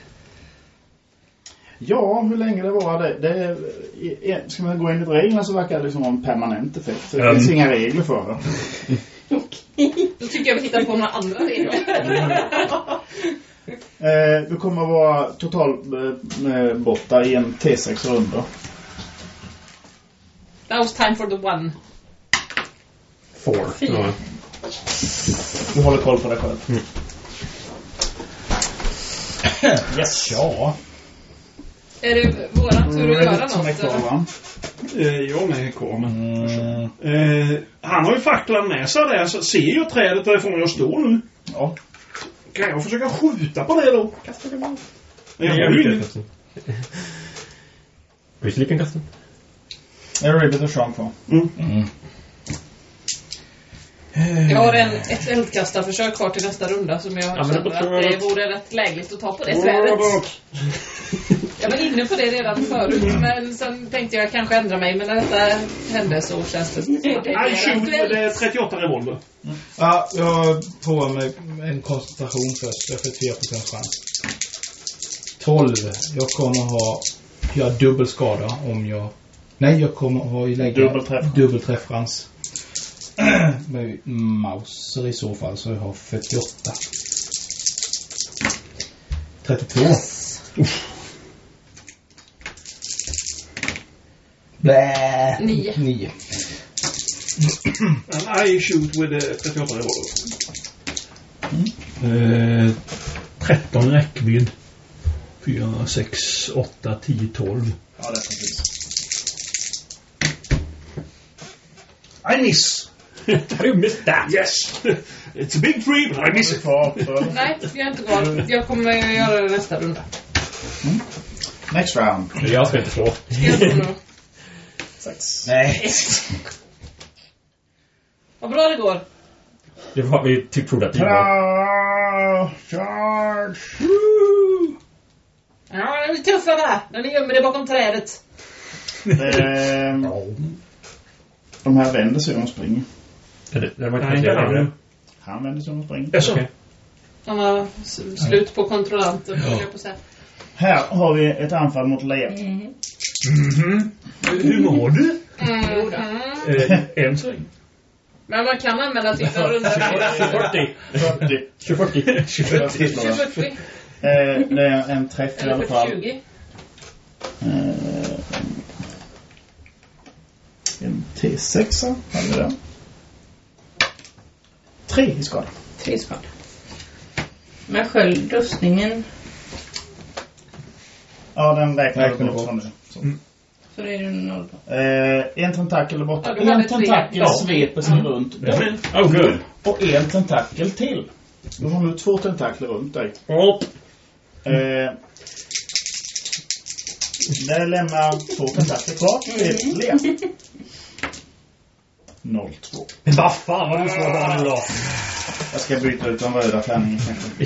Ja, hur länge det var det, det är, ska man gå in i reglerna så verkar det liksom vara en permanent effekt. Det finns um. inga regler för det. Okej. Då tycker jag vi hittar på några andra regler. eh, du kommer att vara total eh, borta i en T sex-runda. That was time for the one. Four. Fyra. Du håller koll på dig själv. Mm. Yes, ja. Är det våran tur att göra som något? Är kvar, va? Eh, jag med är kvar, men... Mm. Eh, han har ju facklan med sig där, så ser ju trädet därifrån jag står nu. Ja. Kan jag försöka skjuta på det då? Kastar du mig? Jag har ju ingen... Grizzly kan kasta. Är det Ribbit och Sean kvar? Mm. Mm. Jag har en, ett eldkastarförsök kvar till nästa runda som jag Ja, känner att det vore rätt lägligt att ta på det trädet. Jag var inne på det redan förut, men sen tänkte jag kanske ändra mig, men när detta hände så känns det... I shoot med det trettioåtta revolver. Mm. Ja, jag provar med en koncentration först. Jag får fyra procent chans. tolv. Jag kommer ha... Jag har dubbel skada om jag... Nej, jag kommer ha i lägga... Dubbelträff. Dubbelträffrans. Med mauser i så fall, så jag har fyrtioåtta. trettiotvå. Blä. Nio. Nio. And I shoot with the trettioåtta revolver. Mm. Eh, tretton räckvidd. fyra, sex, åtta, tio, tolv. Ja, det är precis. I miss. You missed that. Yes. It's a big tree, but I miss it. Nej, jag är inte kvar. Jag kommer göra det nästa runda. Mm. Next round. Jag ska inte slå. Jag tror nog. Sex. Nej. Vad bra det går. Det var vi typ trodde att det var. Charge. Ja, det är tuffa där. När ni gömmer det bakom trädet. ehm, de här vänder sig om och springer. Det, det var Nej, inte inte det. Han vänder sig om och springer. Jag så. Okay. Han har s- slut på kontrollanten. Ja. Ja. På sig. Här har vi ett anfall mot Lea. Mm. Mhm. Hur mår du? Mm. Eh, en sväng. Men man kan använda till en runda. fyrtio. fyrtio. tjugo fyrtio. tjugo fyrtio. Eh, det är en träff i alla Eller fall. tjugo. Eh, en T sex hade vi den. Tre i skada. Tre skada. Men sköldrustningen. Ja, den räknar Räknar du du bort bort. från nu. Så. Så det är det noll. Eh, en tentakel är borta. Ja, du hade en tentakel tre. sveper sig runt dig. Oh, good. Och en tentakel till. Du har nu två tentakler runt dig. Oh. Eh, det lämnar två tentakler kvar till Lea. noll två. Men vad fan var det som var nu då? Jag ska byta ut de röda tärningen kanske.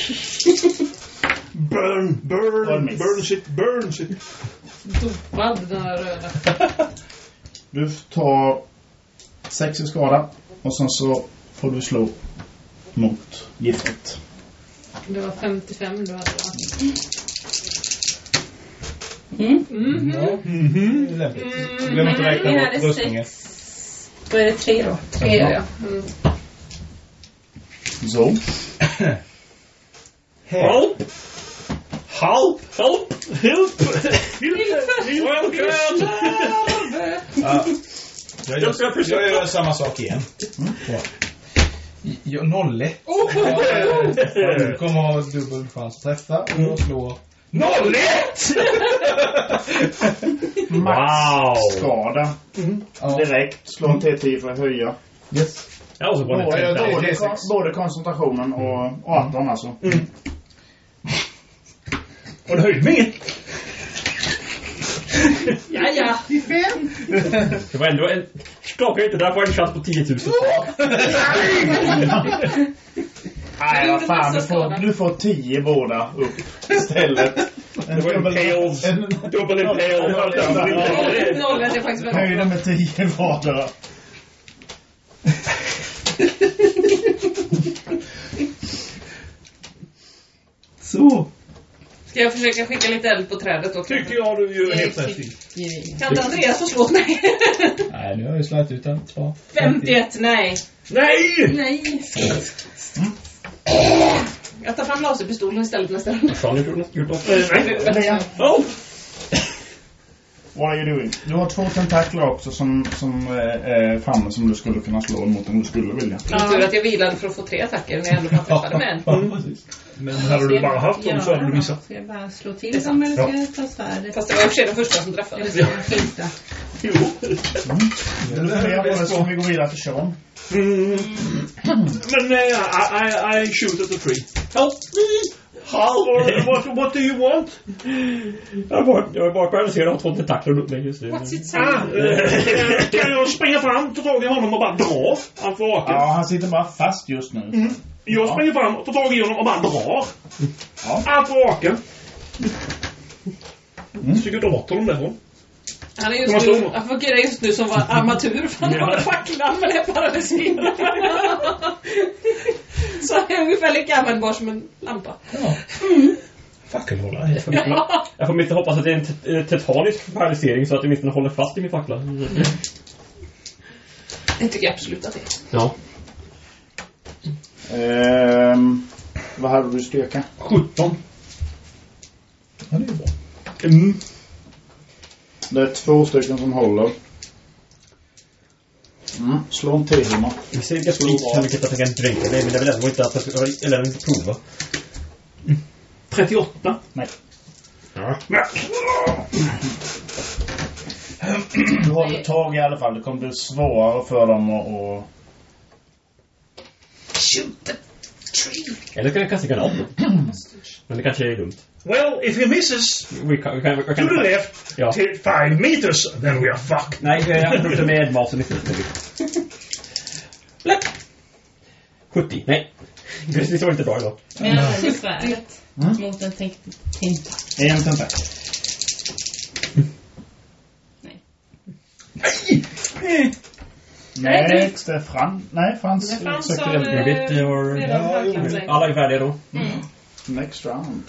Burn, burn, miss. burn shit, burn shit. Dopad den här röda. Du tar sex i skada. Och sen så får du slå mot giftet. Det var femtiofem du hade, va? Mm. Mhm. Ja, Mhm. lämpligt. Mm. Glöm inte att räkna Jag bort hade rustningen. sex. Då är det tre då. Tre, ja. Mm. Så. Här. Help! Help! Help! Welcome! Ja. Jag gör, jag gör samma sak igen. Mm. Ja. Jag, noll ett. Oh, du kommer ha dubbel chans att träffa och jag slår noll ett! Wow! Skada. Mm. Direkt. Slå en T tio för att höja. Yes. Både, både, kon, både koncentrationen och arton alltså. Mm. Och det höjde mig. Ja, ja. Det var ändå en... Skakar inte, där var en chans på tio tusen. Nej, vad fan. Du får, du får tio båda upp istället. Det var en pales. Dubbel en pale. Noll är faktiskt väldigt höjde med tio båda. Så. Ska jag försöka skicka lite eld på trädet också? Tycker jag du gör helt rätt i. Kan inte Andreas få slå mig? Nej, nu har jag slagit ut en. femtioett, nej. Nej! Nej. Mm. Jag tar fram laserpistolen istället nästa gång. Fan, jag gjorde något. Nej. Oh! What are you doing? Du har två tentakler också som, som är framme som du skulle kunna slå mot om du skulle vilja. Jag tror att jag vilade för att få tre attacker när jag ändå träffade med en. Mm. Men hade du bara haft dem ja, så hade du missat. Ska jag bara slå till dem eller ska jag ta svärdet? Fast det var i och för sig den första som träffade. Eller ska jag skjuta? Jo. Mm. Du funderar på det som vi går vidare till Sean. Mm. Men nej, uh, I, I, I shoot at the tree. Help me! Help! What, what do you want? Jag var, jag var bara paralyserad av två tentakler upp mig just nu. What's it ah, uh, Kan jag springa fram, ta tag i honom och bara dra? Han får vaken. Ja, han sitter bara fast just nu. Mm. Jag springer fram och tar tag i honom och bara drar. Ja. Han får vaken. Mm. Så jag drar bort honom därifrån. Han är just nu, han fungerar just nu som var armatur för han har facklan men är paralyserad. Så han är ungefär lika användbar som en lampa. Ja. Mm. Fackelhållare. Jag får, ja. jag får inte hoppas att det är en t- tetanisk paralysering så att det åtminstone håller fast i min fackla. Mm. Det tycker jag absolut att det är. Ja. Ehm, vad hade du styrka? sjutton. Ja, det är bra. Mm. Det är två stycken som håller. Mm. Slå en T-hummer. Vi ser inte så mycket att jag kan dränka det, men det är väl ändå inte att jag eller inte prova. Mm. trettioåtta. Nej. Ja. Du håller tag i alla fall. Det kommer bli svårare för dem att... Och... Shoot the tree. Eller kan jag kasta granat? Men det kanske är dumt. Well, if he misses we can, we can, we can, to the left, ja. till five meters, then we are fucked. Nej, jag skjuter med masen istället. Black. sjuttio, nej. Det var inte bra idag. Men jag har svärdet mm. mot en tänkt tinta. En tentak. Nej. Nej! Nej, det är Frans. Nej, Frans. Nej, Frans sökte har, hjälp. Jag vet, or... ja, alla är färdiga då. Mm. Next round.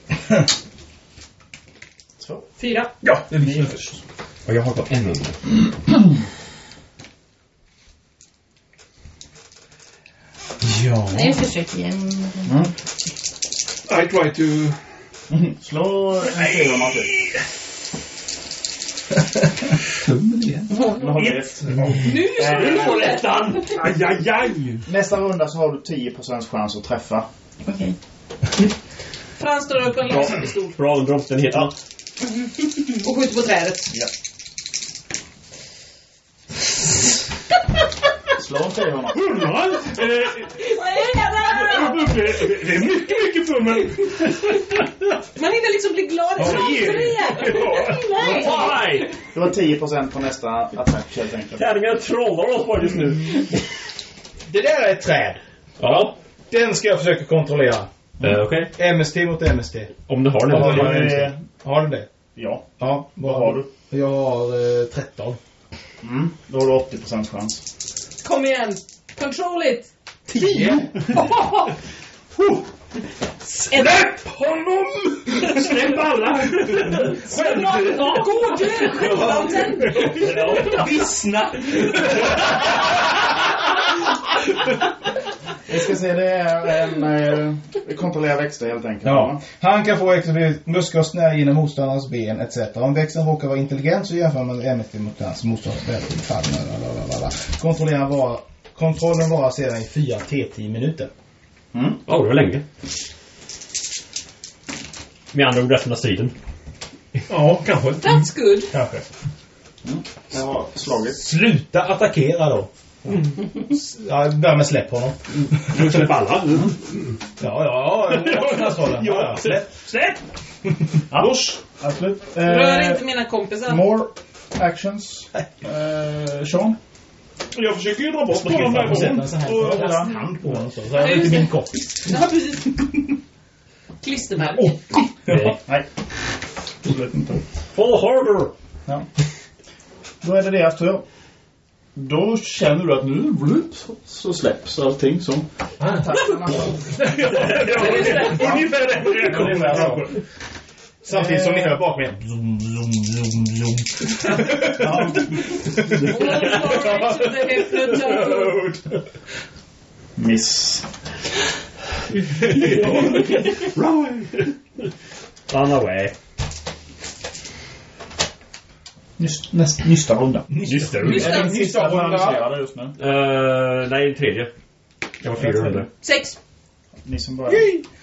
Två. Fyra. Ja, det blir först. Och jag har gått en under. Ja. Nej, jag försöker igen. Mm. I try to... Mm. Slå en fyra till. Tummen igen. Ett. Nu så du får rättan. Aj, aj, aj. Nästa runda så har du tio procent chans att träffa. Okej. Okay. Frans står upp en laserpistol. Bra under omständigheterna. Och skjuter på trädet. Ja. Slå en till honom. Hundra? Det är mycket, mycket för mig. Man hinner liksom bli glad. Ja, Nej. Det var tio procent på nästa attack helt enkelt. Tärningar trollar oss bara just nu. Det där är ett träd. Ja. Den ska jag försöka kontrollera. Mm. Uh, Okej. Okay. M S T mot M S T. Om du har det. Har Har du, det. har du det? Ja. Ja. Vad har du? Jag har eh, tretton. Mm. Då har du åttio procent chans. Kom igen. Control it. tio? Släpp honom! Släpp alla! Gå du! Vissna! Vi ska se, det är en eh, kontrollerad växter helt enkelt. Ja. Han kan få exempelvis muskler snärja in i motståndarens ben et cetera. Om växten råkar vara intelligent så jämför man M S T mot hans motståndarens ben. Kontrollen var kontrollen var sedan i fyra till tio minuter. Mm. Ja, oh, det var länge. Med andra ord resten av striden. Ja, kanske. That's good. Kanske. Mm. Jag har slagit. Sluta attackera då. Mm. Ja, börja med släpp honom. Du släpp alla. Mm. Ja, ja, ja. ja, ja. Släpp. Släpp! Loss. Absolut. Rör eh, inte mina kompisar. More actions. Eh, Sean. Jag försöker ju dra bort på dem där gången. Och jag har hand på honom så. Så är det inte min kompis. Ja, precis. Klistermärke. Nej. Nej. Absolut inte. Fall harder. Ja. Då är det deras tur. Då känner du att nu blup, så släpps allting som attackerna. Ungefär det reaktionen. Samtidigt som ni hör bak mig. Zoom, zoom, zoom, zoom. Miss. Run away. Nyst, näst, nysta runda. Nysta runda. Är det sista runda just nu? Uh, nej, tredje. Jag var fyra runda. Sex. Ni som börjar.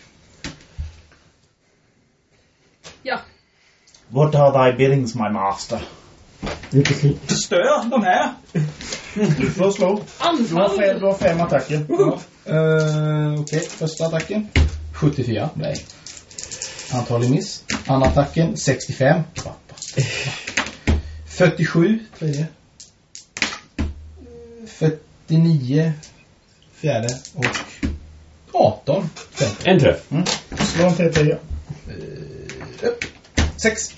Ja. What are thy billings, my master? Stör de här. Du får slå. Anfall. Du har fem, du har fem attacker. Uh, Okej, okay. Första attacken. sjuttiofyra. Nej. Antal miss. Andra attacken. sextiofem. fyrtiosju. Tredje. fyrtionio. Fjärde. Och arton. Femte. En träff. Mm. Slå en T tio. Uh, sex.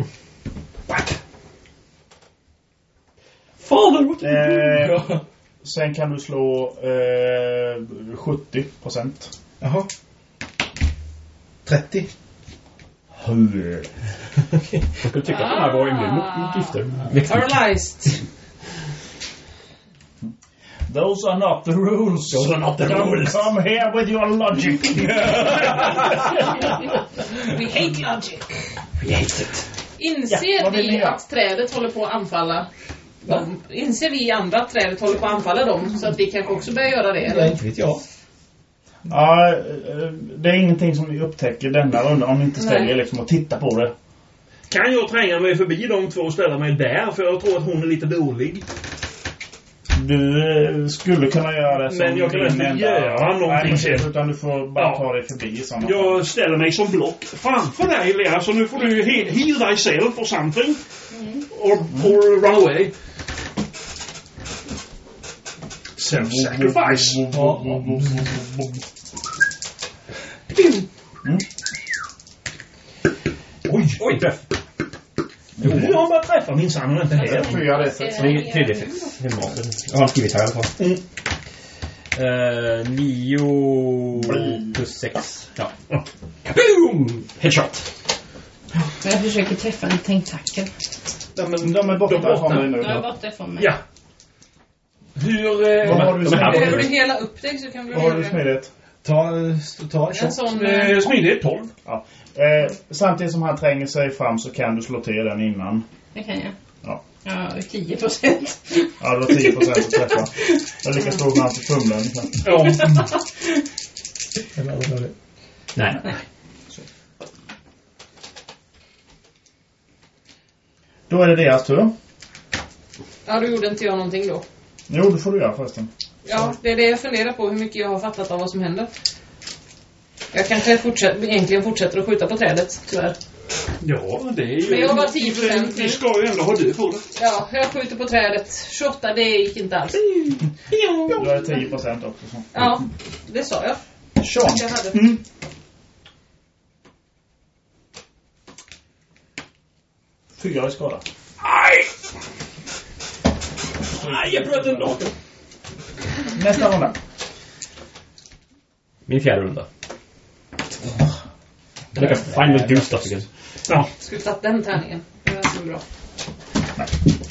Father, what eh, sen kan du slå eh, sjuttio procent. Jaha. trettio. Hur? Jag skulle tycka att de här var immun mot gifter. Paralyzed. Those are not the rules. Those are not the Don't rules. come here with your logic. We hate logic. We hate it. Inser Ja, vad vill ni vi göra? att trädet håller på att anfalla dem? Inser vi andra att trädet håller på att anfalla dem? Så att vi kanske också börjar göra det? Ja, Eller? inte vet jag. Ja, det är ingenting som vi upptäcker denna runda om vi inte ställer Nej. liksom och tittar på det. Kan jag tränga mig förbi de två och ställa mig där? För jag tror att hon är lite dålig. Du eh, skulle kunna göra det som Men jag kan din inte enda- göra någonting Nej, sen. utan du får bara Ja. ta dig förbi i sådana fall. Jag ställer mig som block framför dig, Lea. Så nu får du he- heal thyself or something. Mm. Or, or run away. Self-sacrifice. Mm. Oj, oj, träff. Nu har han börjat träffa min sann och inte här. Fyra det så. Så det är tredje sex. Det är maten. Jag har skrivit här i alla fall. Mm. Uh, nio plus sex. Ja. Boom! Headshot. Jag försöker träffa en tentakel. Ja, men De är borta De är borta. från dig nu. Jag är borta ifrån mig. Ja. Hur... Eh, Vad har du de här- Behöver smidigt? du hela upp dig så kan vi Vad har du göra det. smidigt? Ta, ta en En shot. sån... eh, eh, smidigt tolv. Ja. Eh, samtidigt som han tränger sig fram så kan du slå till den innan. Det kan jag. Ja. Ja, tio procent. Ja, det var tio procent att träffa. Jag är lika stor när han till fumlar ungefär. Ja. Eller vad var det? Nej. Då är det deras tur. Ja, då gjorde inte jag någonting då. Jo, det får du göra förresten. Ja, det är det jag funderar på, hur mycket jag har fattat av vad som händer. Jag kanske fortsätter, egentligen fortsätter att skjuta på trädet, tyvärr. Ja, det är ju... Men jag var tio procent nu. Vi ska ju ändå ha du på det. Ja, jag skjuter på trädet. tjugoåtta, det gick inte alls. Du har tio procent också. Så. Ja, det sa jag. Sean. Jag hade. Mm. Fyra i skada. Aj! Nej, jag bröt en naken. Nästa runda. Min fjärde runda. Jag lyckas finally do stuff again. Ja. Skulle tagit den tärningen. Det var så bra.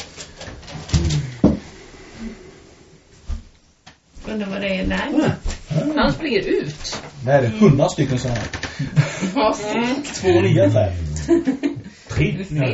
Undrar vad det är där. Mm. Han springer ut. Nej, det är hundra stycken sådana här. Mm. Två nya träd. Tre. Nej.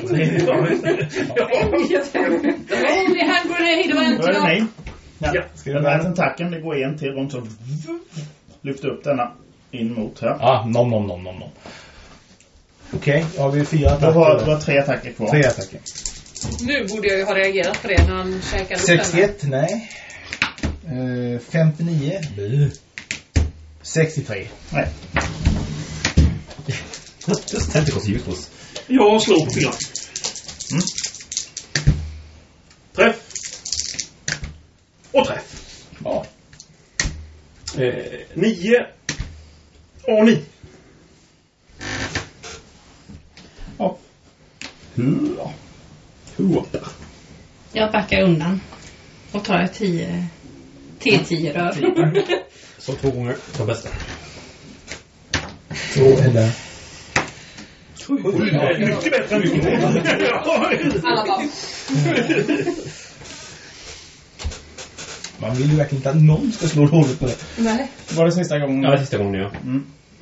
Holy hand grenade, det var en Då är det till. ni. Ja. Ja. Ska den här tentakeln, det går en till runt så lyfter upp denna in mot här. Ja, nom nom nom nom nom. Okej, okay, har vi fyra attacker. Då har, då har tre attacker kvar. Tre attacker. Nu borde jag ju ha reagerat på det när han käkade upp sextioett, nej. Uh, femtionio. Buh. sextiotre. Nej. Just tentacles useless. Jag slår på fyra. Mm. Träff. Och träff. Ja. Eh, nio. Och nio. Ja. Hurra. Hurra. Jag backar undan. Och tar ett tio T tio rör. Så två gånger. De bästa. Så är det. Mycket bättre än mycket bättre. Alla bara. Man vill ju verkligen inte att någon ska slå dåligt på det. Nej. Var det sista gången? Ja, sista gången, ja. Mm.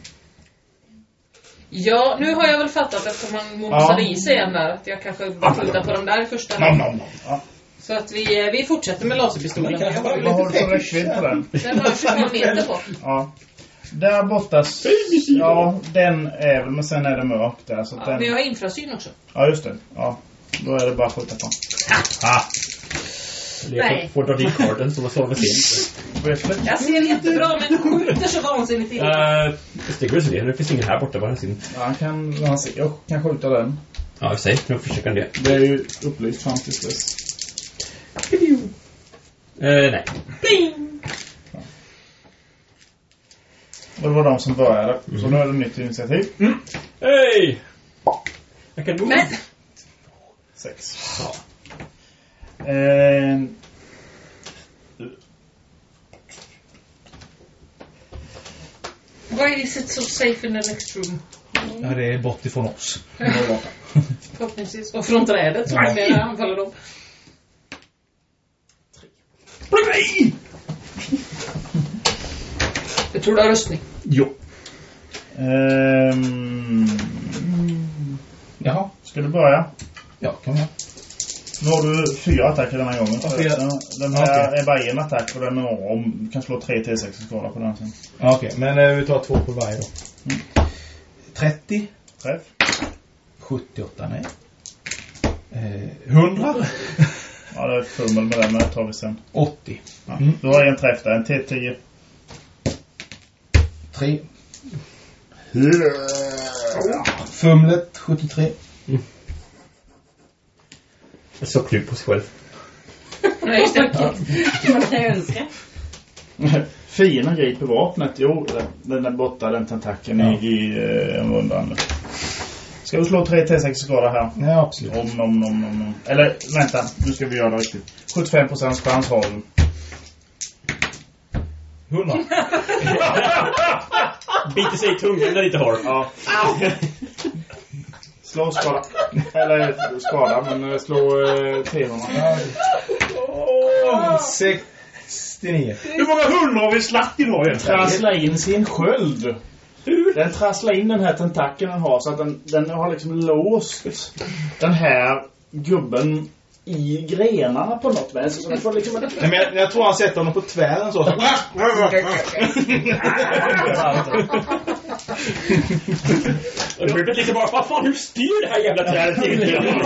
Ja, nu har jag väl fattat eftersom han mosade i sig igen där att jag kanske bara skjuta på dem där i första Nom, hand. nom, nom. Ja. Så att vi, vi fortsätter med laserpistolen. Jag har ju Vad har lite du för räckvidd på den? Den har tjugofem meter bort. Ja. Där borta. Ja, den är väl, men sen är det mörkt där. Så Ja, den... men jag har infrasyn också. Ja, just det. Ja. Då är det bara att skjuta på. Ah. Nej. Jag får dra dit karten som har slagit in. Jag ser jättebra men skjuter så vansinnigt illa. Uh, Sticker så det. Det finns ingen här borta bara sin. Ja, han kan, han ser, jag kan skjuta den. Ja, i sig. Nu försöker han det. Det är ju upplyst fram till dess. Uh, nej. Ja. Och det var de som började. Mm. Så nu är det nytt initiativ. Mm. Hej! Jag kan move. Men. Sex. Ja. Eh, Why is it so safe in the next room? Ja, det är bort ifrån oss. Förhoppningsvis. Och från trädet som Ja. är där anfaller dem. Nej! Jag tror du har röstning. Jo. ehm, Jaha. ska du börja? Ja, kan jag. Nu har du fyra attacker den här gången. Ja, fyra. Den, den här Okej. är bara en attack och den är om. Du kan slå tre T sex skada på den sen. Ja, okej. Men eh, vi tar två på varje då. Mm. trettio. Träff. sjuttioåtta, nej. Eh, hundra. Ja, det är fummel med den, men det tar vi sen. åttio. Ja. Mm. Du har en träff där, en T tio. tre. Fumlet, sjuttiotre. Jag så kul på sig själv. Nej, just det. Man kan ju önska. Fienden griper vapnet. Jo, den är borta, den tentakeln Ja. i, i uh, mundan. Ska du slå tre T sex skada här? Ja, absolut. Om, om, om, om, om. Eller, vänta, nu ska vi göra det riktigt. sjuttiofem procent chans har du. hundra. Biter sig i tungan när det inte har. Ja. Slå skada. Eller skada, men slå uh, trehundra. Oh, sextionio. Hur många hundra har vi slagt idag egentligen? Trassla in sin sköld. Den trasslar in den här tentakeln den har så att den, den har liksom låst den här gubben i grenarna på något vänster. Så den får liksom... Nej, men jag, jag tror han sätter honom på tvären så. Och det blir lite bara, vad fan, hur styr det här jävla trädet egentligen?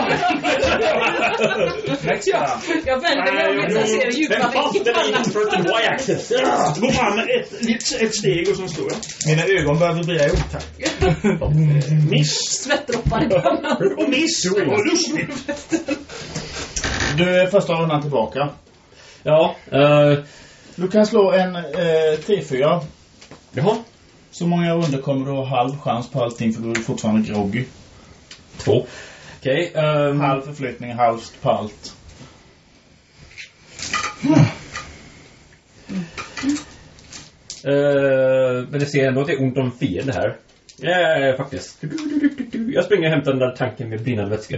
Jag vänder mig om att jag ser djupa Vem fanns veck i det där pannan. infört en y-axis? Gå fram med ett, ett, ett steg och sen står jag. Mina ögon börjar vibrera i otakt. Miss. Svettdroppar i pannan. Och miss. Och lustigt. Du är första rundan tillbaka. Ja, uh, Du kan slå en eh, T fyra. jaha. Så många runder kommer du ha halv chans på allting för du är fortfarande groggy. Två. Okej. Okay, um, Halv förflyttning, halvt på allt. uh, men det ser ändå att det är ont om fiende här. Ja, yeah, faktiskt. Jag springer och hämtar den där tanken med brinnande vätska.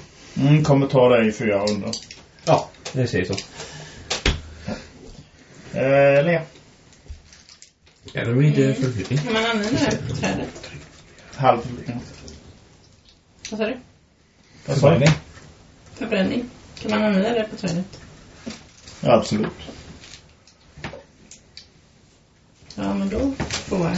Mm, kommer ta dig i fyra runder. Ja, det säger så. Eh, Lea. Även om inte förflyttning. Kan man använda det här på trädet? Halv förflyttning. Vad sa du? Vad sa ni? Förbränning. Kan man använda det på trädet? Ja, absolut. Ja, men då får jag.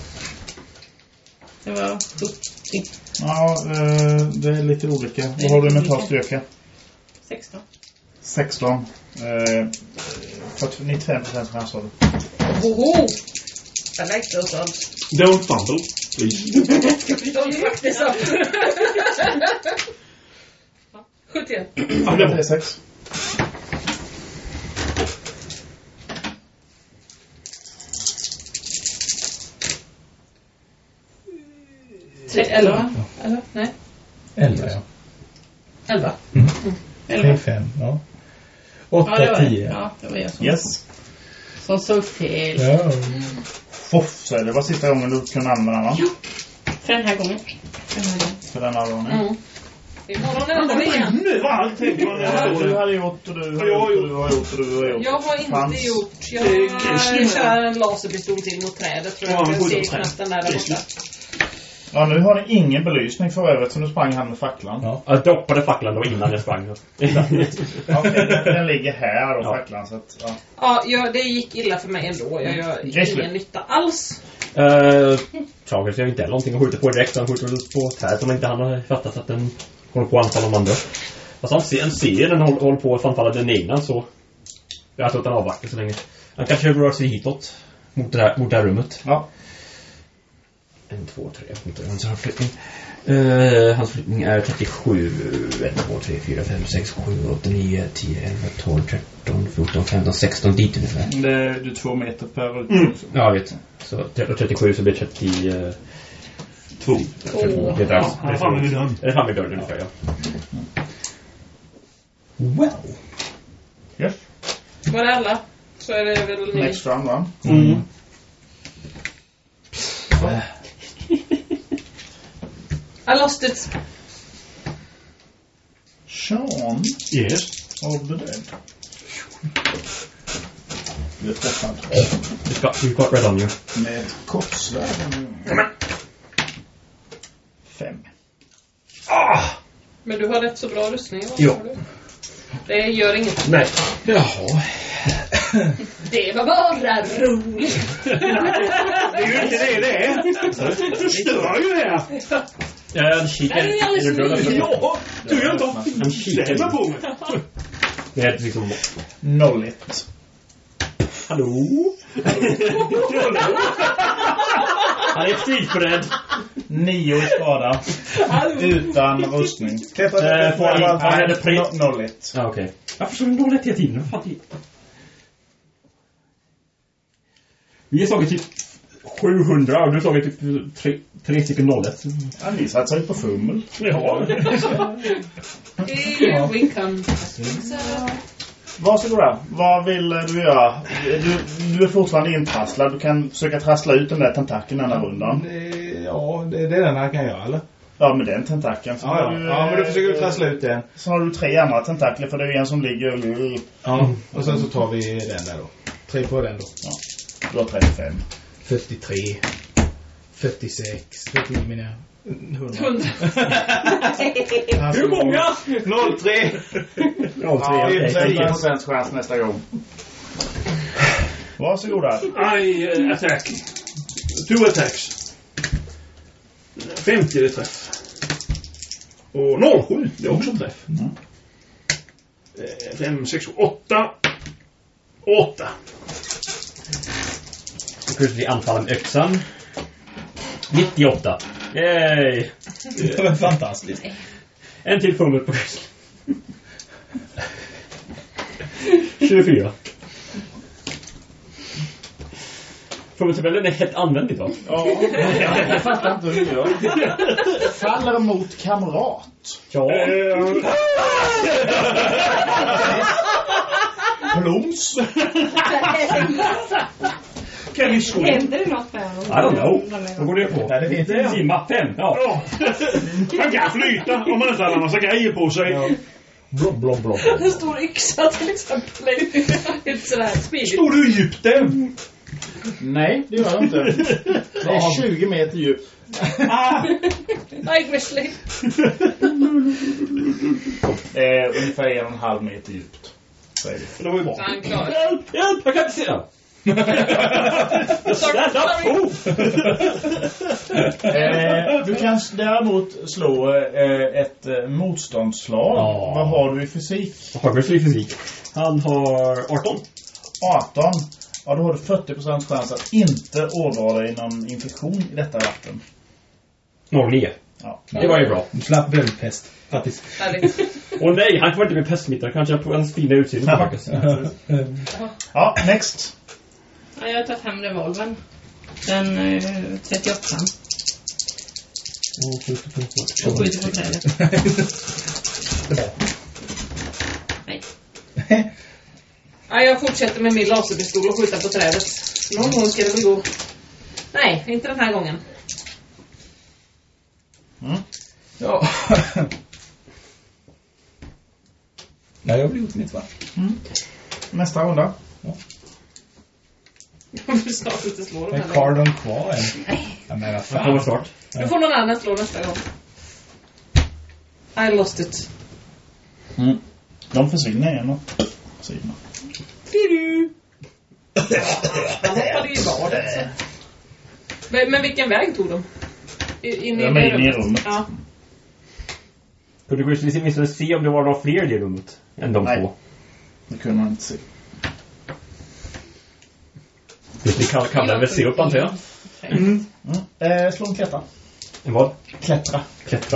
Det var sjuttio. Ja, eh, det är lite olika. Vad har du med styrka? sexton. sexton. Eh, för nittiofem procent chans har du. Oho! I like those odds. Don't fumble, please. Don't fuck this up. sjuttioett. Ja, det är sex. elva. Eller? Nej. elva, ja. elva. Mm. elva. tre fem, ja. åtta, tio. Ja, det var jag som, Yes. som såg fel. Ja. Foff, så det var sista gången du kunde använda den. Ja. För den här gången. För den här gången. För den här gången. Mm. Imorgon är det igen. Nu var allt tänker man. Ja, du hade gjort och du har gjort och du har gjort och du har gjort. Jag har inte Fanns. gjort. Jag Det är kör en laserpistol till mot trädet. Tror jag Ja, jag men ser skjut åt knappen där borta. Ja, nu har ni ingen belysning för övrigt så nu sprang han med facklan. Ja. Jag doppade facklan då innan jag sprang. Ja, okay, den, den ligger här och Ja. facklan så att, ja. Ja, ja, det gick illa för mig ändå. Jag gör Grizzly. ingen nytta alls. Uh, Trager ser inte heller någonting att skjuta på direkt. Han skjuter på träd som inte han har fattat att den håller på att anfalla de andra. Fast han ser, han ser den håller, håller på att anfalla den egna så jag tror att han avvaktar så länge. Han kanske rör sig hitåt mot det här, mot det här rummet. Ja. En, två, tre, inte hans flyttning. Uh, hans flyttning är trettiosju. ett, två, tre, fyra, fem, sex, sju, åtta, nio, tio, elva, tolv, tretton, fjorton, femton, sexton dit ungefär. Det är du två meter per ut. Mm. Ja, jag vet. Så trettiosju så blir det trettiotvå. Åh. Det är där. Ja, han är framme vid dörren. Det är framme vid dörren ungefär, ja. Wow. Yes. Var det alla? Så är det väl ni. Next round, va? Mm. I lost it. Sean Yes. of the dead. Du är träffad. You've got, you've got red on you. Med ett kortsvärd. Fem. Ah! Men du har rätt så bra rustning. va? Jo. Det gör inget. Nej. Jaha. Det var bara roligt. Det är ju inte det det är. Det stör ju det. Jag kikar. Nej, det är alldeles Är du för bra? Ja, du gör inte Han om. kikar. Stämmer på mig. Det är liksom... noll ett. Hallå? Han är stilberedd. Nio i skada. Utan rustning. Eh, får han- han hade prick. noll ett. Ja, okej. Varför står det noll ett hela tiden? Vad fan det- Vi har slagit typ sjuhundra och du har slagit typ tre, tre stycken noll ett. Ja, ni satsar ju på fummel. Ja. Here we come. Varsågoda. Vad vill du göra? Du, du är fortfarande intrasslad. Du kan försöka trassla ut den där tentakeln den här rundan. Det- Ja, det, det är den här kan göra, eller? Ja, med den tentakeln. Så Ja, har ja. du, Ja, men då eh, försöker vi trassla ut den. Så har du tre andra tentakler för det är ju en som ligger... Ja. Och sen så tar vi den där då. Tre på den då. Ja, du har trettiofem. fyrtiotre. fyrtiosex. fyrtionio menar jag. hundra. Hundra. Hur många? noll tre. noll tre, Ja, okej. tio procent chans nästa gång. Varsågoda. I uh, attack. Two attacks. femtio är träff. Och noll sju, det är också träff. Mm. fem, sex, åtta. åtta. Så kunde vi anfalla med öxan. nittioåtta. Yay! Det var fantastiskt. En till fummel på öxan. tjugofyra. Fummeltabellen är helt användligt, va? Ja, jag fattar inte hur du gör. Faller mot kamrat. Ja. Eh, Plums. Kan vi skåla? Händer det något med honom? I don't know. Vad går det på? Nej, det vet jag inte. Simma fem. Ja. Ja. Man kan flyta om man inte har en massa grejer på sig. Ja. Blå, blå, blå. En stor yxa till exempel. Inte sådär smidigt. Står du i Egypten? Nej, det gör jag inte. Det är tjugo meter djup. Nej, Grizzly. Det är ungefär en och en halv meter djupt. Så är det. Det var ju bra. Så han klarar. Hjälp, hjälp, jag kan inte se den. Stand up, proof. eh, Du kan däremot slå eh, ett eh, motståndsslag. Ja. Vad har du i fysik? Vad har vi i fysik? Han har arton. arton. Ja, då har du fyrtio procent chans att inte ådra dig någon infektion i detta vatten. noll nio. Ja. Det var ju bra. Du slapp böldpest. Faktiskt. Härligt. Åh nej, han kommer inte bli pestsmittad. Kanske på en fina utsidan faktiskt. Ja, next. Ja, jag har tagit hem revolvern. Den eh, trettioåtta. Och skjuter på Och skjuter på trädet. Nej. Ja, jag fortsätter med min laserpistol och skjuta på trädet. Någon gång ska det väl gå. Nej, inte den här gången. Mm. Ja. Nej, jag har gjort mitt va? Mm. Nästa runda. Jag vill snart inte slå den Är här. Cardon kvar än? Nej. Jag menar Jag kommer fan. snart. Du får någon annan slå nästa gång. I lost it. Mm. De försvinner igen och sidorna. Han hoppade ju i badet. Så. Men, men vilken väg tog de? I- In i De det är inne i rummet. Ja. Kunde du åtminstone se om det var några fler i det rummet än de Nej. två? Det kunde man inte se. Vi kan kalla den väl se upp antar jag. Mm. Mm. Eh, slå en klättra. En vad? Klättra. Klättra.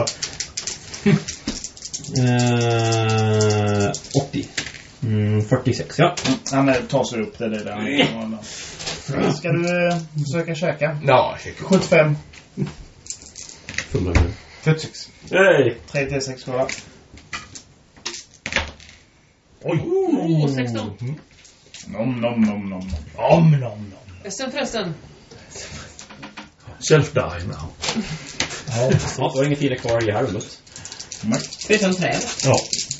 eh, åttio. Mm, fyrtiosex, ja. Mm. Han eh, tar sig upp det, det där. Ska du eh, försöka käka? Ja, sjuttiofem. Fumlar nu. fyrtiosex. Hej! tre till sex skala. Oj. Oh, sexton. Nom, nom, nom, nom. Om, nom, nom. Sen förresten. Self-die now. Ja. Snart var det ingen tid kvar i det här rummet. Nej. Förutom trädet. Ja.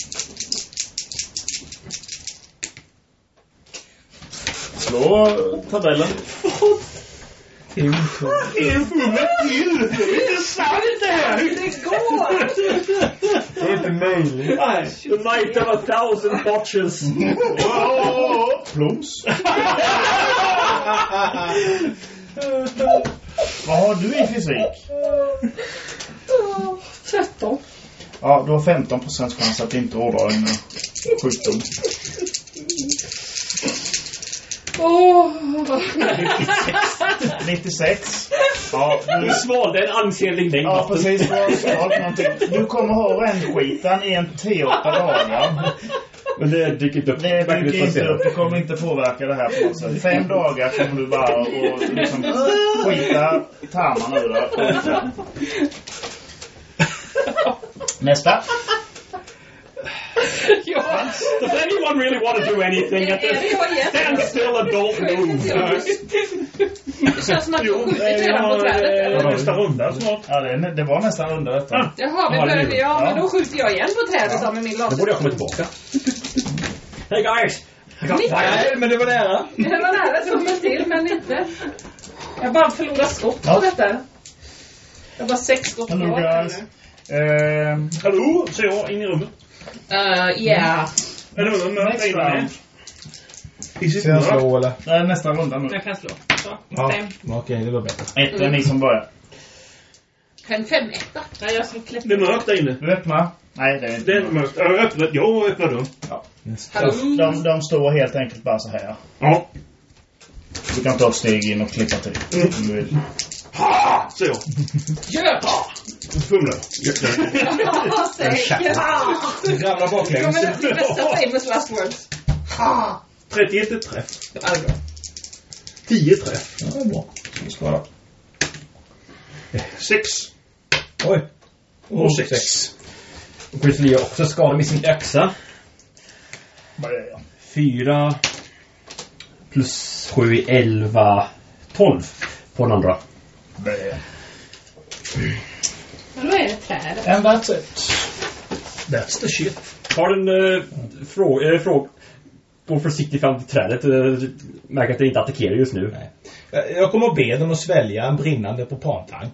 Slå tabellen. Tim. En fumme till! Det är inte sant det här! Det går! Det är inte möjligt. Nej. The might of a thousand botches. Oh, plums. Vad har du i fysik? tretton. Ja, du har femton procent chans att inte ådra en sjukdom. Åh. nittiosex. Ja, Du du... svalde en ansenlig mängd Ja, vatten. precis. Du har svalt någonting. Du kommer ha rännskitan i en tio åtta dagar. Men det dyker inte upp. Det dyker inte upp. Det kommer inte påverka det här på något sätt. Fem dagar kommer du bara att liksom skita tarmarna ur det. Nästa. Ja. Does anyone really want to do anything at Är det this jag igen? standstill adult move? Det känns som att du skjutit redan på trädet. Det Eller? var nästa runda snart. Ja, det, det var nästan under detta. Ah. Jaha, vi Ja, det börjar, gjorde ja, men Ja. då skjuter jag igen på trädet då med min Då laser. borde jag komma tillbaka. Hey guys! I got fire! Nej, men det var nära. Det var nära tummen till, men inte. Jag bara förlorar skott på Ja. detta. Jag har bara sex skott Hello kvar. guys. Eh, Hallå, säger jag in i rummet. Uh, yeah. Eller vad med next round. I sitt Ska jag mörk. slå eller? Nej, nästa runda nu. Jag kan slå. Så, Ja, fem. okej, det var bättre. Ett är ni som börjar. En femetta. Ja, jag ska klippa. Det är mörkt där inne. Du öppnar. Nej, det är inte Det är mörkt. Jag öppnar, jag öppnar dörren. Hallå. De, de står helt enkelt bara så här. Ja. Du kan ta ett steg in och klippa till. Om du vill. Ha! Säger jag. Gör! Fumlar. Ja, säkert. Du ramlar baklänges. Kommer det bästa famous last words. trettioett är träff. Ja, det är bra. tio träff. Ja, det är bra. Du ska vara. sex. Oj. Och sex. Och Grizzly har också skadad med sin öxa. Vad gör jag? Fyra plus sju, elva, tolv på den andra. Vad gör jag? Men då är det trädet. And that's it. That's the shit. Har en uh, fråga... Uh, fråga gå försiktigt fram till trädet. Uh, märker att det inte attackerar just nu. Nej. Jag kommer att be dem att svälja en brinnande propantank.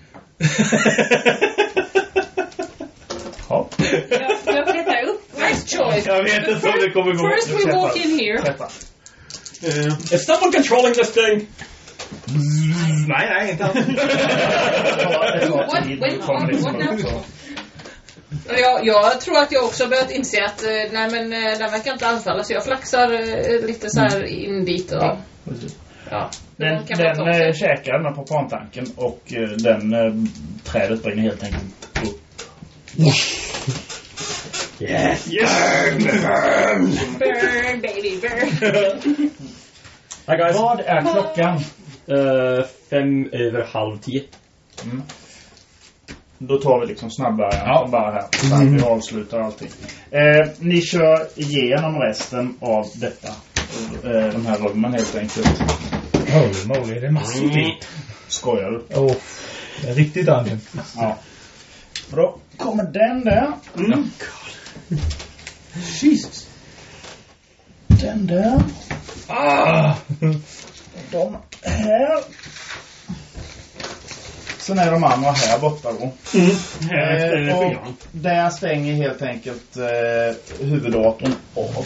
Ja. Jag, jag klättrar upp. Nice choice. Jag vet inte om det kommer gå. First we walk in here. Uh, is someone controlling this thing? Nej, nej, inte alls. What, wait, what, what now? Jag, jag tror att jag också börjat inse att nej, men den verkar inte anfalla, så jag flaxar eh, lite så här in dit och... Ja, ja. Den, den äh, käkar den här propantanken och äh, den äh, trädet brinner helt enkelt upp. Yes! Yes! Burn, baby, burn. Hi guys. Vad är klockan? Uh, fem över halv tio. Mm. Då tar vi liksom snabbare ja. bara här. Så mm. vi avslutar allting. Eh, ni kör igenom resten av detta. Eh, de här rummen helt enkelt. Holy moly, det är massor mm. till. Skojar du? Åh, oh, det är riktigt använt. Ja. Då kommer den där. Mm. Oh, God. Jesus. Den där. Ah! De här. Sen är de andra här borta då. Mm. Här eh, och där stänger helt enkelt eh, huvuddatorn av.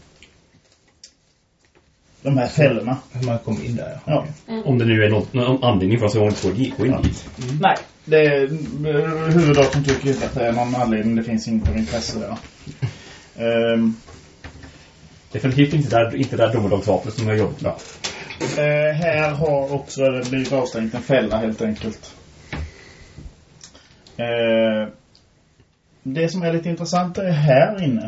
De här fällorna. Man kommer in där, ja. Mm. Om det nu är något, någon anledning för att jag inte får gå in dit. Mm. Nej, det är, huvuddatorn tycker inte att det är någon anledning. Det finns inte intresse där. um, Definitivt inte där, inte där domedagsvapnet som jag jobbat med. Uh, här har också blivit avstängt en fälla helt enkelt. Uh, det som är lite intressant är här inne.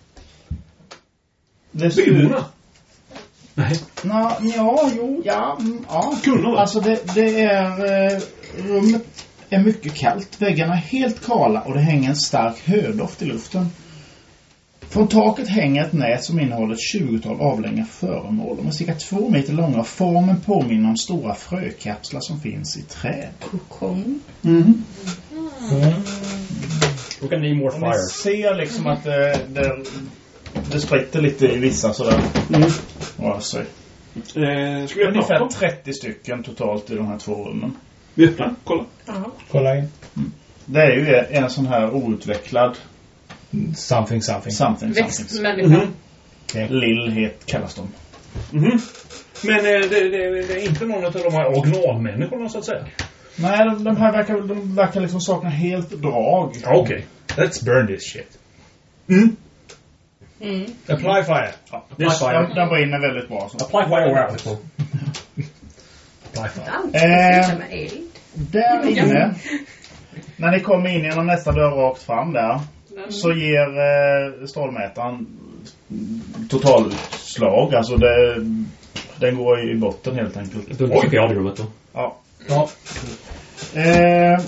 Det Byggorna? Nej. Nå, ja, jo, ja, mm, ja. Kunde alltså det, det är uh, rummet är mycket kallt. Väggarna är helt kala och det hänger en stark hödoft i luften. Från taket hänger ett nät som innehåller ett tjugotal avlänga föremål. De är cirka två meter långa och formen påminner om stora frökapslar som finns i träd. Kokong. Mm. Mm. Och en more fire. Man ser liksom att det, det, det spritter lite i vissa sådär. Mm. Ja, så. Eh, ska vi ungefär trettio stycken totalt i de här två rummen. Vi öppnar, kolla. Aha. Kolla in. Mm. Det är ju en sån här outvecklad Something, something. Something, växtmänniska. Mm. Okay. Lillhet kallas de. Mm. Men eh, det, det, det är inte någon av de här originalmänniskorna så att säga. Nej, de, de här verkar, de verkar liksom sakna helt drag. Okej, okay. Let's burn this shit. Mm. Mm. Apply fire. Ja, apply fire. Den, den brinner väldigt bra. Så. Apply fire where? Apply fire. Eh, där inne, när ni kommer in genom nästa dörr rakt fram där, mm. så ger eh, strålmätaren totalutslag. Alltså det, den går i botten helt enkelt. Då undersöker jag rummet då. Ja. Ja. Eh,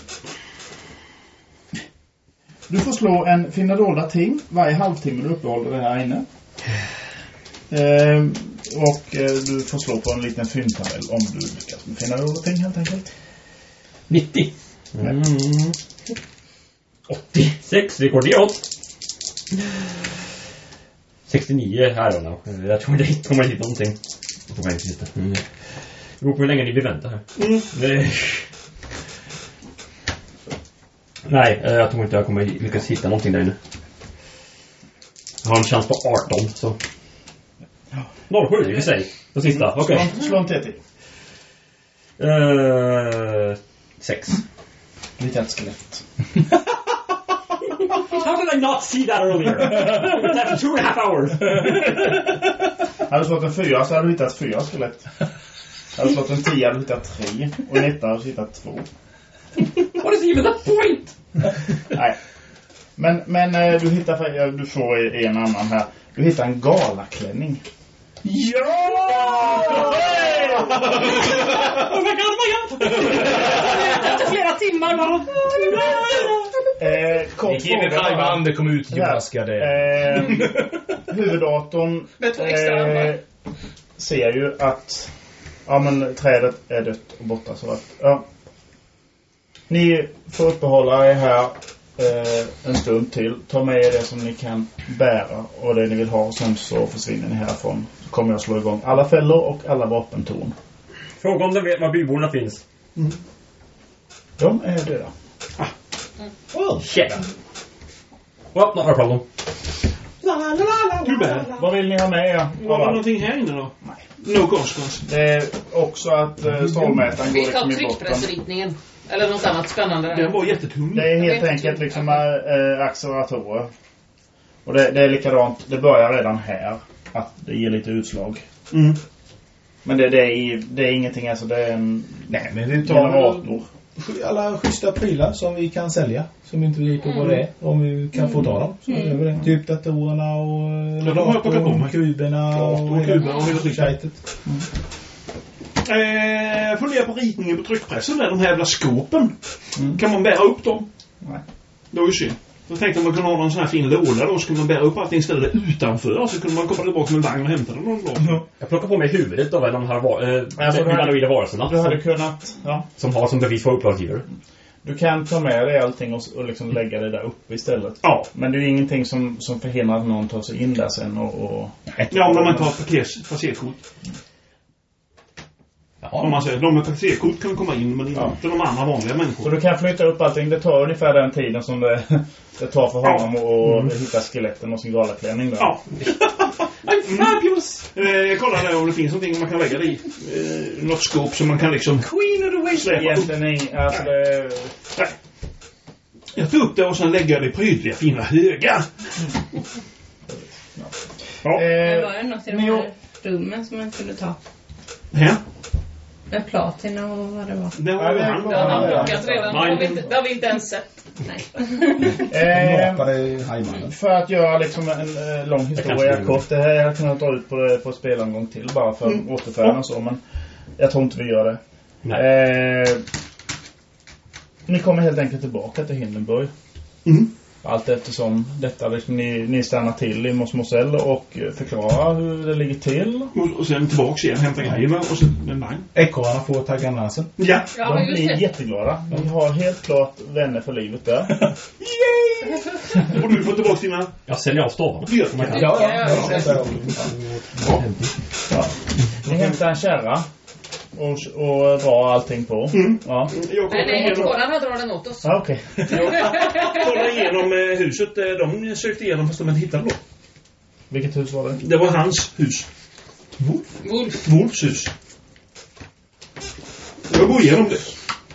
du får slå en finna dolda ting varje halvtimme du uppehåller det här inne. Eh, och eh, du får slå på en liten fyndtabell om du lyckas finna dolda ting helt enkelt. nittio. Mm. åttiosex, rekorderat. sextionio, I don't know. Jag tror inte kommer hit någonting. Jag får inte hitta. Mm. Det beror på hur länge ni vill vänta här. Mm. Det... Nej, jag tror inte jag kommer lyckas hitta någonting där inne. Jag har en chans på arton, så... noll sju, vi säger. Den sista, okej. Okay. Slå en T T. Uh, sex. Lite ett skelett. How did I not see that earlier? That's two and a half hours. Hade du slått en fyra så hade du hittat fyra skelett. Hade du slått en tio hade du hittat tre. Och en etta hade du hittat två. What is even the point? Nej. Men, men du hittar, du får en annan här. Du hittar en galaklänning. Ja! Oh my god, oh my god! Efter flera timmar bara... Eh, kort fråga. Det kom ut överraskade. Eh, huvuddatorn eh, ser ju att ja, men trädet är dött och borta. Så att, ja. Ni får uppehålla er här eh, en stund till. Ta med er det som ni kan bära och det ni vill ha. Sen så försvinner ni härifrån. Så kommer jag slå igång alla fällor och alla vapentorn. Fråga om de vet var byborna finns. Mm. De är döda. Ah. Mm. Well, shit. Well, not a problem. Too bad. Vad vill ni ha med er? Var det någonting här inne då? Nej. No consequence. Det är också att uh, strålmätaren går Vi tar liksom i botten. tryckpressritningen. Eller något annat spännande där. Den var jättetung. Det är helt enkelt liksom äh, acceleratorer. Och det, det är likadant. Det börjar redan här. Att det ger lite utslag. Mm. Men det, det, är, det är ingenting. Alltså det är en Nej, men vi generator. tar alla schyssta prylar som vi kan sälja. Som inte vi vet på vad det är. Om vi kan få ta dem. Så Mm. gör vi det. Typ datorerna och Ja, de har jag plockat på mig. kuberna och, och kuberna och hela skiten. Mm. Eh, fundera på ritningen på tryckpressen där, de här jävla skåpen. Mm. Kan man bära upp dem? Nej. Det var ju synd. Jag tänkte om man kunde ha någon sån här fin låda då, så kunde man bära upp allting istället utanför, så kunde man komma tillbaka med en vagn och hämta dem någon dag. Mm. Jag plockar på mig huvudet av de här var, eh, Alltså, du hade- humanoida varelserna Du hade som, kunnat... Ja. som har som bevis för uppdragsgivare. Du kan ta med dig allting och, och liksom lägga det där uppe istället. Ja. Men det är ingenting som, som förhindrar att någon tar sig in där sen och... och Ja, om man inte har ett passerkort. Om man säger, de med passerkort kan komma in, men inte Ja. de andra vanliga Så människor. du kan flytta upp allting. Det tar ungefär den tiden som det, det tar för honom att mm. hitta skeletten och sin galaklänning där. Ja. I'm fabulous! Eh, jag kollar där om det finns någonting man kan lägga det i. Eh, något skåp som man kan liksom... Queen of the way! Släpa upp. Egentligen är alltså det... Nej. Jag tar upp det och sen lägger jag det i prydliga fina högar. Ja. Det Eh, var ju något i de men jag- här rummen som man kunde ta. Här. Med platina och vad det var. Det Ja, var det är han. bra. Den har Ja, plockat redan. Det har vi inte, det har vi inte ens sett. Nej. eh, Napade hajmannen. för att göra liksom en eh, lång historia kan kort. Det här jag kunnat dra ut på, det, på spelomgång till bara för mm. återfärden och så. Men jag tror inte vi gör det. Nej. Eh, ni kommer helt enkelt tillbaka till Hindenburg. Mm. Allt eftersom detta liksom, ni, ni stannar till i Mos Moselle och förklarar hur det ligger till. Och, och sen tillbaks igen, hämta grejerna och sen en vagn. Ekorrarna får tagga nasen. Ja. Ja, De just blir det. jätteglada. Ni har helt klart vänner för livet där. Yay! Och du får tillbaka dina... Jag säljer av stavarna. Ja. Om jag kan. Ja, ja, ja. Ja. Ja. Ni hämtar en kärra och, och drar allting på. Mm. Ja. Jag Nej, kollar nej, igenom, Ekorrarna drar den åt oss. Ja, okej. kollar igenom eh, huset. Eh, De sökte igenom fast de inte hittade något. Vilket hus var det? Det var hans hus. Wolf. Wolfs hus. Jag går igenom det.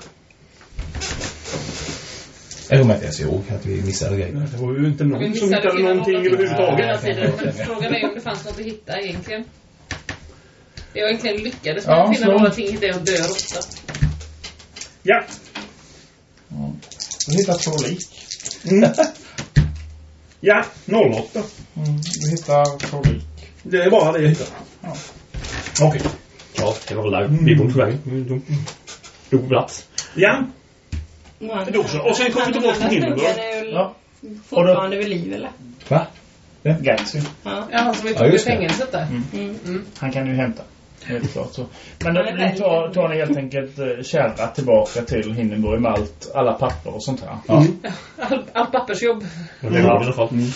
Jag kommer inte ens ihåg att vi missade grejer. Det var ju inte Vi någon som missade hittade hela någonting någonting. överhuvudtaget. Hela tiden. Men frågan är om det fanns något att hitta egentligen. Jag egentligen lyckades med Ja, att finna så. några ting i det och dö råtta. Ja. Ja. Du hittar två lik. Mm. Ja, noll åtta. Mm. Du hittar två lik. Det är bara det jag hittar. Ja. Okej. Ja, det var väl där. Vi bor på vägen. De dog på plats. Ja. Det Det också. Och sen kom vi tillbaka till Hindenburg. Ja. Fortfarande vid liv, eller? Va? Gatsby. Ja. Ja, han som vi Ja, tog i just det. fängelset där. Mm. Mm. Han kan ju hämta. Helt klart så. Men Ja, då, det är ni tar, tar ni helt enkelt eh, kärra tillbaka till Hindenburg med allt, alla papper och sånt här. Ja. All, all pappersjobb. Men det var i alla fall. Mm.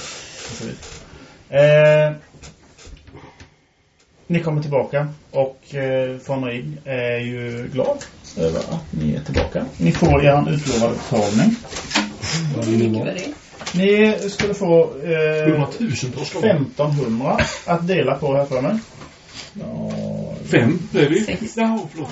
Eh, ni kommer tillbaka och eh, von Rig är ju glad över att ni är tillbaka. Ni får er utlovade betalning. Hur mycket var det? Ni skulle få eh, Hundratusentals kronor. femtonhundra att dela på här för mig. Fem, det är vi. Sex. Ja, förlåt.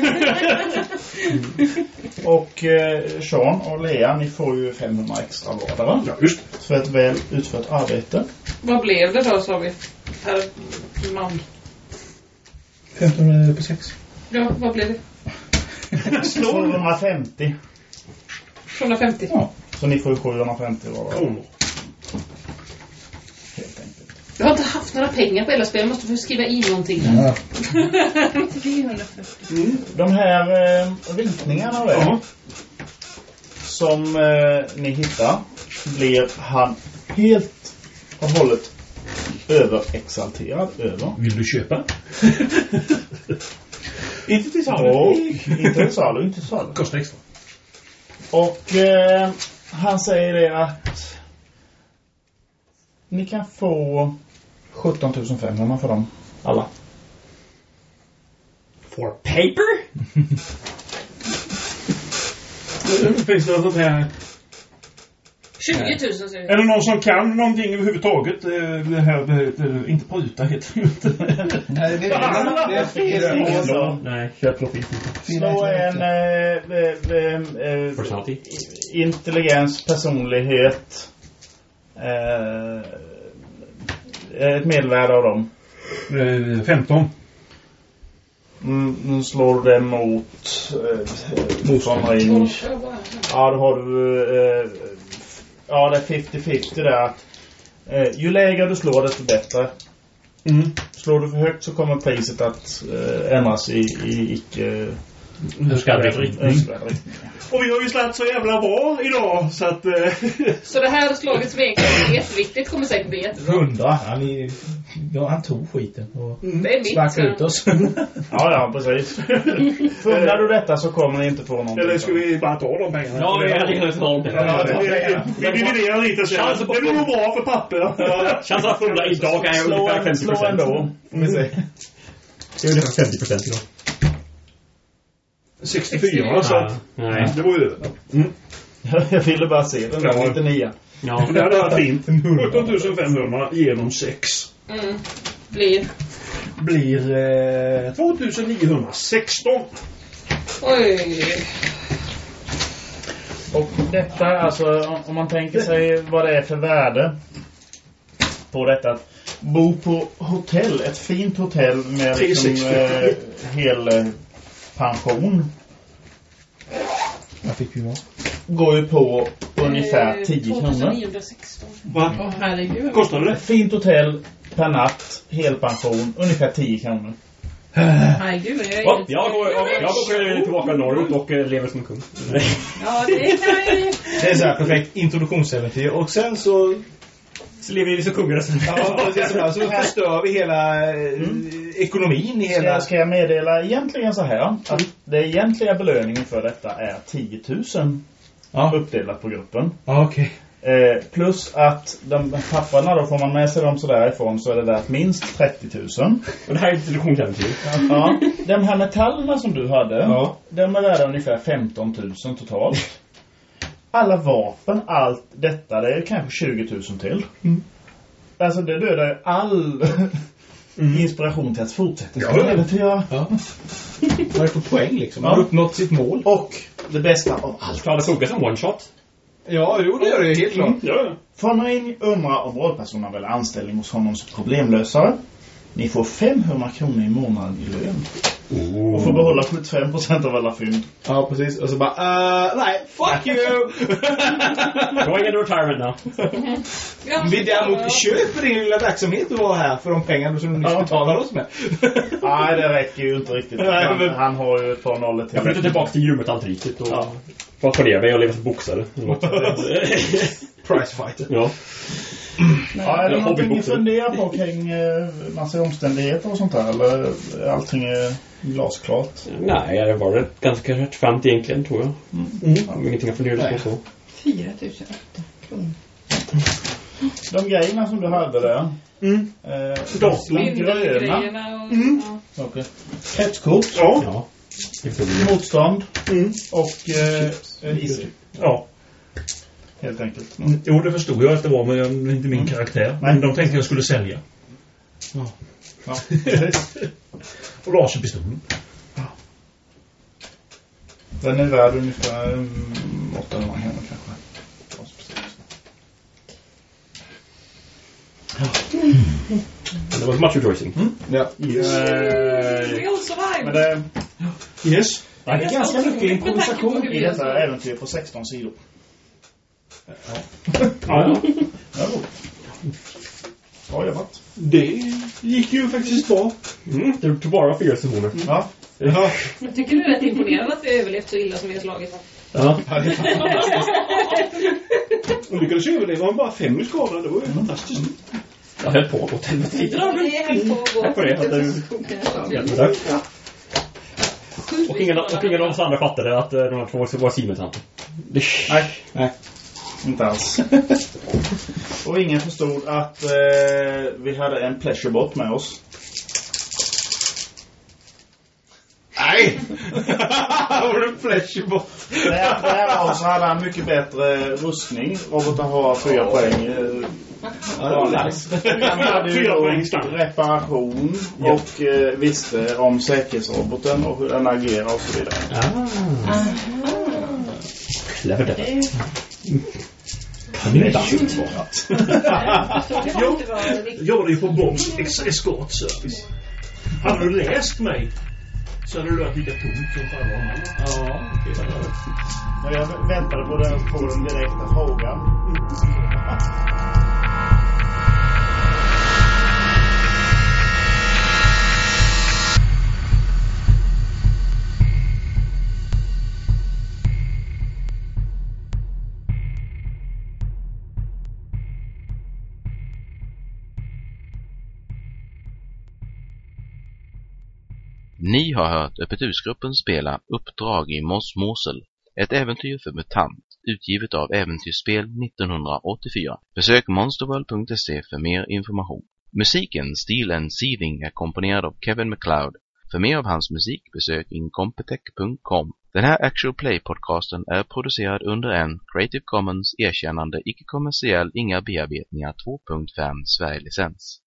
Och eh, Sean och Lea, ni får ju femhundra extra vardera. Ja, just. För ett väl utfört arbete. Vad blev det då, sa vi? Per man. femton på sex. Ja, vad blev det? sjuhundrafemtio. sjuhundrafemtio. Ja. Så ni får ju sjuhundrafemtio vardera. Kronor. Helt enkelt. Jag har inte haft några pengar på hela spelet. Jag måste få skriva in någonting. Ja. trehundrafyrtio. Mm. De här eh, ritningarna av er, Ja. som eh, ni hittar blir han helt och hållet överexalterad över. Vill du köpa? Inte till salu. Och inte till salu, inte till salu. Kostar extra. Och eh, han säger det att ni kan få sjutton tusen femhundra för dem alla. For paper? Finns det något här? tjugo tusen säger Är det någon som kan någonting överhuvudtaget? Det här, det, det, inte pruta heter det inte. Nej, det är, det är fel. Så. Nej, köp profil. Slå en eh, eh, eh, Personality. intelligens, personlighet, eh, ett medelvärde av dem. Eh, femton. Mm, nu slår det mot eh, motståndare. Ja, då har du eh, ja, det är femtio femtio där att eh, ju lägre du slår desto bättre. Mm. Slår du för högt så kommer priset att eh, ändras i, i icke önskvärd riktning. önskvärd riktning. Och vi har ju släppt så jävla bra idag så att... Eh, så det här slaget som egentligen är jätteviktigt kommer säkert bli jättebra. Hundra. Han, är, ja, han tog skiten och Det är mitt. sparkade ut oss. Ja, ja, precis. Fumlar du detta så kommer ni inte få någonting. eller ska vi bara ta de pengarna? Ja, vi har lite ta om Ja, det. det- vi dividerar lite så. Chans att Det blir nog bra för papper. Chansen att fulla idag är Slå, ungefär en, femtio slå procent. ändå. Det är ungefär femtio procent idag. sextiofyra så att, Nej. det var ju mm. Jag ville bara se den där nittionio. Ja. Det hade varit fint. sjutton tusen femhundra genom sex Mm. Blir. blir eh, två tusen niohundrasexton. Oj. Och detta, alltså om- om man tänker sig vad det är för värde på detta. Att bo på hotell, ett fint hotell med liksom, eh, hel eh, pension. Jag fick ju vara. Går ju på ungefär tio kronor. tjugoniohundrasexton. Va? Åh herregud. Kostade det? Ett fint hotell per natt, hel pension, ungefär tio kronor. Herregud, jag är Ja, helt... jag går, jag, jag går tillbaka norrut och eh, lever som en kung. Ja, det kan ju... Det är så här perfekt introduktionsäventyr. Och sen så... Så lever vi som kungar resten. Ja, precis. Så förstör vi hela eh, ekonomin i Ska hela... jag, ska jag meddela egentligen så här att det egentliga belöningen för detta är tio tusen Ja, uppdelat på gruppen. ja okej. Eh, plus att de papperna då, får man med sig dem så därifrån så är det värt minst trettio tusen. Och det här är introduktionsäventyr. Ja. De här metallerna som du hade, Ja. de är värda ungefär femton tusen totalt. Alla vapen, allt detta, det är kanske tjugo tusen till. Mm. Alltså det dödar ju all inspiration till att fortsätta. Ja. äventyr. Ja. Man har fått poäng liksom. Man Ja. har uppnått sitt mål. Och det bästa av allt. Klart det funkar som one shot. Ja, jo, det gör det helt klart. Ja. Fonrin undrar om rollpersonen vill anställning hos honom som problemlösare. Ni får femhundra kronor i månaden i lön. Och får behålla sjuttiofem procent av alla fynd. Ja, precis. Och så bara, uh, nej, fuck you! Going into retirement now. Ja, Vi däremot köper din lilla verksamhet du har här för de pengar som du nyss betalar oss med. Nej, det räcker ju inte riktigt. Nej, Han, men- han har ju ett par nollor till. Jag flyttar tillbaka till djurmetalltriket och Ja. pensionerar mig och lever som boxare. Pricefighter. Ja. Ja, är det Jag någonting ni hobbyboxare. funderar på kring eh, massa omständigheter och sånt där? Eller allting är glasklart? Nej, det var rätt, ganska rättframt egentligen, tror jag. Mm. Ingenting jag funderade på så. fyra tusen åtta kronor. De grejerna som du hade där. Mm. Eh, Datorn. de gröna. Grejerna och... Mm. Ja. Okay. Kretskort. Ja. Ja. Det får vi. Motstånd. Mm. Och eh, is. Ja. Helt enkelt. Mm. Jo, det förstod jag att det var, men jag, inte min karaktär. Men de tänkte jag skulle sälja. Ja, precis. Och laserpistolen. Den är värd ungefär um, åttahundra kronor kanske. Det var much rejoicing. Ja. Yes. We all survived. Men det, Yes. det är ganska mycket improvisation i detta äventyr på sexton sidor. Ja. Ja, bra jobbat. Det gick ju faktiskt bra. Mm. Det tog bara fyra sessioner. Ja. Ja. Jag tycker det är rätt imponerande att vi har överlevt så illa som vi har slagit. Ja. Och lyckades ju överleva. Det var bara fem i skada. Det var ju fantastiskt. Jag höll på att gå till helvete. Ja, det är helt på att gå. Tack för det. Att du... Jättetack. Och ingen, och ingen av oss andra fattade att uh, de här två var simutanter. Nej, nej. Inte alls. Och ingen förstod att eh, vi hade en pleasurebot med oss. Nej! Var det en pleasurebot? Det här var så hade han mycket bättre rustning. Roboten har fyra poäng. Ja, nice. Han hade ju reparation ja. och eh, visste om säkerhetsroboten och hur den agerar och så vidare. Ah. Clever det. Han är inte alls Jag jobbade ju på Bobs eskortservice. Hade du läst mig så hade du varit lika tomt som själva honom. Ja, okej. Men jag väntade på den, på den direkta frågan. Ni har hört Öppet husgruppen spela Uppdrag i Mos Morsel, ett äventyr för mutant, utgivet av Äventyrsspel nittonhundraåttiofyra. Besök monsterworld punkt se för mer information. Musiken Steel and Seething är komponerad av Kevin MacLeod. För mer av hans musik besök incompetech punkt com. Den här Actual Play-podcasten är producerad under en Creative Commons erkännande icke-kommersiell inga bearbetningar två punkt fem Sverige-licens.